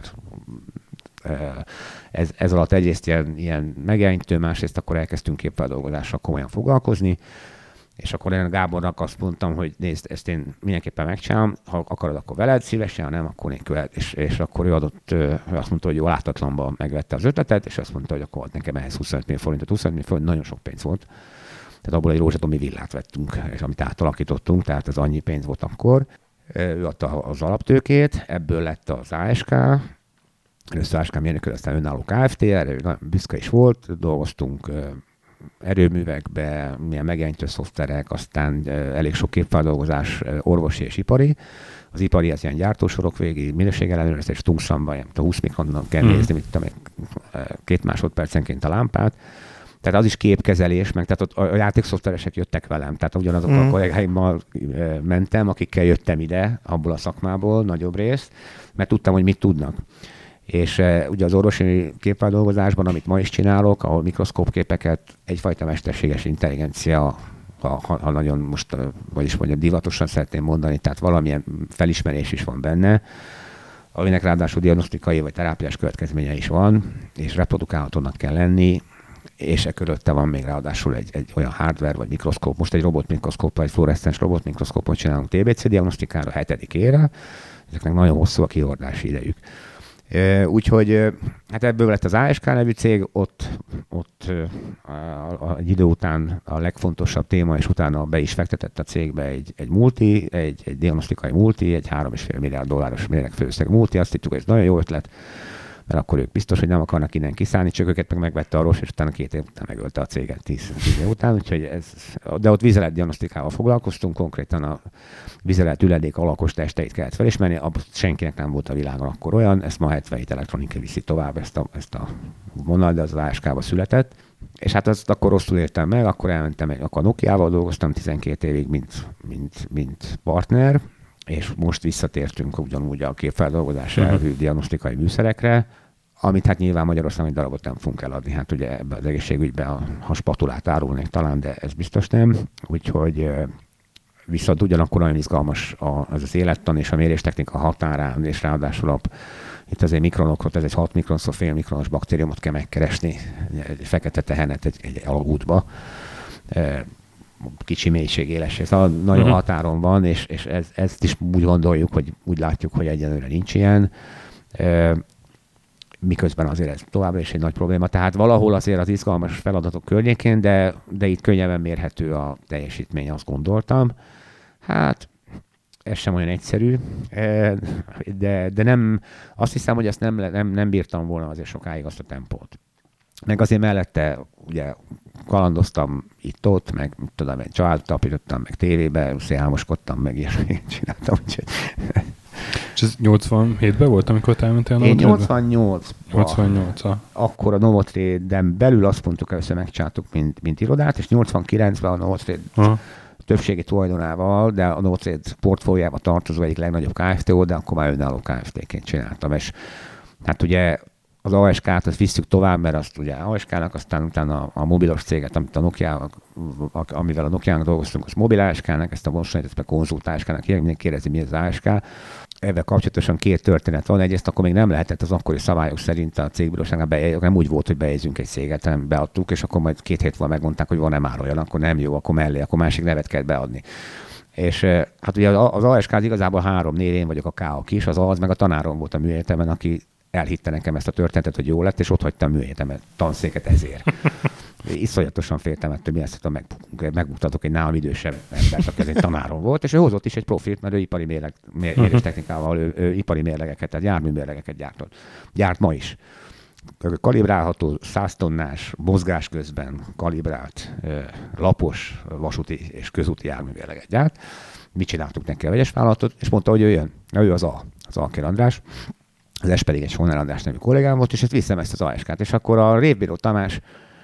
Ez alatt egyrészt ilyen megjelenítő, másrészt akkor elkezdtünk képfeldolgozással komolyan foglalkozni, és akkor én a Gábornak azt mondtam, hogy nézd, ezt én mindenképpen megcsinálom, ha akarod, akkor veled, szívesen, ha nem, akkor én követ. És akkor ő azt mondta, hogy jó láthatlanban megvette az ötletet, és azt mondta, hogy akkor nekem ehhez 25 millió forintot, 25 millió forint nagyon sok pénz volt. Tehát abból egy rózsadombi villát vettünk, és amit átalakítottunk, tehát ez annyi pénz volt akkor. Ő adta az alaptőkét, ebből lett az ASK, először ASK mérnököd, aztán önálló Kft. Erre ő nagyon büszke is volt, dolgoztunk erőművekbe, milyen megjelenítő szoftverek, aztán elég sok képfeldolgozás orvosi és ipari. Az ipari az ilyen gyártósorok végi, minőségellenőrzés, tungszamban, a 20 mikronnak kell nézni, mit tudom, 2 másodpercenként a lámpát. Tehát az is képkezelés, meg tehát ott a játékszoftveresek jöttek velem, tehát ugyanazok a kollégáimmal mentem, akikkel jöttem ide, abból a szakmából nagyobb részt, mert tudtam, hogy mit tudnak. És ugye az orvosi képfeldolgozásban, amit ma is csinálok, ahol mikroszkópképeket egyfajta mesterséges intelligencia, ha nagyon most, vagyis mondjam, divatosan szeretném mondani, tehát valamilyen felismerés is van benne, aminek ráadásul diagnosztikai vagy terápiás következménye is van, és reprodukálhatónak kell lenni, és körülötte van még ráadásul egy olyan hardware vagy mikroszkóp. Most egy robotmikroszkóppal, egy fluoreszcens robotmikroszkópot csinálunk TBC diagnosztikára 7. évre. Ezeknek nagyon hosszú a kiordási idejük. Úgyhogy hát ebből lett az ASK nevű cég, ott egy idő után a legfontosabb téma, és utána be is fektetett a cégbe egy multi, egy diagnosztikai multi, egy $3,5 milliárd méregfőösszeg multi. Azt hittük, hogy ez nagyon jó ötlet, mert akkor ők biztos, hogy nem akarnak innen kiszállni, csak őket meg megvette a Roche, és utána 2 év után megölte a céget 10 év után, úgyhogy de ott vizeletdiagnosztikával foglalkoztunk, konkrétan a vizelet üledék alakos testeit kellett felismerni, senkinek nem volt a világon akkor olyan, ezt ma 77 elektronika viszi tovább ezt a vonal, de az ASK-ba született. És hát azt akkor rosszul értem meg, akkor elmentem, akkor a Nokiával dolgoztam 12 évig, mint partner, és most visszatértünk ugyanúgy a képfeldolgozás elvű diagnosztikai műszerekre, amit hát nyilván Magyarországon egy darabot nem fogunk eladni. Hát ugye ebben az egészségügyben, ha spatulát árulnék talán, de ez biztos nem. Úgyhogy viszont ugyanakkor nagyon izgalmas az élettan és a méréstechnika határán, és ráadásul itt azért mikronokról, ez egy 6 mikronszor fél mikronos baktériumot kell megkeresni, egy fekete tehenet egy alagútba. Kicsi mélység éles, ez nagyon határon van, és ezt is úgy gondoljuk, hogy úgy látjuk, hogy egyenlőre nincs ilyen, miközben azért ez továbbra is egy nagy probléma. Tehát valahol azért az izgalmas feladatok környékén, de itt könnyebben mérhető a teljesítmény, azt gondoltam. Hát ez sem olyan egyszerű, de nem, azt hiszem, hogy ezt nem bírtam volna azért sokáig azt a tempót. Meg azért mellette ugye kalandoztam itt-ott, meg tudom, egy családot apítottam, meg tévébe, szélhámoskodtam, meg ilyesmit csináltam. Úgyhogy... És ez 87-ben volt, amikor te elmentél a Novotrade-be? Én 88-ban. Akkor a Novotrade-en belül azt mondtuk, először megcsináltuk, mint irodát, és 89-ben a Novotrade többségi tulajdonával, de a Novotrade portfóliába tartozó egyik legnagyobb KFT-ó, de akkor már önálló KFT-ként csináltam. És hát ugye az ASK-t azt visszük tovább, mert azt ugye ASK-nak, aztán utána a mobilos céget, amit amivel a Nokia-nak dolgoztunk, az mobil ASK-nak, ezt a mostanát, ezt a konzult ASK-nak, mindenki kérdezi, mi az ASK. ebben kapcsolatosan 2 történet van. Egyrészt akkor még nem lehetett az akkori szabályok szerint a cégbíróságnál nem úgy volt, hogy bejegyzünk egy céget, hanem beadtuk, és akkor majd 2 hét múlva megmondták, hogy van-e már olyan, akkor nem jó, akkor mellé, akkor másik nevet kell beadni. És hát ugye az ASK az igazából 3-4, én vagyok a K.A. Kis, az meg a tanárom volt a műegyetemen, aki elhitte nekem ezt a történetet, hogy jó lett, és ott hagytam a műegyetemet, tanszéket ezért. Iszonyatosan féltem ettől, mi ezt megbuktatok egy nálam idősebb embert, aki ez egy tanárom volt, és ő hozott is egy profilt, mert ő ipari mérés technikával, ő ipari mérlegeket, tehát járműmérlegeket gyárt ma is. Kalibrálható, 100 tonnás, mozgás közben kalibrált, lapos, vasúti és közúti járműmérleget gyárt. Mi csináltuk neki a vegyes vállalatot, és mondta, hogy ő jön. Ő az Alkér András, az S pedig egy Sonner András nevű kollégám volt, és ezt viszem ezt az ASK-t. És akkor a révbíró Tamás,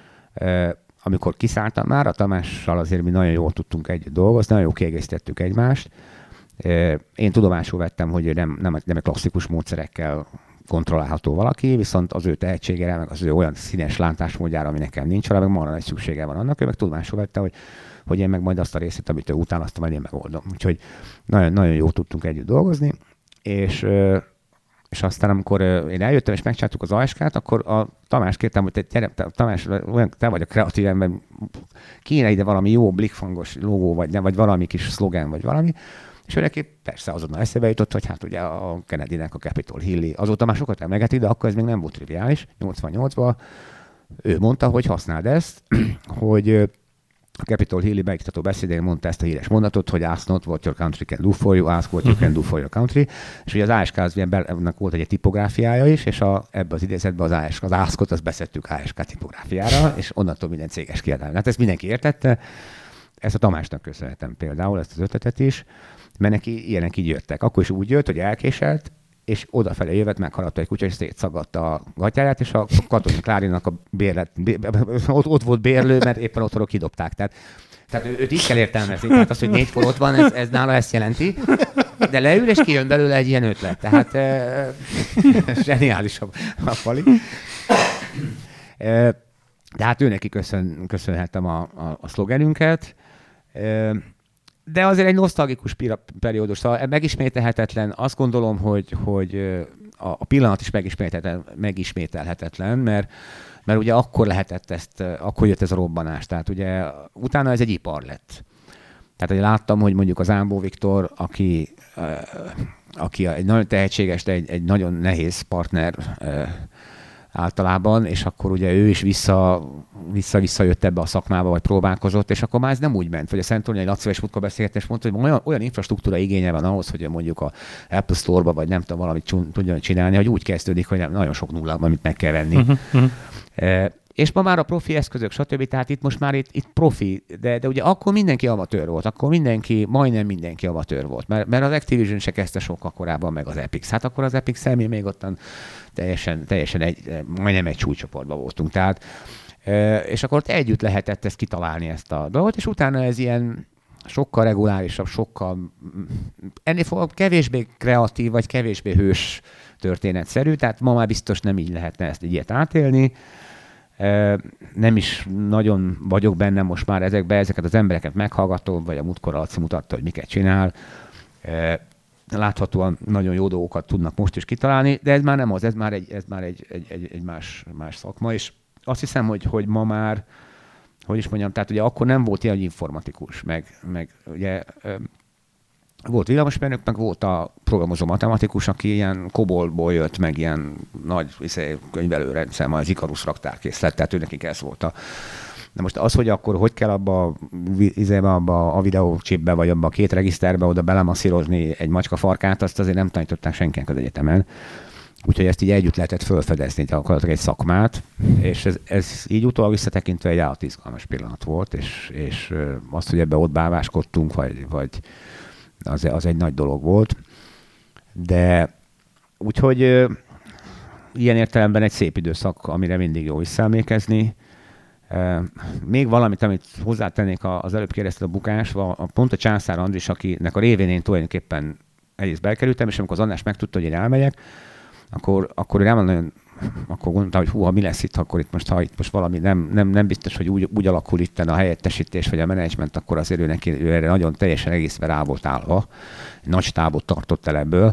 amikor kiszálltam már, a Tamással azért mi nagyon jól tudtunk együtt dolgozni, nagyon jól kiegészítettük egymást. Én tudomásul vettem, hogy nem egy klasszikus módszerekkel kontrollálható valaki, viszont az ő tehetségére, meg az ő olyan színes látásmódjára, ami nekem nincs, arra meg marra nagy szüksége van annak, ő meg tudomásul vette, hogy én meg majd azt a részét, amit ő utánozta, majd én megoldom. Úgyhogy nagyon, nagyon jól tudtunk együtt dolgozni, és aztán, amikor én eljöttem és megcsináltuk az ASK-t, akkor a Tamás kértem, hogy Tamás, te vagy a kreatív ember, kéne ide valami jó blikfangos logó, vagy valami kis szlogen, vagy valami. És ő neki persze azonnal eszébe jutott, hogy hát ugye a Kennedy-nek a Capitol Hill-i. Azóta már sokat emlegeti, de akkor ez még nem volt triviális. 88-ban ő mondta, hogy használd ezt, hogy a Capitol Hill-i beiktató beszédén mondta ezt a híres mondatot, hogy ask not what your country can do for you, ask what you can do for your country. És ugye az ASK-nak volt egy tipográfiája is, és ebbe az idézetben az askot azt beszedtük ASK tipográfiára, és onnantól minden céges kiadálni. Hát ezt mindenki értette. Ezt a Tamásnak köszönhetem például, ezt az ötletet is, mert neki ilyenek így jöttek. Akkor is úgy jött, hogy elkéselt, és odafelé jövet, meghaladta egy kutya, és szétszaggatta a gatyáját, és a Katona Klárinak a ott volt bérlő, mert éppen otthonról kidobták. Tehát őt így kell értelmezni. Tehát az, hogy 4-kor ott van, ez nála ezt jelenti. De leül, és kijön belőle egy ilyen ötlet. Tehát zseniális a Pali. De hát ő neki köszönhettem a szlogenünket. De azért egy nosztalgikus periódus, szóval megismételhetetlen. Azt gondolom, hogy a pillanat is megismételhetetlen, mert ugye akkor lehetett akkor jött ez a robbanás. Tehát ugye utána ez egy ipar lett. Tehát ugye láttam, hogy mondjuk az Ámbó Viktor, aki egy nagyon tehetséges, de egy nagyon nehéz partner általában, és akkor ugye ő is visszajött ebbe a szakmába, vagy próbálkozott, és akkor már ez nem úgy ment, hogy a Szentolnyai Lacival is múltkor beszélgetett, és mondta, hogy olyan infrastruktúra igénye van ahhoz, hogy mondjuk a Apple Store-ba, vagy nem tudom, valamit tudjon csinálni, hogy úgy kezdődik, hogy nagyon sok nulla, amit meg kell venni. És ma már a profi eszközök, stb. Tehát itt most már itt profi, de ugye akkor mindenki amatőr volt, akkor majdnem mindenki amatőr volt, mert az Activision se kezdte sokkal korábban, meg az Epic. Hát akkor az Epic-szel mi még ottan teljesen majdnem egy csúcscsoportban voltunk. Tehát, és akkor ott együtt lehetett ezt kitalálni, ezt a dolgot, és utána ez ilyen sokkal regulárisabb, sokkal ennél kevésbé kreatív, vagy kevésbé hős történetszerű, tehát ma már biztos nem így lehetne ezt ilyet átélni. Nem is nagyon vagyok benne most már ezeket az embereket meghallgatom, vagy a múltkor Laci mutatta, hogy miket csinál. Láthatóan nagyon jó dolgokat tudnak most is kitalálni, de ez már nem az, ez már egy más szakma, és azt hiszem, hogy ma már, hogy is mondjam, tehát ugye akkor nem volt ilyen informatikus, meg ugye volt villamosmérnök, meg volt a programozó matematikus, aki ilyen kobolból jött, meg ilyen nagy könyvelőrendszer, az Ikarus raktárkészlet, tehát ő nekik ez volt De most az, hogy akkor hogy kell abba a videócsipbe, vagy abba a 2 regiszterbe oda belemasszírozni egy macska farkát, azt azért nem tanították senkinek az egyetemen. Úgyhogy ezt így együtt lehetett felfedezni, gyakorlatilag egy szakmát, és ez így utólag visszatekintve egy állat izgalmas pillanat volt, és azt, hogy ebbe ott báváskodtunk, vagy az egy nagy dolog volt. De úgyhogy ilyen értelemben egy szép időszak, amire mindig jó visszaemlékezni. Még valamit, amit hozzátennék, az előbb kérdezted a Bukás, pont a Császár Andris, akinek a révén én tulajdonképpen egész belkerültem, és amikor az András megtudta, hogy én elmegyek, akkor akkor gondoltam, hogy ha mi lesz itt, akkor ha itt most valami nem biztos, hogy úgy alakul itt a helyettesítés vagy a menedzsment, akkor azért ő erre nagyon teljesen egészben rá volt állva. Egy nagy stábot tartott el ebből.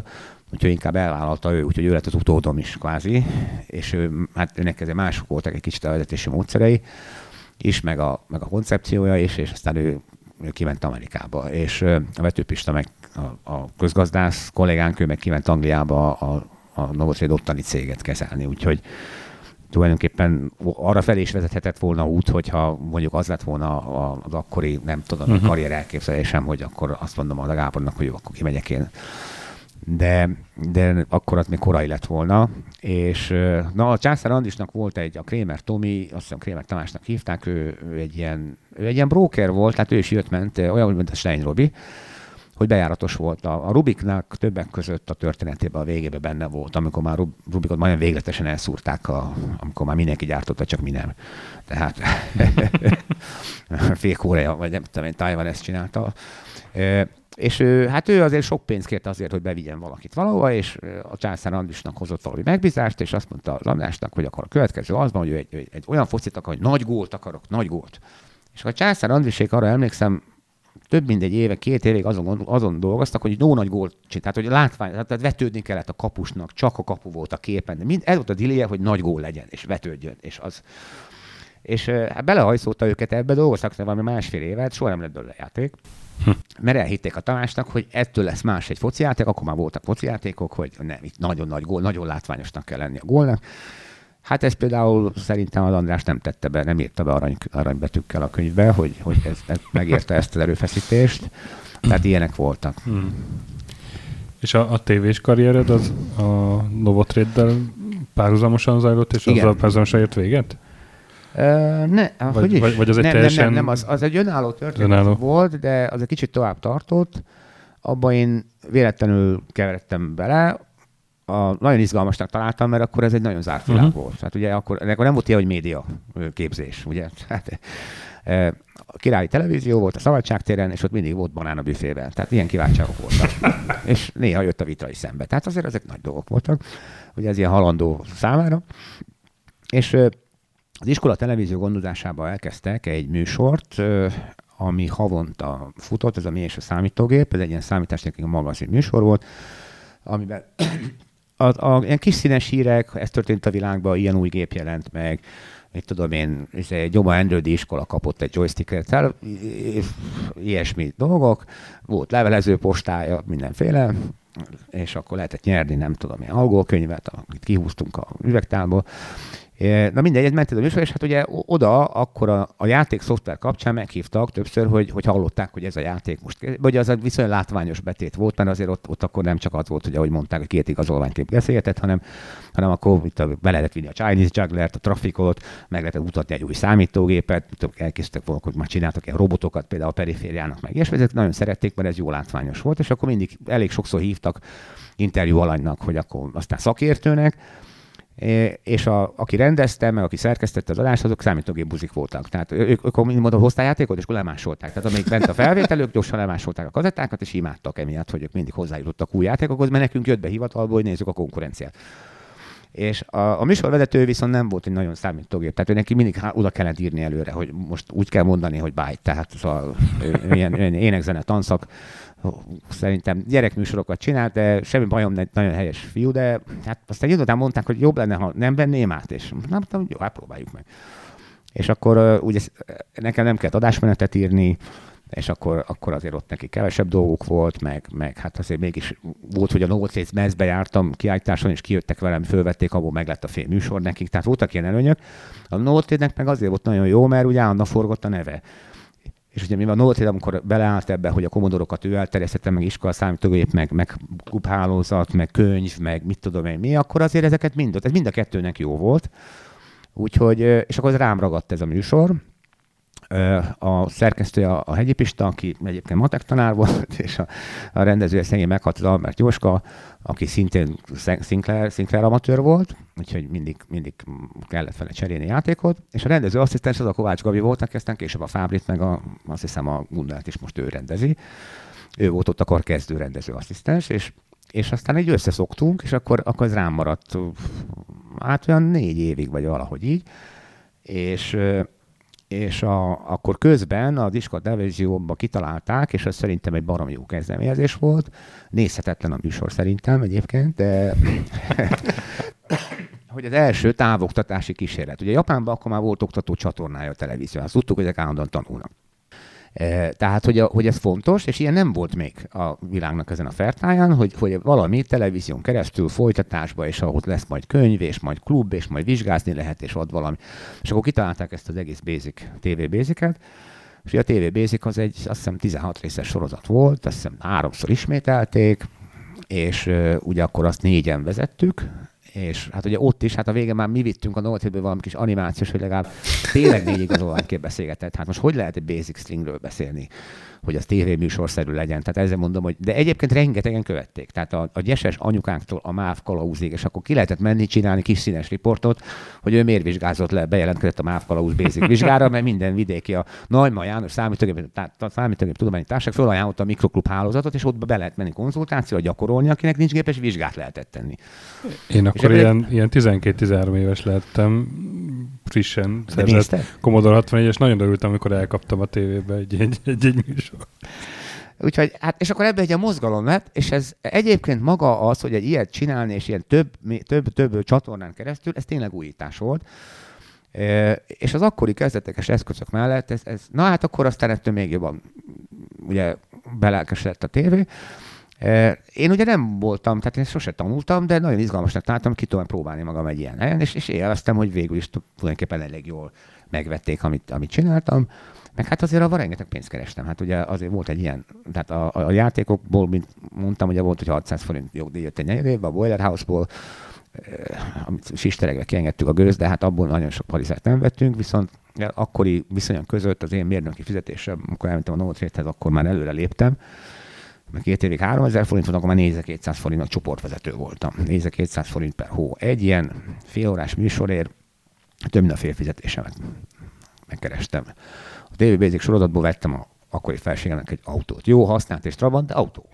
úgyhogy inkább elvállalta ő, úgyhogy ő lett az utódom is kvázi, és hát őnek ezért mások voltak egy kicsit a vezetési módszerei is, meg a koncepciója is, és aztán ő kiment Amerikába, és a Vető Pista meg a közgazdász kollégánk, ő meg kiment Angliába a Novotrade ottani céget kezelni, úgyhogy tulajdonképpen arra felé is vezethetett volna út, hogyha mondjuk az lett volna az akkori, nem tudom, karrier elképzelésem, hogy akkor azt mondom a Gábornak, hogy jó, akkor kimegyek én. De akkor az még korai lett volna, és na a Császár Andrisnak volt a Krémer Tomi, azt hiszem Krémer Tamásnak hívták, ő egy ilyen broker volt, tehát ő is jött-ment, olyan, mint a Stein Robi, hogy bejáratos volt. A Rubiknak többek között a történetében a végében benne volt, amikor már Rubikot majdnem végletesen elszúrták, amikor már mindenki gyártotta, csak mi nem. Tehát Fél-Korea, vagy nem tudom én, Taiwan ezt csinálta. És hát ő azért sok pénzt kért azért, hogy bevigyen valakit valahova, és a Császár Andrisnak hozott valami megbízást, és azt mondta az Andrásnak, hogy akkor a következő az van, hogy ő egy olyan focit akar, hogy nagy gólt akarok, nagy gólt. És a Császár Andrisék, arra emlékszem, több mint egy éve, 2 évig azon dolgoztak, hogy nagy gólt csinált, tehát hogy látvány, tehát vetődni kellett a kapusnak, csak a kapu volt a képen, de ez volt a dilije, hogy nagy gól legyen, és vetődjön, és az. És hát belehajszolta őket ebbe, dolgoztak valami 1,5 évet, soha nem lett belőle játék. Mert elhitték a Tamásnak, hogy ettől lesz más egy focijáték, akkor már voltak focijátékok, hogy nem, itt nagyon nagy gól, nagyon látványosnak kell lenni a gólnak. Hát ez például szerintem az András nem tette be, nem írta be aranybetűkkel a könyvbe, hogy ez megérte ezt az erőfeszítést. Tehát ilyenek voltak. És a tévés karriered az a Novotrade-del párhuzamosan zajlott, és igen. Azzal párhuzamosan ért véget? Vagy az egy teljesen... Nem, az egy önálló történet volt, de az egy kicsit tovább tartott. Abban én véletlenül keveredtem bele. Nagyon izgalmasnak találtam, mert akkor ez egy nagyon zárt világ volt. Tehát ugye akkor nem volt ilyen, hogy média képzés, ugye? Hát, a Királyi Televízió volt a Szabadságtéren, és ott mindig volt banán a büfével. Tehát ilyen kiváltságok voltak. És néha jött a vita is szembe. Tehát azért ezek nagy dolgok voltak. Ugye ez ilyen halandó számára. És az iskola televízió gondozásában elkezdtek egy műsort, ami havonta futott, ez a Mi és a számítógép, ez egy ilyen számítástechnikai magazin műsor volt, amiben ilyen kis színes hírek, ez történt a világban, ilyen új gép jelent meg, mit tudom én, egy Gyoma Endrődi iskola kapott egy joysticket, ilyesmi dolgok, volt levelező postája, mindenféle, és akkor lehetett nyerni, nem tudom, ilyen angolkönyvet, amit kihúztunk a üvegtálból. Na mindegy, ez ment ez a műsor, és hát ugye oda akkor a játék szoftver kapcsán meghívtak többször, hogy hallották, hogy ez a játék most, vagy az a viszonylag látványos betét volt, mert azért ott akkor nem csak az volt, hogy ahogy mondták, hogy 2 igazolványkép beszélgetett, hanem akkor itt be lehetett vinni a Chinese Jugglert, a trafikot, meg lehetett mutatni egy új számítógépet, elkészítettek volna, hogy már csináltak ilyen robotokat, például a perifériának meg, és ezek nagyon szerették, mert ez jó látványos volt, és akkor mindig elég sokszor hívtak interjú alanynak, hogy akkor aztán szakértőnek, és aki rendezte, meg aki szerkesztette az adást, azok számítógép buzik voltak. Tehát ők akkor mondom, hoztál játékot, és akkor lemásolták. Tehát amíg bent a felvétel, ők gyorsan lemásolták a kazettákat, és imádtak emiatt, hogy ők mindig hozzájutottak új játékokhoz, mert nekünk jött be hivatalból, hogy nézzük a konkurenciát. És a műsorvezető viszont nem volt egy nagyon számítógép, tehát ő neki mindig oda kellett írni előre, hogy most úgy kell mondani, hogy byte, tehát ilyen énekzene, tanszak. Szerintem gyerekműsorokat csinált, de semmi bajom, nagyon helyes fiú, de hát aztán idő után mondták, hogy jobb lenne, ha nem venném át, és nem mondtam, jó, hát próbáljuk meg. És akkor ugye nekem nem kellett adásmenetet írni, és akkor azért ott neki kevesebb dolgok volt, meg hát azért mégis volt, hogy a Novotrade mezbe jártam kiállításon, és kijöttek velem, fölvették, abból meg lett a fél műsor nekik, tehát voltak ilyen előnyök. A Novotrade-nek meg azért volt nagyon jó, mert ugye állandóan forgott a neve. És ugye mivel a Novotrade, amikor beleállt ebbe, hogy a Commodore-okat ő elterjesztette, meg iskola számítógép, meg klubhálózat, meg könyv, meg mit tudom én mi, akkor azért ezeket mind a kettőnek jó volt. Úgyhogy, és akkor rám ragadt ez a műsor. A szerkesztője a Hegyi Pista, aki egyébként matek tanár volt, és a rendezője szegény meghalt, az Albert Jóska, aki szintén Sinclair amatőr volt, úgyhogy mindig kellett vele cserélni játékot, és a rendező asszisztens az a Kovács Gabi volt, aki aztán később a Fábrit, meg azt hiszem a Gundelt is most ő rendezi. Ő volt ott akkor kezdő rendező asszisztens, és aztán így összeszoktunk, és akkor ez rám maradt, hát olyan 4 évig, vagy valahogy így, és és akkor közben a Discord televízióban kitalálták, és az szerintem egy baromi jó kezdeményezés volt. Nézhetetlen a műsor szerintem egyébként, de hogy az első távoktatási kísérlet. Ugye Japánban akkor már volt oktató csatornája a televízió, azt tudtuk, hogy ezek állandóan tanulnak. Tehát, hogy ez fontos, és ilyen nem volt még a világnak ezen a fertáján, hogy valami televízión keresztül folytatásba, és ahol lesz majd könyv, és majd klub, és majd vizsgázni lehet, és ad valami. És akkor kitalálták ezt az egész TV Basic-et, és a TV Basic az egy, azt hiszem 16 részes sorozat volt, azt hiszem 3-szor ismételték, és ugye akkor azt 4-en vezettük, és hát ugye ott is, hát a végén már mi vittünk a Nova 7-ből valami kis animációs, hogy legalább tényleg 4 igazolványként beszélgetett. Hát most hogy lehet egy Basic Slingről beszélni, hogy az tévéműsorszerű legyen? Tehát ezzel mondom, hogy de egyébként rengetegen követték. Tehát a gyeses anyukáktól a MÁV kalauzig, és akkor ki lehetett menni csinálni kis színes riportot, hogy ő miért vizsgázott le, bejelentkezett a MÁV kalauz Basic vizsgára, mert minden vidéki a Neumann János Számítógép Tudományi Társaság felajánlotta a Mikroklub hálózatot, és ott be lehet menni konzultációra gyakorolni, akinek nincs gépes, vizsgát lehetett tenni. Én akkor ilyen 12-13 éves lettem, frissen szerzett Commodore 64-es, nagyon örültem, amikor elkaptam a tévébe egy műsor. Úgyhogy, hát, és akkor ebben egy mozgalom lett, és ez egyébként maga az, hogy egy ilyet csinálni, és ilyen több csatornán keresztül, ez tényleg újítás volt. És az akkori kezdetekes eszközök mellett, na hát akkor aztán ettől még jobban ugye belelkesedett a tévé. Én ugye nem voltam, tehát én sose tanultam, de nagyon izgalmasnak találtam, ki tudom próbálni magam egy ilyen helyen, és élveztem, hogy végül is tulajdonképpen elég jól megvették, amit csináltam. Meg hát azért avval rengeteg pénzt kerestem. Hát ugye azért volt egy ilyen, tehát a játékokból, mint mondtam, ugye volt, hogy 600 forint jogdíj jött egy negyed évben, a Boiler House-ból, amit sisteregve kiengedtük a gőzt, de hát abból nagyon sok parizát nem vettünk, viszont akkori viszonyok között az én mérnöki fizetésem, amikor elmentem a Nova 7-hez, akkor már előre léptem, meg 2 évig 3000 forint volt, akkor már 4200 forintnak csoportvezető voltam. 4200 forint per hó. Egy ilyen félórás műsorért több mint a fél fizetésemet megkerestem. A TV Basic sorozatból vettem a akkori felségemnek egy autót. Jó, használt és Trabant, de autó.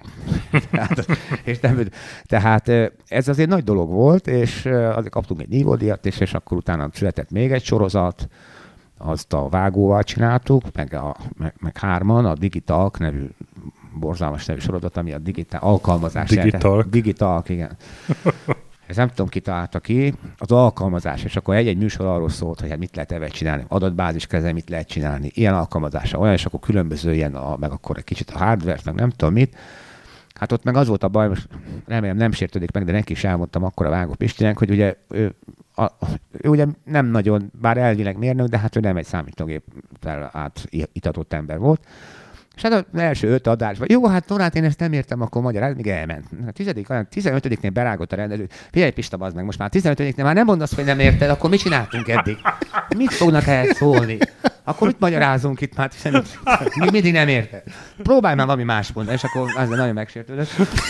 Tehát ez azért nagy dolog volt, és azért kaptunk egy nívódíjat, és akkor utána született még egy sorozat, azt a vágóval csináltuk, meg 3-an, a Digitalk nevű borzalmas nevű sorozat, ami a digitál alkalmazás. Digitalk, igen. Ez nem tudom, ki találta ki, az alkalmazás, és akkor egy műsor arról szólt, hogy hát mit lehet ebben csinálni, adatbázis kezel, mit lehet csinálni, ilyen alkalmazása, olyan, és akkor különböző ilyen, meg akkor egy kicsit a hardware, meg nem tudom mit. Hát ott meg az volt a baj, most remélem nem sértődik meg, de neki is elmondtam akkor a Vágó Pistinek, hogy ugye ő ugye nem nagyon, bár elvileg mérnök, de hát ő nem egy számítógéppel átitatott ember volt. És hát az első 5 adásban, jó, hát Norát, én ezt nem értem, akkor magyaráz, még elment. A 15-nél berágott a rendező. Figyelj, Pista, bazd meg, most már 15-nél már nem mondasz, hogy nem érted, akkor mit csináltunk eddig? Mit fognak ehhez szólni? Akkor mit magyarázunk itt már? Még mindig nem érted. Próbálj már valami más mondani, és akkor az nagyon megsértődött.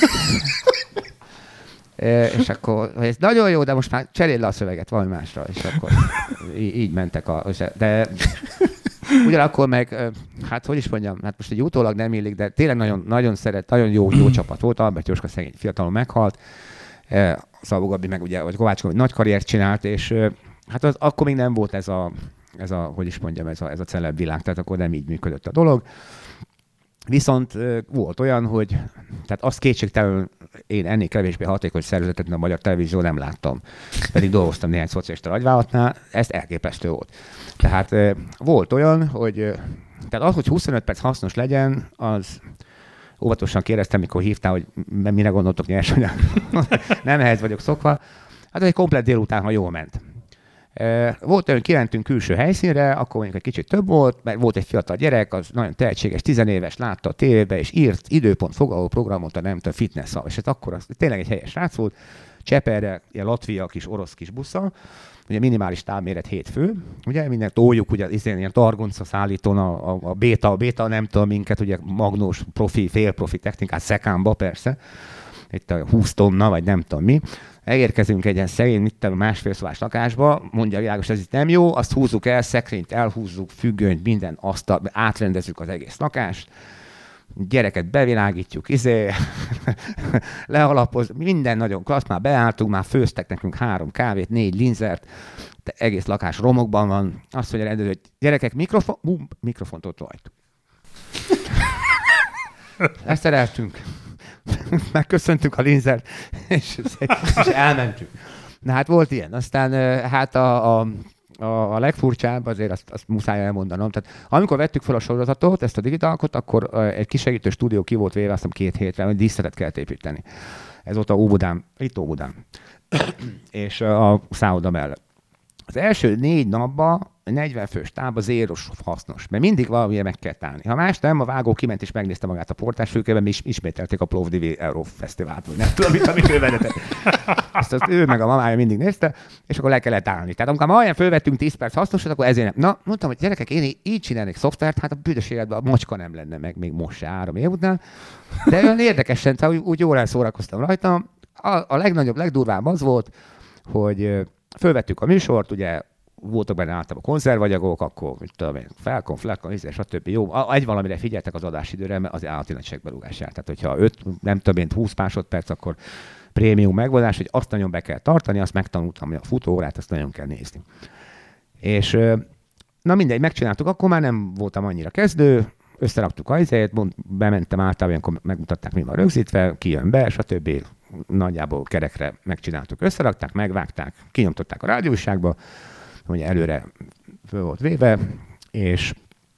És akkor, ez nagyon jó, de most már cseréld le a szöveget valami másra, és akkor így mentek de ugyanakkor meg, hát hogy is mondjam, hát most egy utólag nem illik, de tényleg nagyon, nagyon nagyon jó csapat volt, Albert Jóska szegény fiatalon meghalt, Szabó Gabi meg ugye, vagy Kovács Gabi nagy karriert csinált, és hát akkor még nem volt ez a hogy is mondjam, ez a celeb világ, tehát akkor nem így működött a dolog. Viszont volt olyan, hogy tehát azt kétségtelenül én ennél kevésbé hatékony szervezetet, mint a Magyar Televízió nem láttam. Pedig dolgoztam néhány szocialista nagyvállalatnál, ez elképesztő volt. Tehát volt olyan, hogy tehát az, hogy 25 perc hasznos legyen, az óvatosan kérdeztem, mikor hívtál, hogy mire gondoltok nyersanyag. Nem ehhez vagyok szokva. Hát egy komplet délután, ha jól ment. Volt olyan, kimentünk külső helyszínre, akkor mondjuk egy kicsit több volt, mert volt egy fiatal gyerek, az nagyon tehetséges, 10 éves, látta a tévébe, és írt időpont foglaló programot a nem tudom, fitness-szal. És hát akkor az tényleg egy helyes srác volt, Cseperre, ilyen Latvia kis orosz kis busszal, ugye minimális távméret 7 fő, ugye minden toljuk, ugye ilyen targonca szállítón a béta nem tudom minket, ugye magnós profi, félprofi technikát, szekámba persze, itt a 20 tonna, vagy nem tudom mi. Elérkezünk egy ilyen szegény, másfél szobás lakásba, mondja világos, ez itt nem jó, azt húzzuk el, szekrényt elhúzzuk, függönyt, minden asztalt, átrendezzük az egész lakást, gyereket bevilágítjuk, lealapoz, minden nagyon klassz, már beálltunk, már főztek nekünk 3 kávét, 4 linzert, egész lakás romokban van. Azt mondja rendező, hogy gyerekek, mikrofont ott rajtuk. Leszereltünk, megköszöntük a Linzert, és elmentünk. Na hát volt ilyen. Aztán hát a legfurcsább, azért azt muszáj elmondanom. Tehát amikor vettük fel a sorozatot, ezt a digitalkot, akkor egy kisegítő stúdió ki volt véve, azt hiszem 2 hétre, hogy díszletet kellett építeni. Ez ott Óbudán, és a szálloda mellett. Az első 4 napban 40 fős táb az zéros hasznos, mert mindig valamilyen meg kell állni. Ha más nem, a vágó kiment és megnézte magát a portásfülkében, mi is ismételték a Plovdivi Eurofesztivált, vagy nem tudom, amit ő vezetett. Azt ő meg a mamája mindig nézte, és akkor le kellett állni. Tehát amikor már olyan fölvettünk 10 perc hasznosat, akkor ezért nem. Na, mondtam, hogy gyerekek, én így csinálnék szoftvert, hát a büdös életben a macska nem lenne meg, még most se 3 év után. De olyan érdekesen, úgy jól elszórakoztam rajta. A legnagyobb, legdurvább az volt, hogy fölvettük a műsort, ugye voltak benne általában konzervanyagok, akkor mit tudom én, felkon, stb. Jó, egy valamire figyeltek az adásidőre, mert az állati nagy segberúgás jár. Tehát, hogyha 20 másodperc, akkor prémium megoldás, hogy azt nagyon be kell tartani, azt megtanultam, hogy a futóórát azt nagyon kell nézni. És na mindegy, megcsináltuk, akkor már nem voltam annyira kezdő, összeraktuk a izét, bementem általában, amikor megmutatták, mi van rögzítve, kijön be, stb. Nagyjából kerekre megcsináltuk, összerakták, megvágták, kinyomtották a rádióságba, hogy előre föl volt véve, és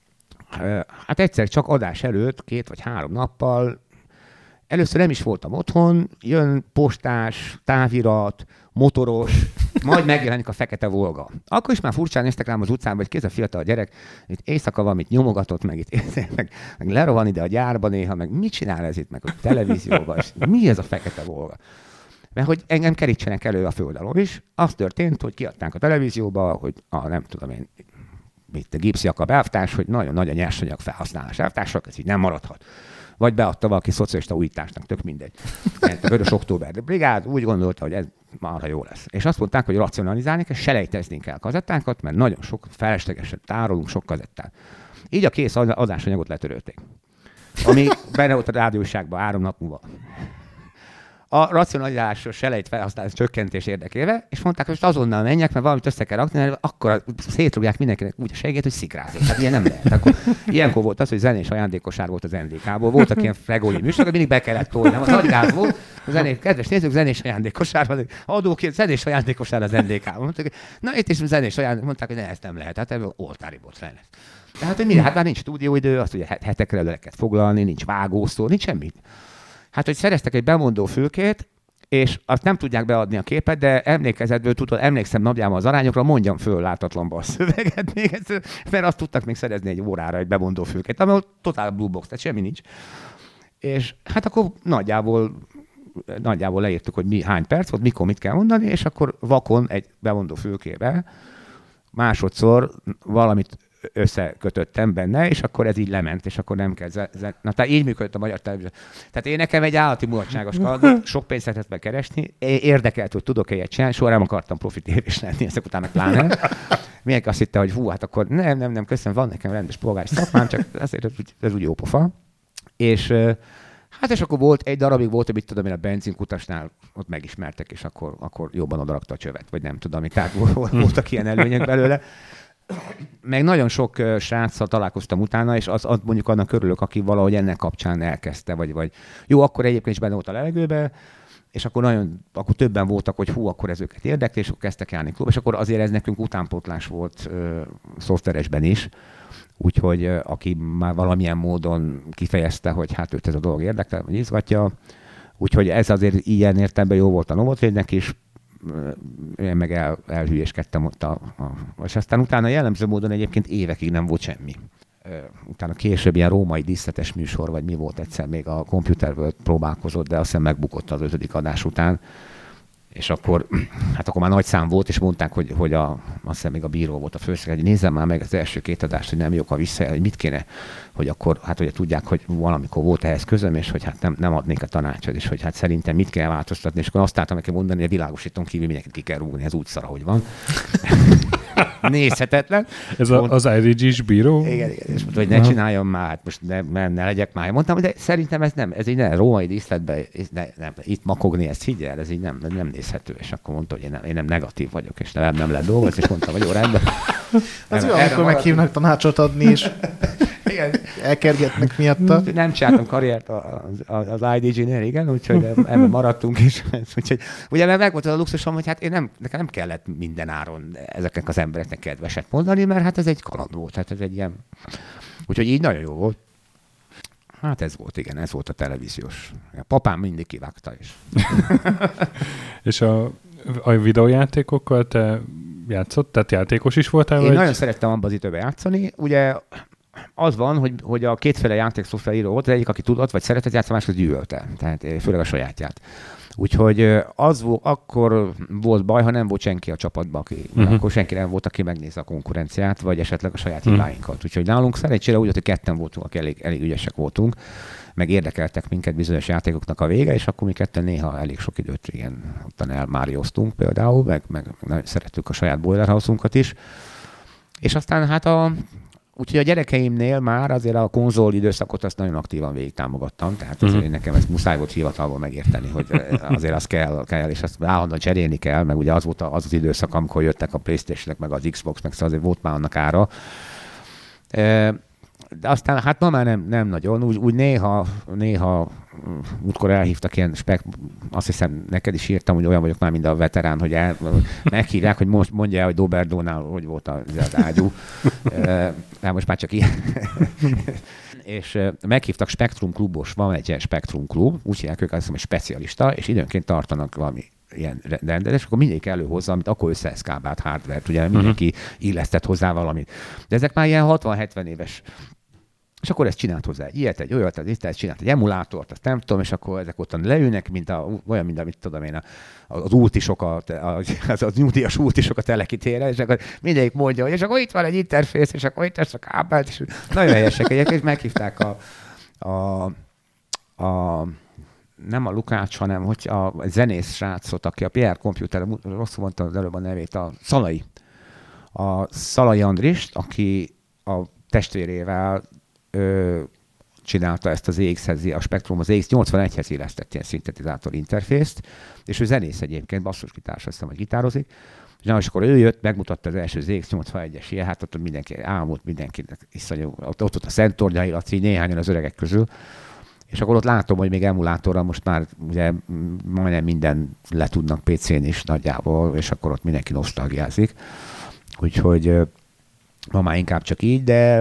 hát egyszer csak adás előtt 2 vagy 3 nappal, először nem is voltam otthon, jön postás, távirat, motoros, majd megjelenik a Fekete Volga. Akkor is már furcsán néztek rám az utcán, hogy kéz a fiatal gyerek, itt éjszaka valamit nyomogatott, meg lerohan ide a gyárba néha, meg mit csinál ez itt, meg a televízióban, és mi ez a Fekete Volga? Mert hogy engem kerítsenek elő a földalól is. Az történt, hogy kiadták a televízióba, hogy nem tudom én, a gipszjakab elvtárs, hogy nagyon nagy a nyersanyag felhasználás elvtársak, ez így nem maradhat. Vagy beadta valaki szocialista újításnak, tök mindegy. A Vörös Október brigád úgy gondolta, hogy ez marha jó lesz. És azt mondták, hogy racionalizálni kell, selejtezni kell kazettákat, mert nagyon sok feleslegesen tárolunk sok kazettát. Így a kész adásanyagot letörölték. Ami benne volt a rádióságban 3 nap múlva. A racionalizásos selejt felhasználás csökkentés érdekével, és mondták, hogy azonnal menjek, mert valamit össze kell rakni, mert akkor szétrugják mindenkinek úgy a segélyt, hogy szikrázik. Hát ilyen nem lehet. Akkor, ilyenkor volt az, hogy zenés ajándékosár volt az NDK-ból. Voltak ilyen frególi műsorok, mindig be kellett tolni. Az nagy gáz volt, kedves nézők, zenés ajándékosár, adóként zenés ajándékosár az NDK-ból. Mondták, na itt is zenés ajándékosár, mondták, hogy ne, ezt nem lehet. Hát ebből oltári bot fel lesz. Tehát, hogy hát már nincs stúdióidő, azt ugye hetekre le kell foglalni, nincs vágószó, nincs semmit. Hát, hogy szereztek egy bemondó fülkét, és azt nem tudják beadni a képet, de emlékezetből emlékszem napjában az arányokra, mondjam föl látatlanba a szöveget még egyszer, mert azt tudtak még szerezni egy órára egy bemondó fülkét, ami totál blue box, tehát semmi nincs. És hát akkor nagyjából leírtuk, hogy hány perc volt, mikor mit kell mondani, és akkor vakon egy bemondó fülkébe másodszor valamit összekötöttem benne, és akkor ez így lement, és akkor nem kell. Na, tehát így működött a magyar televízió. Tehát én nekem egy állati mulatságos kalandot, sok pénzt lehetett be keresni, érdekelt, hogy tudok ilyet csinálni, soha nem akartam profi tévés lenni, ezek után meg pláne. Mindenki azt hitte, hogy hú, hát akkor nem, köszönöm, van nekem rendes polgári szakmám, csak azért ez úgy jó pofa. És hát és akkor volt, egy darabig volt, hogy tudom én a benzinkutasnál ott megismertek, és akkor jobban odarakta a csövet, vagy nem tudom, tehát voltak ilyen előnyek belőle. Meg nagyon sok sráccal találkoztam utána, és az mondjuk annak örülök, aki valahogy ennek kapcsán elkezdte, vagy jó, akkor egyébként is benne volt a levegőbe, és akkor többen voltak, hogy akkor ez őket érdekli, és akkor kezdtek járni klub, és akkor azért ez nekünk utánpótlás volt szoftveresben is, úgyhogy aki már valamilyen módon kifejezte, hogy hát őt ez a dolog érdekel, vagy izgatja, úgyhogy ez azért ilyen értelemben jó volt a Novotrade-nek is, én meg elhülyéskedtem ott és aztán utána jellemző módon egyébként évekig nem volt semmi. Utána később ilyen római díszletes műsor, vagy mi volt egyszer, még a Computer World próbálkozott, de azt hiszem megbukott az 5. adás után. És akkor már nagy szám volt, és mondták, hogy azt hiszem még a bíró volt a főszerkesztő, hogy nézzem már meg az első 2 adást, hogy nem jók a vissza, hogy mit kéne, hogy akkor, hát ugye tudják, hogy valamikor volt ehhez közöm, és hogy hát nem adnék a tanácsot, és hogy hát szerintem mit kell változtatni, és akkor azt álltam neki mondani, hogy a világosítón kívül mindenkit ki kell rúgni, ez úgy szar, ahogy van. nézhetetlen. Ez az IDG-s bíró? Igen, és mondta, hogy ne csináljam már, hát most ne legyek már. Mondtam, de szerintem ez nem, ez így nem, római díszletben, nem, itt makogni, ezt higgy el, ez így nem nézhető. És akkor mondta, hogy én nem negatív vagyok, és nem lehet dolgozni, és mondtam, hogy jó, rendben. Az jó, amikor meghívnak tanácsot adni, és elkergetnek miatta. Nem csináltam karriert az IDG-nél, igen, úgyhogy ebben maradtunk is. Úgyhogy ugye meg volt az a luxusom, hogy hát nekem nem kellett minden áron ezeknek az embereknek kedveset mondani, mert hát ez egy kaland volt, hát ez egy ilyen... Úgyhogy így nagyon jó volt. Hát ez volt, igen, ez volt a televíziós. A papám mindig kivágta is. És a videójátékokkal te játszott? Tehát játékos is voltál? Én nagyon szerettem abban az időben játszani. Ugye az van, hogy a kétféle játékszoftveríró volt, az egyik, aki tudott, vagy szeretett játszani, a másik az gyűlölte. Tehát főleg a sajátját. Úgyhogy akkor volt baj, ha nem volt senki a csapatban, akkor senki nem volt, aki megnézze a konkurenciát, vagy esetleg a saját hibáinkat. Úgyhogy nálunk szerencsére úgy volt, hogy ketten voltunk, akik elég ügyesek voltunk, meg érdekeltek minket bizonyos játékoknak a vége, és akkor mi ketten néha elég sok időt ottan elmárioztunk például, meg nagyon szerettük a saját Boiler House-unkat is. És aztán hát úgyhogy a gyerekeimnél már azért a konzol időszakot azt nagyon aktívan végig támogattam, tehát azért nekem ezt muszáj volt hivatalból megérteni, hogy azért az kell, és azt állandóan cserélni kell, meg ugye az volt az időszak, amikor jöttek a PlayStation-ek, meg az Xbox, meg szóval azért volt már annak ára. De aztán hát ma már nem nagyon, úgy néha útkor elhívtak ilyen azt hiszem neked is írtam, hogy olyan vagyok már, mint a veterán, hogy meghívják, hogy most mondja el, hogy Doberdónál hogy volt az ágyú. Hát most már csak ilyen. És meghívtak Spektrum klubos, van egy ilyen Spektrum klub, úgy hívják ők, azt hiszem, hogy specialista, és időnként tartanak valami ilyen rendet, és akkor mindegyik előhozza, amit akkor összeeszkábált hardware-t, ugye mindenki illesztett hozzá valamit. De ezek már ilyen 60-70 éves. És akkor ezt csinált hozzá egy ilyet, egy olyat, ezt csinált egy emulátort, azt nem tudom, és akkor ezek ottan leülnek, olyan, mint amit tudom én, az ultisok, az nyugdíjas ultisok a telekitére, és akkor mindegyik mondja, hogy és akkor itt van egy interfész, és akkor itt lesz a kábelt, és nagyon helyesek egyébként, és meghívták nem a Lukács, hanem hogy a zenész srácot, aki a PR Computer, rosszul mondtam az előbb a nevét, a Szalai Andrist, aki a testvérével csinálta ezt az EX-hez, a Spektrum az EX81-hez illesztett ilyen szintetizátor interfészt, és ő zenész egyébként, basszusgitáros, azt hiszem, hogy gitározik, és akkor ő jött, megmutatta az első EX81-es ilyen, hát ott mindenki álmult, mindenkinek iszonyú, ott a Szentornyai Laci, néhányan az öregek közül, és akkor ott látom, hogy még emulátorral most már ugye majdnem minden le tudnak PC-n is nagyjából, és akkor ott mindenki nosztalgiázik. Úgyhogy ma már inkább csak így,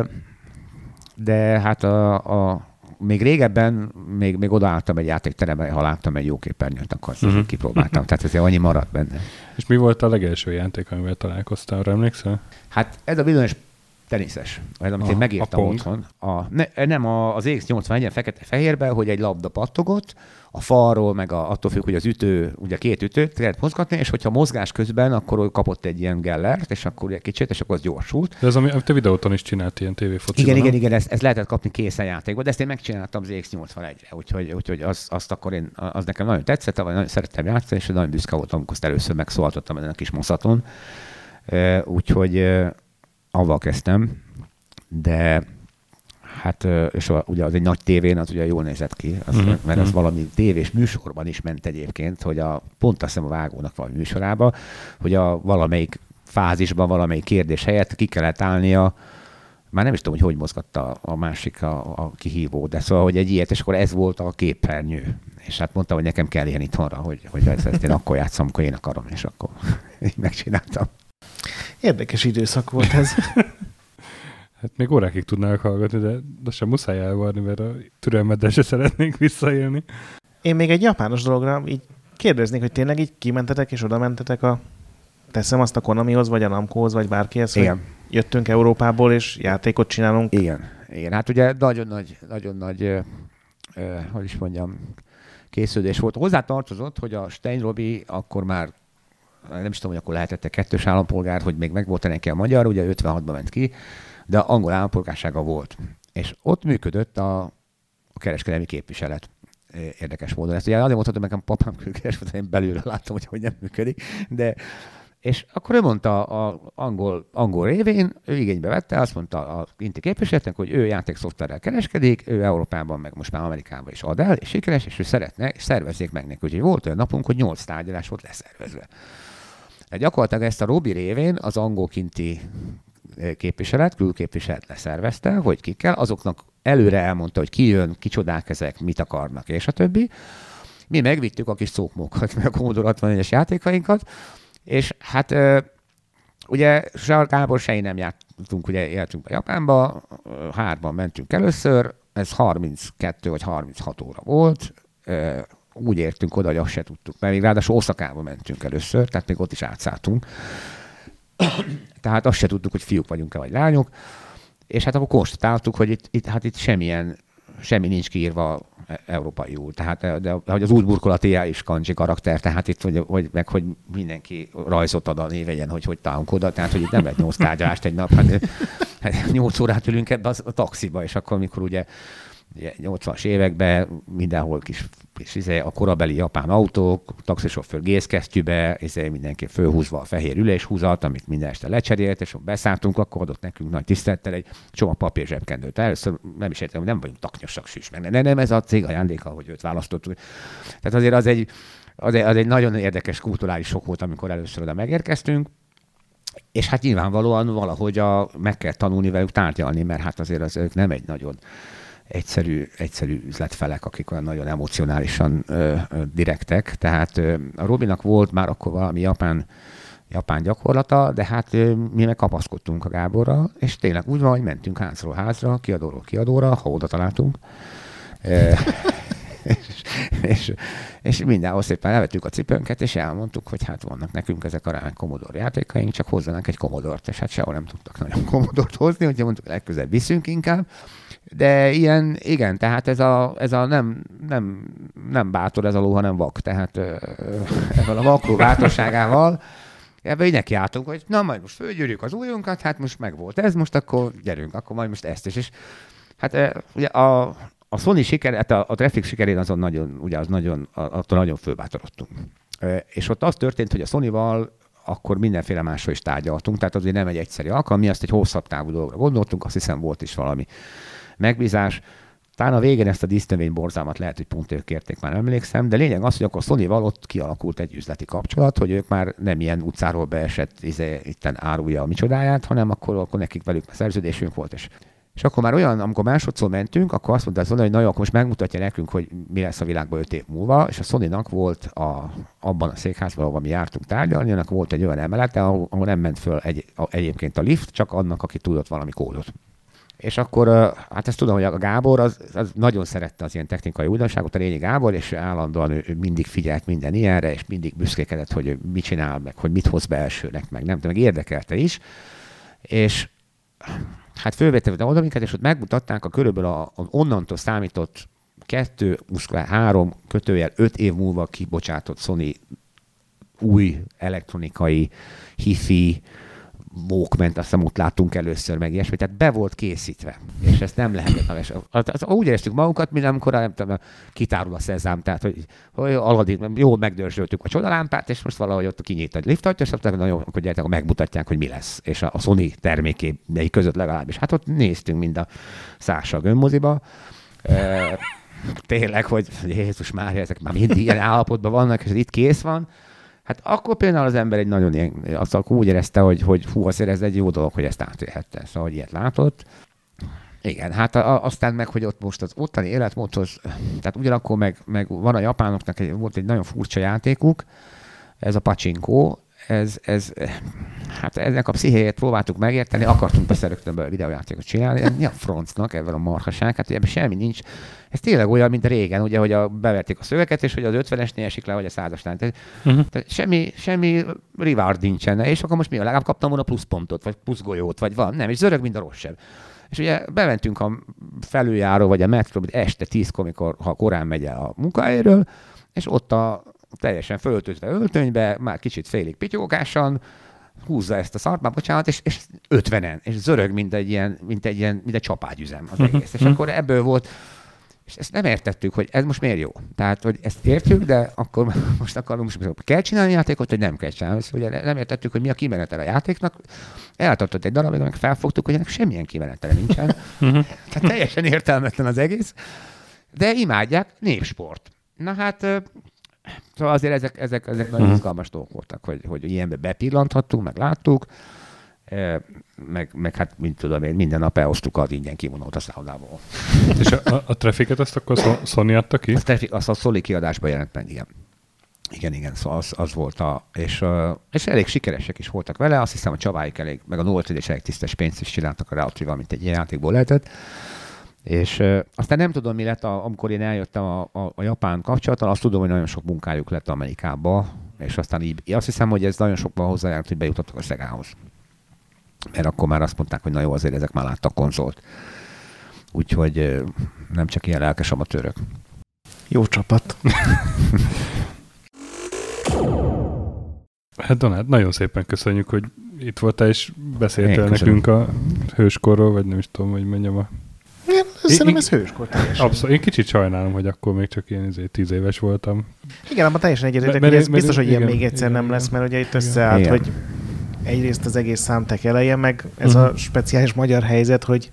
de hát még régebben még odaálltam egy játékterembe, ha láttam egy jó képernyőt, akkor azt kipróbáltam. Tehát ezért annyi maradt benne. És mi volt a legelső játék, amivel találkoztál, arra emlékszel? Hát ez a bizonyos teniszes, amit én megírtam otthon. Nem, az EX81-en fekete-fehérben, hogy egy labda pattogott, a falról, meg attól függ, hogy az ütő, ugye két ütőt lehet mozgatni, és hogyha mozgás közben, akkor kapott egy ilyen gellert, és akkor egy kicsit, és akkor az gyorsult. De ez, amit a videóton is csinált ilyen tévéfociban. Igen, ezt lehetett kapni készen játékba, de ezt én megcsináltam az EX81-re, úgyhogy azt akkor az nekem nagyon tetszett, vagy nagyon szerettem játszani, és nagyon büszke voltam, amikor azt először megszólaltottam ezen a kis moszaton. Úgyhogy avval kezdtem, de hát, és ugye az egy nagy tévén, az ugye jól nézett ki, mert az valami tévés műsorban is ment egyébként, hogy pont azt hiszem a Vágónak valami műsorában, hogy valamelyik fázisban, valamelyik kérdés helyett ki kellett állnia, már nem is tudom, hogy mozgatta a másik a kihívó, de szóval, hogy egy ilyet, és akkor ez volt a képernyő. És hát mondtam, hogy nekem kell ilyen itthonra, hogy ezt én akkor játszom, amikor én akarom, és akkor így megcsináltam. Érdekes időszak volt ez. Hát még órákig tudnák hallgatni, de sem muszáj elvarni, mert a türelmeddel se szeretnénk visszaélni. Én még egy japános dologra így kérdeznék, hogy tényleg így kimentetek és oda mentetek teszem azt a Konamihoz, vagy a Namcohoz, vagy bárkihez, hogy jöttünk Európából, és játékot csinálunk. Igen. Hát ugye nagyon nagy, hogy is mondjam, készülés volt. Hozzá tartozott, hogy a Stein Robi akkor már nem is tudom, hogy akkor lehetett kettős állampolgár, hogy még megvolt neki a magyar, ugye 56-ban ment ki, de angol állampolgársága volt. És ott működött a kereskedelmi képviselet érdekes módon. Ezt ugye azért mondhatom, nekem papám kereskedelmi, én belülről láttam, hogy nem működik, de És akkor ő mondta az angol révén, ő igénybe vette, azt mondta a kinti képviselőnek, hogy ő játékszoftverrel kereskedik, ő Európában, meg most már Amerikában is ad el, és sikeres, és ő szeretne, és szervezzék meg neki. Úgyhogy volt olyan napunk, hogy 8 tárgyalás volt leszervezve. De gyakorlatilag ezt a Robi révén az angol kinti külképviselet leszervezte, hogy ki kell, azoknak előre elmondta, hogy ki jön, kicsodák ezek, mit akarnak, és a többi. Mi megvittük a kis szókmókat, meg a Commodore 64-es játékainkat, és hát ugye se Gábor, se én nem jártunk, ugye éltünk be Japánba, 3-ban mentünk először, ez 32 vagy 36 óra volt, úgy értünk oda, hogy azt se tudtuk, mert még ráadásul Oszakába mentünk először, tehát még ott is átszálltunk. Tehát azt se tudtuk, hogy fiúk vagyunk-e, vagy lányok, és hát akkor konstatáltuk, hogy itt semmi nincs kiírva európaiul. Tehát de hogy az útburkolati is kanji karakter, tehát itt, hogy mindenki rajzot ad a névegyen, hogy találunk oda, tehát hogy itt nem lehet 8 tárgyalást egy nap, hát 8 órát ülünk ebbe a taxiba, és akkor, amikor ugye 80-as években mindenhol kis a korabeli japán autók, taxisofőr gézkesztyűbe, mindenki fölhúzva a fehér üléshúzat, amit minden este lecserélt, és beszálltunk, akkor adott nekünk nagy tisztelettel egy csomag papír zsebkendőt. Először nem is értem, hogy nem vagyunk taknyosak, süs meg. Nem ez a cég ajándéka, hogy őt választottuk. Tehát azért az egy nagyon érdekes kulturális sok volt, amikor először oda megérkeztünk. És hát nyilvánvalóan valahogy meg kell tanulni velük tárgyalni, mert hát azért ők nem egy nagyon egyszerű üzletfelek, akik olyan nagyon emocionálisan direktek. Tehát a Robinak volt már akkor valami japán gyakorlata, de hát mi meg kapaszkodtunk a Gáborra, és tényleg úgy van, hogy mentünk házról házra, kiadóról kiadóra, ha oda találtunk. és mindenhol szépen levettük a cipőnket, és elmondtuk, hogy hát vannak nekünk ezek a remek Commodore játékaink, csak hozzanak egy Commodore-t, és hát sehol nem tudtak nagyon Commodore-t hozni, úgyhogy mondtuk, legközelebb viszünk inkább. De igen, tehát ez a nem bátor ez a ló, hanem vak. Tehát ezzel a vakló bátorságával ebben így nekiálltunk, hogy na majd most fölgyűrjük az ujjunkat, hát most megvolt ez, most akkor gyerünk, akkor majd most ezt is. És hát ugye a Sony siker, hát a Traffic sikerén azon nagyon, ugye az nagyon, attól nagyon fölbátorodtunk. És ott az történt, hogy a Sonyval akkor mindenféle másról is tárgyaltunk, tehát azért nem egy egyszerű alkalom, mi azt egy hosszabb távú dologra gondoltunk, azt hiszem volt is valami megbízás. Talán a végén ezt a dísznövény borzalmat lehet, hogy pont ők kérték, már emlékszem, de lényeg az, hogy akkor Sonyval ott kialakult egy üzleti kapcsolat, hogy ők már nem ilyen utcáról beesett itten árulja a micsodáját, hanem akkor nekik velük szerződésünk volt. És akkor már olyan, amikor másodszor mentünk, akkor azt mondta a Sony, hogy na jó, akkor most megmutatja nekünk, hogy mi lesz a világban 5 év múlva, és a Sonynak volt abban a székházban, ahol mi jártunk tárgyalni, annak volt egy olyan emelete, ahol nem ment föl egyébként a lift, csak annak, aki tudott valami kódot. És akkor, hát ezt tudom, hogy a Gábor az nagyon szerette az ilyen technikai újdonságot, a Rényi Gábor, és állandóan ő mindig figyelt minden ilyenre, és mindig büszkékedett, hogy ő mit csinál, meg hogy mit hoz be elsőnek, meg nem tudom, meg érdekelte is. És hát fölvette oda minket, és ott megmutatták körülbelül az onnantól számított 2-3 5 év múlva kibocsátott Sony új elektronikai, hifi, Walkman-t, azt hiszem ott láttunk először meg ilyesmi, tehát be volt készítve, és ezt nem lehetett. Úgy éreztük magunkat, mint amikor nem tudom, kitárul a szezám, tehát hogy Aladdin, jól megdörzsöltük a csodalámpát, és most valahogy ott kinyílt egy liftajtó, és aztán na jó, akkor gyertek, megmutatják, hogy mi lesz. És a Sony termékei között legalábbis. Hát ott néztünk mind a Szása gömbmoziba. Tényleg, hogy Jézus Mária, ezek már mind ilyen állapotban vannak, és itt kész van. Hát akkor például az ember egy nagyon ilyen, azt akkor úgy érezte, hogy hú, azért ez egy jó dolog, hogy ezt átélhette. Szóval, hogy ilyet látott. Igen, hát aztán meg, hogy ott most az ottani életmódhoz, tehát ugyanakkor meg van a japánoknak, volt egy nagyon furcsa játékuk, ez a pachinko, hát ennek a pszichéjét próbáltuk megérteni, akartunk persze rögtön belőle videójátékot csinálni, mi a francnak ebben a marhaság, hát ebben semmi nincs. Ez tényleg olyan, mint régen, ugye, hogy beverték a szöveket, és hogy az 50-esnél esik le, vagy a 100-asnál. Tehát semmi reward nincsen, és akkor most mi legalább kaptam volna pluszpontot, vagy pluszgolyót, vagy van, nem, és zörög, mint a rossz sem. És ugye bementünk a felüljáró, vagy a metro, este 10-kor, ha korán megy el a munkahelyről, és ott teljesen fölöltözve öltönybe, már kicsit félig pityógásan, húzza ezt a szart, már bocsánat, és 50-en, és zörög, mint egy csapágyüzem az egész. És akkor ebből volt És ezt nem értettük, hogy ez most miért jó. Tehát, hogy ezt értjük, de akkor most akarunk, kell csinálni játékot, vagy nem kell csinálni. Ugye nem értettük, hogy mi a kimenetele a játéknak. Eltartott egy darabig, meg felfogtuk, hogy ennek semmilyen kimenetele nincsen. Tehát teljesen értelmetlen az egész. De imádják, népsport. Na hát, szóval azért ezek nagyon izgalmas dolgok voltak, hogy ilyenbe bepillanthattunk, meg láttuk. Meg hát, mint tudom én, minden nap elhoztuk az ingyen kivonót a szállodából. És a Trafficet azt akkor Sony adta ki? Azt a Sony kiadásban jelent meg, igen. Igen, szóval az volt és elég sikeresek is voltak vele, azt hiszem a Csabáik elég, meg a Northwood is elég tisztes pénzt is csináltak a Realtrival, mint egy ilyen játékból lehetett. És aztán nem tudom, mi lett, amikor én eljöttem a japán kapcsolattal, azt tudom, hogy nagyon sok munkájuk lett Amerikába, és aztán így, azt hiszem, hogy ez nagyon sokban hozzájárt, hogy bejutottak a Segához. Mert akkor már azt mondták, hogy na jó, azért ezek már láttak konzolt. Úgyhogy nem csak ilyen lelkes amatőrök. Jó csapat. Hát Donát, nagyon szépen köszönjük, hogy itt voltál, és beszéltél köszönöm. nekünk a hőskorról, vagy nem is tudom, hogy mondjam a... Szerintem ez hőskor teljesen. Abszolút. Én kicsit sajnálom, hogy akkor még csak ilyen 10 éves voltam. Igen, abban teljesen egyetértek, hogy ez biztos, hogy ilyen még egyszer nem lesz, mert ugye itt összeállt, hogy egyrészt az egész számtek eleje, meg ez a speciális magyar helyzet, hogy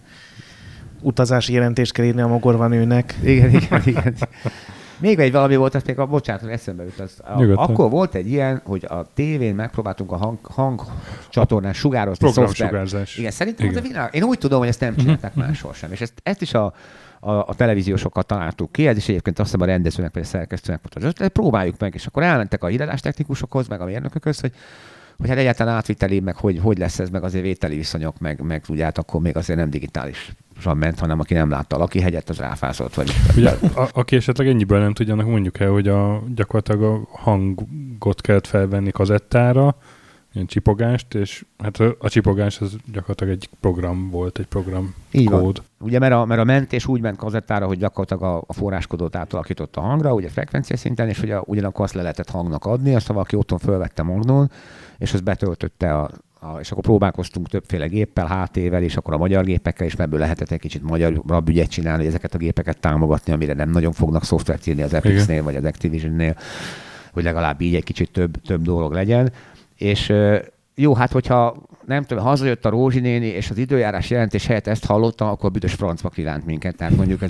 utazási jelentést kell írni a mogorvanőnek. Igen. Még egy valami volt, azt még bocsánat, hogy eszembe jut. Akkor volt egy ilyen, hogy a tévén megpróbáltunk a hangcsatornán sugározni. Programsugárzás. Igen, szerintem az a világ. Én úgy tudom, hogy ezt nem csinálták máshol sem. És ezt is a televíziósokat találtuk ki, ez is egyébként azt hiszem a rendezőnek vagy a szerkesztőnek volt az ötlet, próbáljuk meg, és akkor elmentek a híradástechnikusokhoz, meg a mérnökökhöz, hogy hát egyáltalán átviteli, meg hogy lesz ez, meg azért vételi viszonyok, meg ugye hát akkor még azért nem digitálisan ment, hanem aki nem látta a Lakihegyet, az ráfázolt. Vagy ugye, aki esetleg ennyiből nem tudja, annak mondjuk el, hogy gyakorlatilag a hangot kellett felvenni kazettára, ilyen csipogást, és hát a csipogás az gyakorlatilag egy program volt, egy program kód. Ugye, mert a mentés úgy ment kazettára, hogy gyakorlatilag a forráskodót átalakított a hangra, ugye frekvencia szinten, és ugye ugyanakkor azt le lehetett hangnak adni, azt valaki otthon fölvette magnón, és az betöltötte és akkor próbálkoztunk többféle géppel, HT-vel, és akkor a magyar gépekkel, és ebből lehetett egy kicsit magyarabb ügyet csinálni, hogy ezeket a gépeket támogatni, amire nem nagyon fognak szoftvert írni az Epix-nél, vagy az Activision-nél, hogy legalább így egy kicsit több dolog legyen. És jó, hát hogyha nem tudom, hazajött a Rózsi néni, és az időjárás jelentés helyett ezt hallottam, akkor büdös francba kívánt minket. Tehát mondjuk ez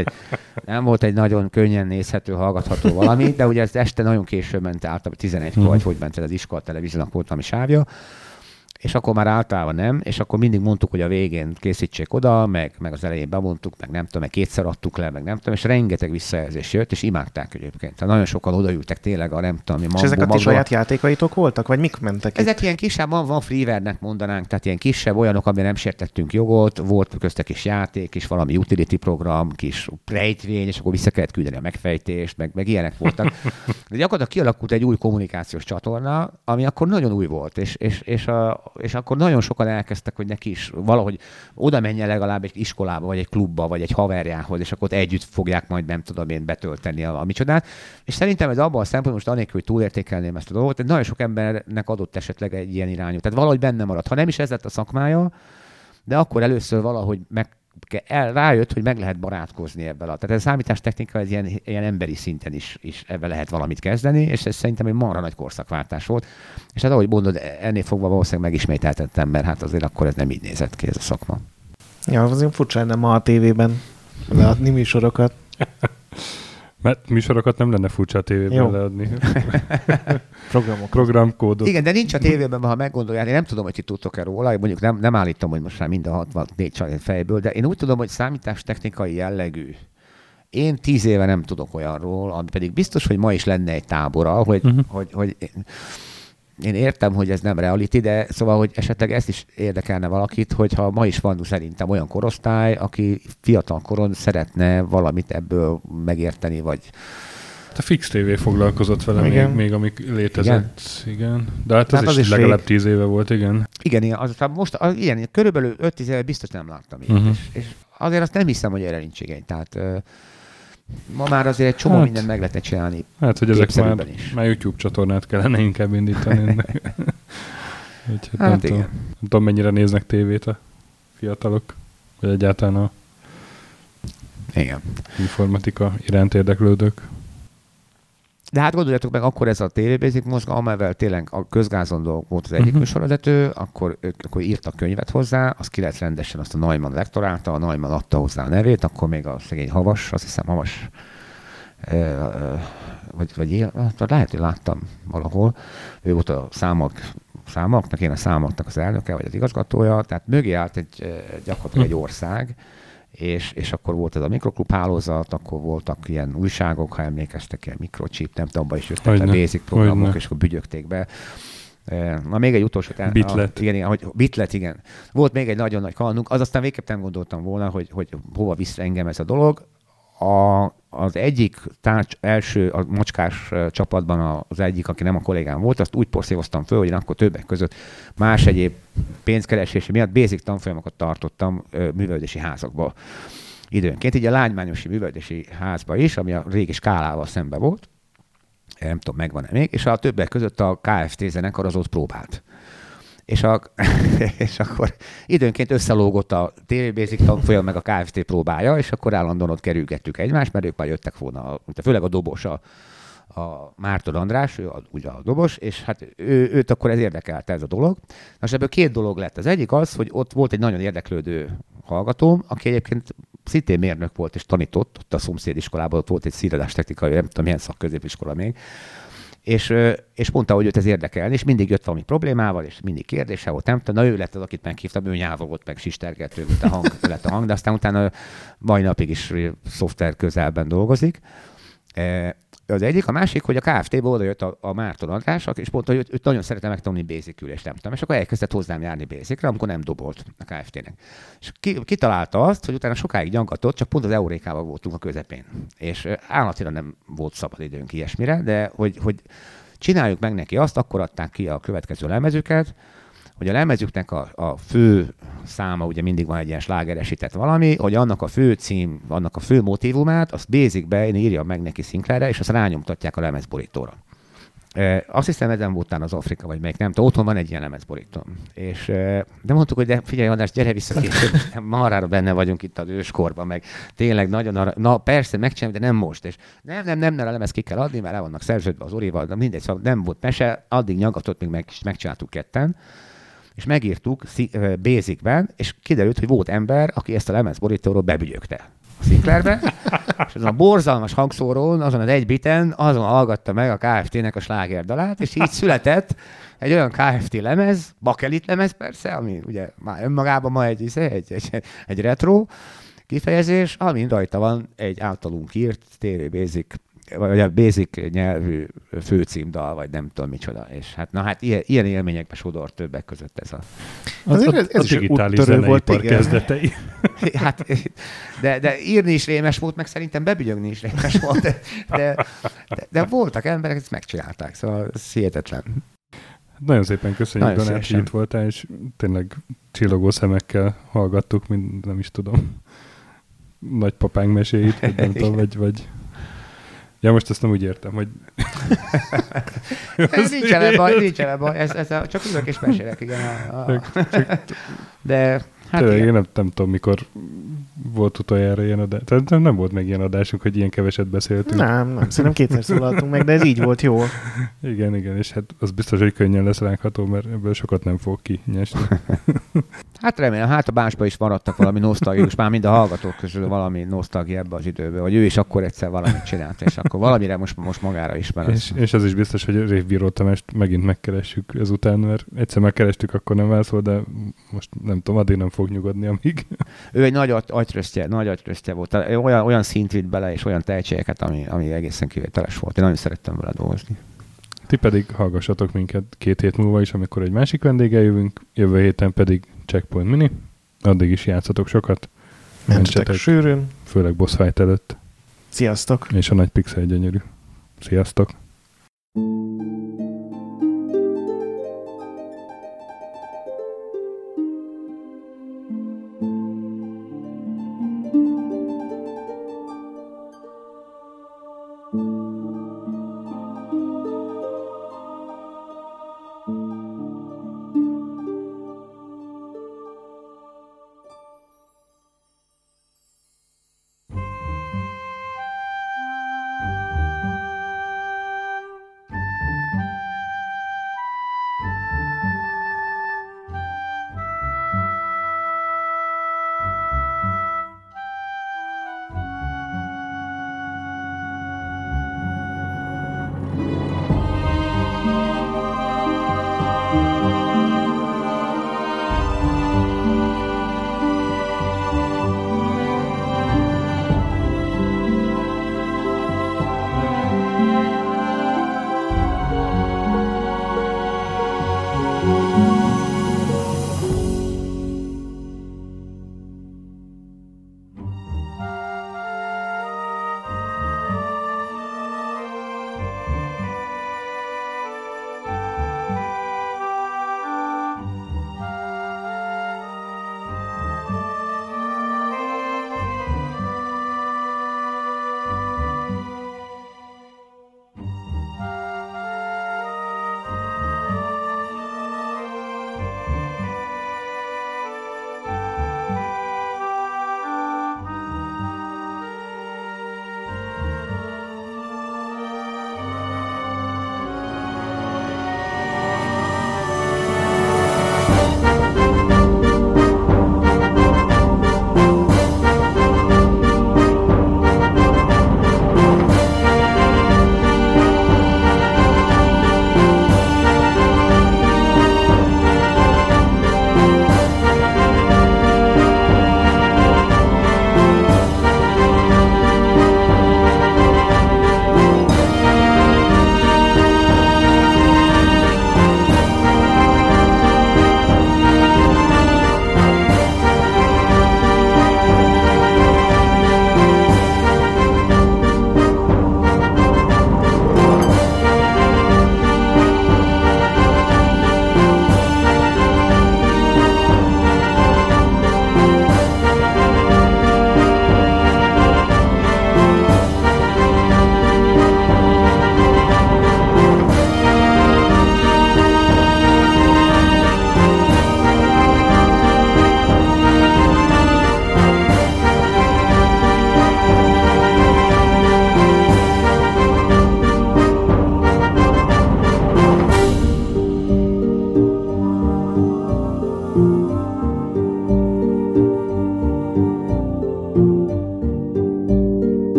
nem volt egy nagyon könnyen nézhető, hallgatható valami, de ugye ez este nagyon későn ment, általában 11-kor, vagy hogy ment az iskola televíziónak volt valami sávja, és akkor már általában nem, és akkor mindig mondtuk, hogy a végén készítsék oda, meg az elején bemondtuk, meg nem tudom, meg kétszer adtuk le, meg nem tudom, és rengeteg visszajelzés jött, és imádták egyébként. Tehát nagyon sokan odaültek tényleg a nem tudom, és ezek a ti saját játékaitok voltak, vagy mik mentek ezek itt? Ilyen kisebb, van freewarenek mondanánk, tehát ilyen kisebb, olyanok, amire nem sértettünk jogot, volt közte kis játék, és valami utility program, kis rejtvény, és akkor vissza kellett küldeni a megfejtést, meg ilyenek voltak. De gyakorlatilag kialakult egy új kommunikációs csatorna, ami akkor nagyon új volt, és akkor nagyon sokan elkezdtek, hogy neki is valahogy oda menjen legalább egy iskolába, vagy egy klubba, vagy egy haverjához, és akkor ott együtt fogják majd, nem tudom én, betölteni a micsodát. És szerintem ez abban a szempontból, most anélkül, hogy túlértékelném ezt a dolgot, nagyon sok embernek adott esetleg egy ilyen irányú. Tehát valahogy benne maradt. Ha nem is ez lett a szakmája, de akkor először valahogy rájött, hogy meg lehet barátkozni ebből. Tehát ez a számítástechnika ez ilyen emberi szinten is ebben lehet valamit kezdeni, és ez szerintem egy marha nagy korszakváltás volt. És hát ahogy mondod, ennél fogva valószínűleg megismételtettem, mert hát azért akkor ez nem így nézett ki ez a szakma. Ja, azért furcsa lenne ma a tévében leadni műsorokat. Mert műsorokat nem lenne furcsa a tévében leadni. Programkódot. Igen, de nincs a tévében, ha meggondolják. Én nem tudom, hogy ti tudtok-e róla. Mondjuk nem állítom, hogy most már mind a 64 család fejből, de én úgy tudom, hogy számítástechnikai jellegű. Én 10 éve nem tudok olyanról, ami pedig biztos, hogy ma is lenne egy tábora, hogy én értem, hogy ez nem reality, de szóval, hogy esetleg ezt is érdekelne valakit, hogyha ma is van szerintem olyan korosztály, aki fiatal koron szeretne valamit ebből megérteni, vagy... A Fix TV foglalkozott vele még amíg létezett. Igen. De hát az is legalább 10 éve volt, igen. Igen, most ilyen, körülbelül 5-10 éve biztos nem láttam ilyet. És azért azt nem hiszem, hogy erre nincs igény. Tehát ma már azért egy csomó mindent meg lehetne csinálni. Hát, hogy ezek már YouTube csatornát kellene inkább indítani. Nem tudom, mennyire néznek tévét a fiatalok, vagy egyáltalán Igen. Informatika iránt érdeklődők. De hát gondoljatok meg, akkor ez a TV Basic mozga, amelyivel tényleg a közgázon volt az egyik műsorvezető, akkor írtak könyvet hozzá, azt ki lehet rendesen, azt a Neumann lektorálta, a Neumann adta hozzá a nevét, akkor még a szegény Havas, azt hiszem Havas, vagy lehet, hogy láttam valahol, ő volt a számoknak, én a számoknak az elnöke, vagy az igazgatója, tehát mögé állt gyakorlatilag egy ország, és akkor volt ez a mikroklub hálózat, akkor voltak ilyen újságok, ha emlékeztek, ilyen mikrochip, nem tudom, abban is jöttek a basic programok, és akkor bügyögték be. Na még egy utolsó... Bitlet. Bitlet, igen. Volt még egy nagyon nagy kalandunk, az aztán végképp nem gondoltam volna, hogy hova visz engem ez a dolog. Az egyik első, a macskás csapatban az egyik, aki nem a kollégám volt, azt úgy porszívoztam föl, hogy én akkor többek között más egyéb pénzkeresési miatt basic tanfolyamokat tartottam művelődési házakba időnként. Így a Lágymányosi Művelődési Házba is, ami a régi Skálával szembe volt, nem tudom, megvan-e még, és a többek között a KFT zenekar az ott próbált. És akkor időnként összelógott a TV Basic tanfolyam meg a KFT próbája, és akkor állandóan ott kerülgettük egymást, mert ők már jöttek volna, főleg a dobos, a Márton András, ő ugye a dobos, és hát őt akkor ez érdekelte ez a dolog. Most ebből két dolog lett. Az egyik az, hogy ott volt egy nagyon érdeklődő hallgatóm, aki egyébként szintén mérnök volt és tanított, ott a szomszédiskolában ott volt egy szíradástechnikai, nem tudom milyen szakközépiskola még, és mondta, hogy őt ez érdekelni, és mindig jött valami problémával, és mindig kérdése volt, nem tudom, na ő lett az, akit meghívtam, ő nyávogott, meg sistergett, ő lett a hang, de aztán utána mai napig is szoftver közelben dolgozik. Az egyik, a másik, hogy a KFT-ból oda jött a Márton András, és mondta, hogy őt nagyon szeretem megtanulni basic-ül, és nem tudom. És akkor elkezdett hozzám járni basic-re, amikor nem dobolt a KFT-nek. És kitalálta azt, hogy utána sokáig gyangatott, csak pont az Eurékával voltunk a közepén. És állatira nem volt szabad időnk ilyesmire, de hogy csináljuk meg neki azt, akkor adták ki a következő lemezüket, hogy a lemezüknek a fő száma, ugye mindig van egy ilyen slágeresített valami, hogy annak a fő cím, annak a fő motívumát, azt basic-be én írjam meg neki Sinclairre, és azt rányomtatják a lemezborítóra. Azt hiszem, ezen voltán az Afrika, vagy melyik nem tudom, otthon van egy ilyen lemezborító. De mondtuk, hogy de figyelj, András, gyere vissza később, marhára benne vagyunk itt az őskorban, meg tényleg nagyon na persze, megcsinálom, de nem most. És nem, a lemez ki kell adni, mert le vannak szerződve az Orival, de mindegy, szóval nem volt mese, addig nyagatott, még megcsináltuk ketten. És megírtuk Basic-ben, és kiderült, hogy volt ember, aki ezt a lemezborítóról bebügyögte a Sinclairbe, és azon a borzalmas hangszórón, azon az egy biten, azon hallgatta meg a KFT-nek a slágerdalát, és így született egy olyan KFT lemez, bakelit lemez persze, ami ugye már önmagában ma egy retro kifejezés, amin rajta van egy általunk írt TV Basic, vagy a basic nyelvű főcímdal, vagy nem tudom micsoda. És hát ilyen élményekbe sodort többek között ez a... Ez digitális zeneipar kezdetei. Hát, de írni is rémes volt, meg szerintem bebügyögni is rémes volt. De voltak emberek, ezt megcsinálták, szóval ez hihetetlen. Nagyon szépen köszönjük, Donát, hogy itt voltál, és tényleg csillogó szemekkel hallgattuk, mint nem is tudom, nagypapánk meséit, vagy nem tudom, vagy... Ja, most ezt nem úgy értem, hogy... nincs ele baj, ez csak ülök és mesélek, igen. De hát tényleg, én nem tudom, mikor volt utoljára ilyen adás. Tehát nem volt meg ilyen adásunk, hogy ilyen keveset beszéltünk. Nem, szerintem kétszer szólaltunk meg, de ez így volt jó. Igen, és hát az biztos, hogy könnyen lesz rágható, mert ebből sokat nem fog kinyesni. Hát remélem, hát a Básba is maradtak valami nosztalgikus, már mind a hallgatók közül valami nosztalgia ebbe az időbe, hogy ő is akkor egyszer valamit csinált, és akkor valamire most magára ismer. És az is biztos, hogy Révbíró Tamást megint megkeressük ezután, mert egyszer megkerestük, akkor nem válaszol, de most nem tudom, addig nem fog nyugodni, amíg. Ő egy nagy agyrösztje volt. Olyan szint vitt bele, és olyan tehetségeket, ami egészen kivételes volt. Én nagyon szerettem vele dolgozni. Ti pedig hallgassatok minket 2 hét múlva is, amikor egy másik vendéggel jövünk, jövő héten pedig Checkpoint Mini. Addig is játszatok sokat. Mentsetek sűrűn. Főleg boss fight előtt. Sziasztok! És a nagy pixel gyönyörű. Sziasztok!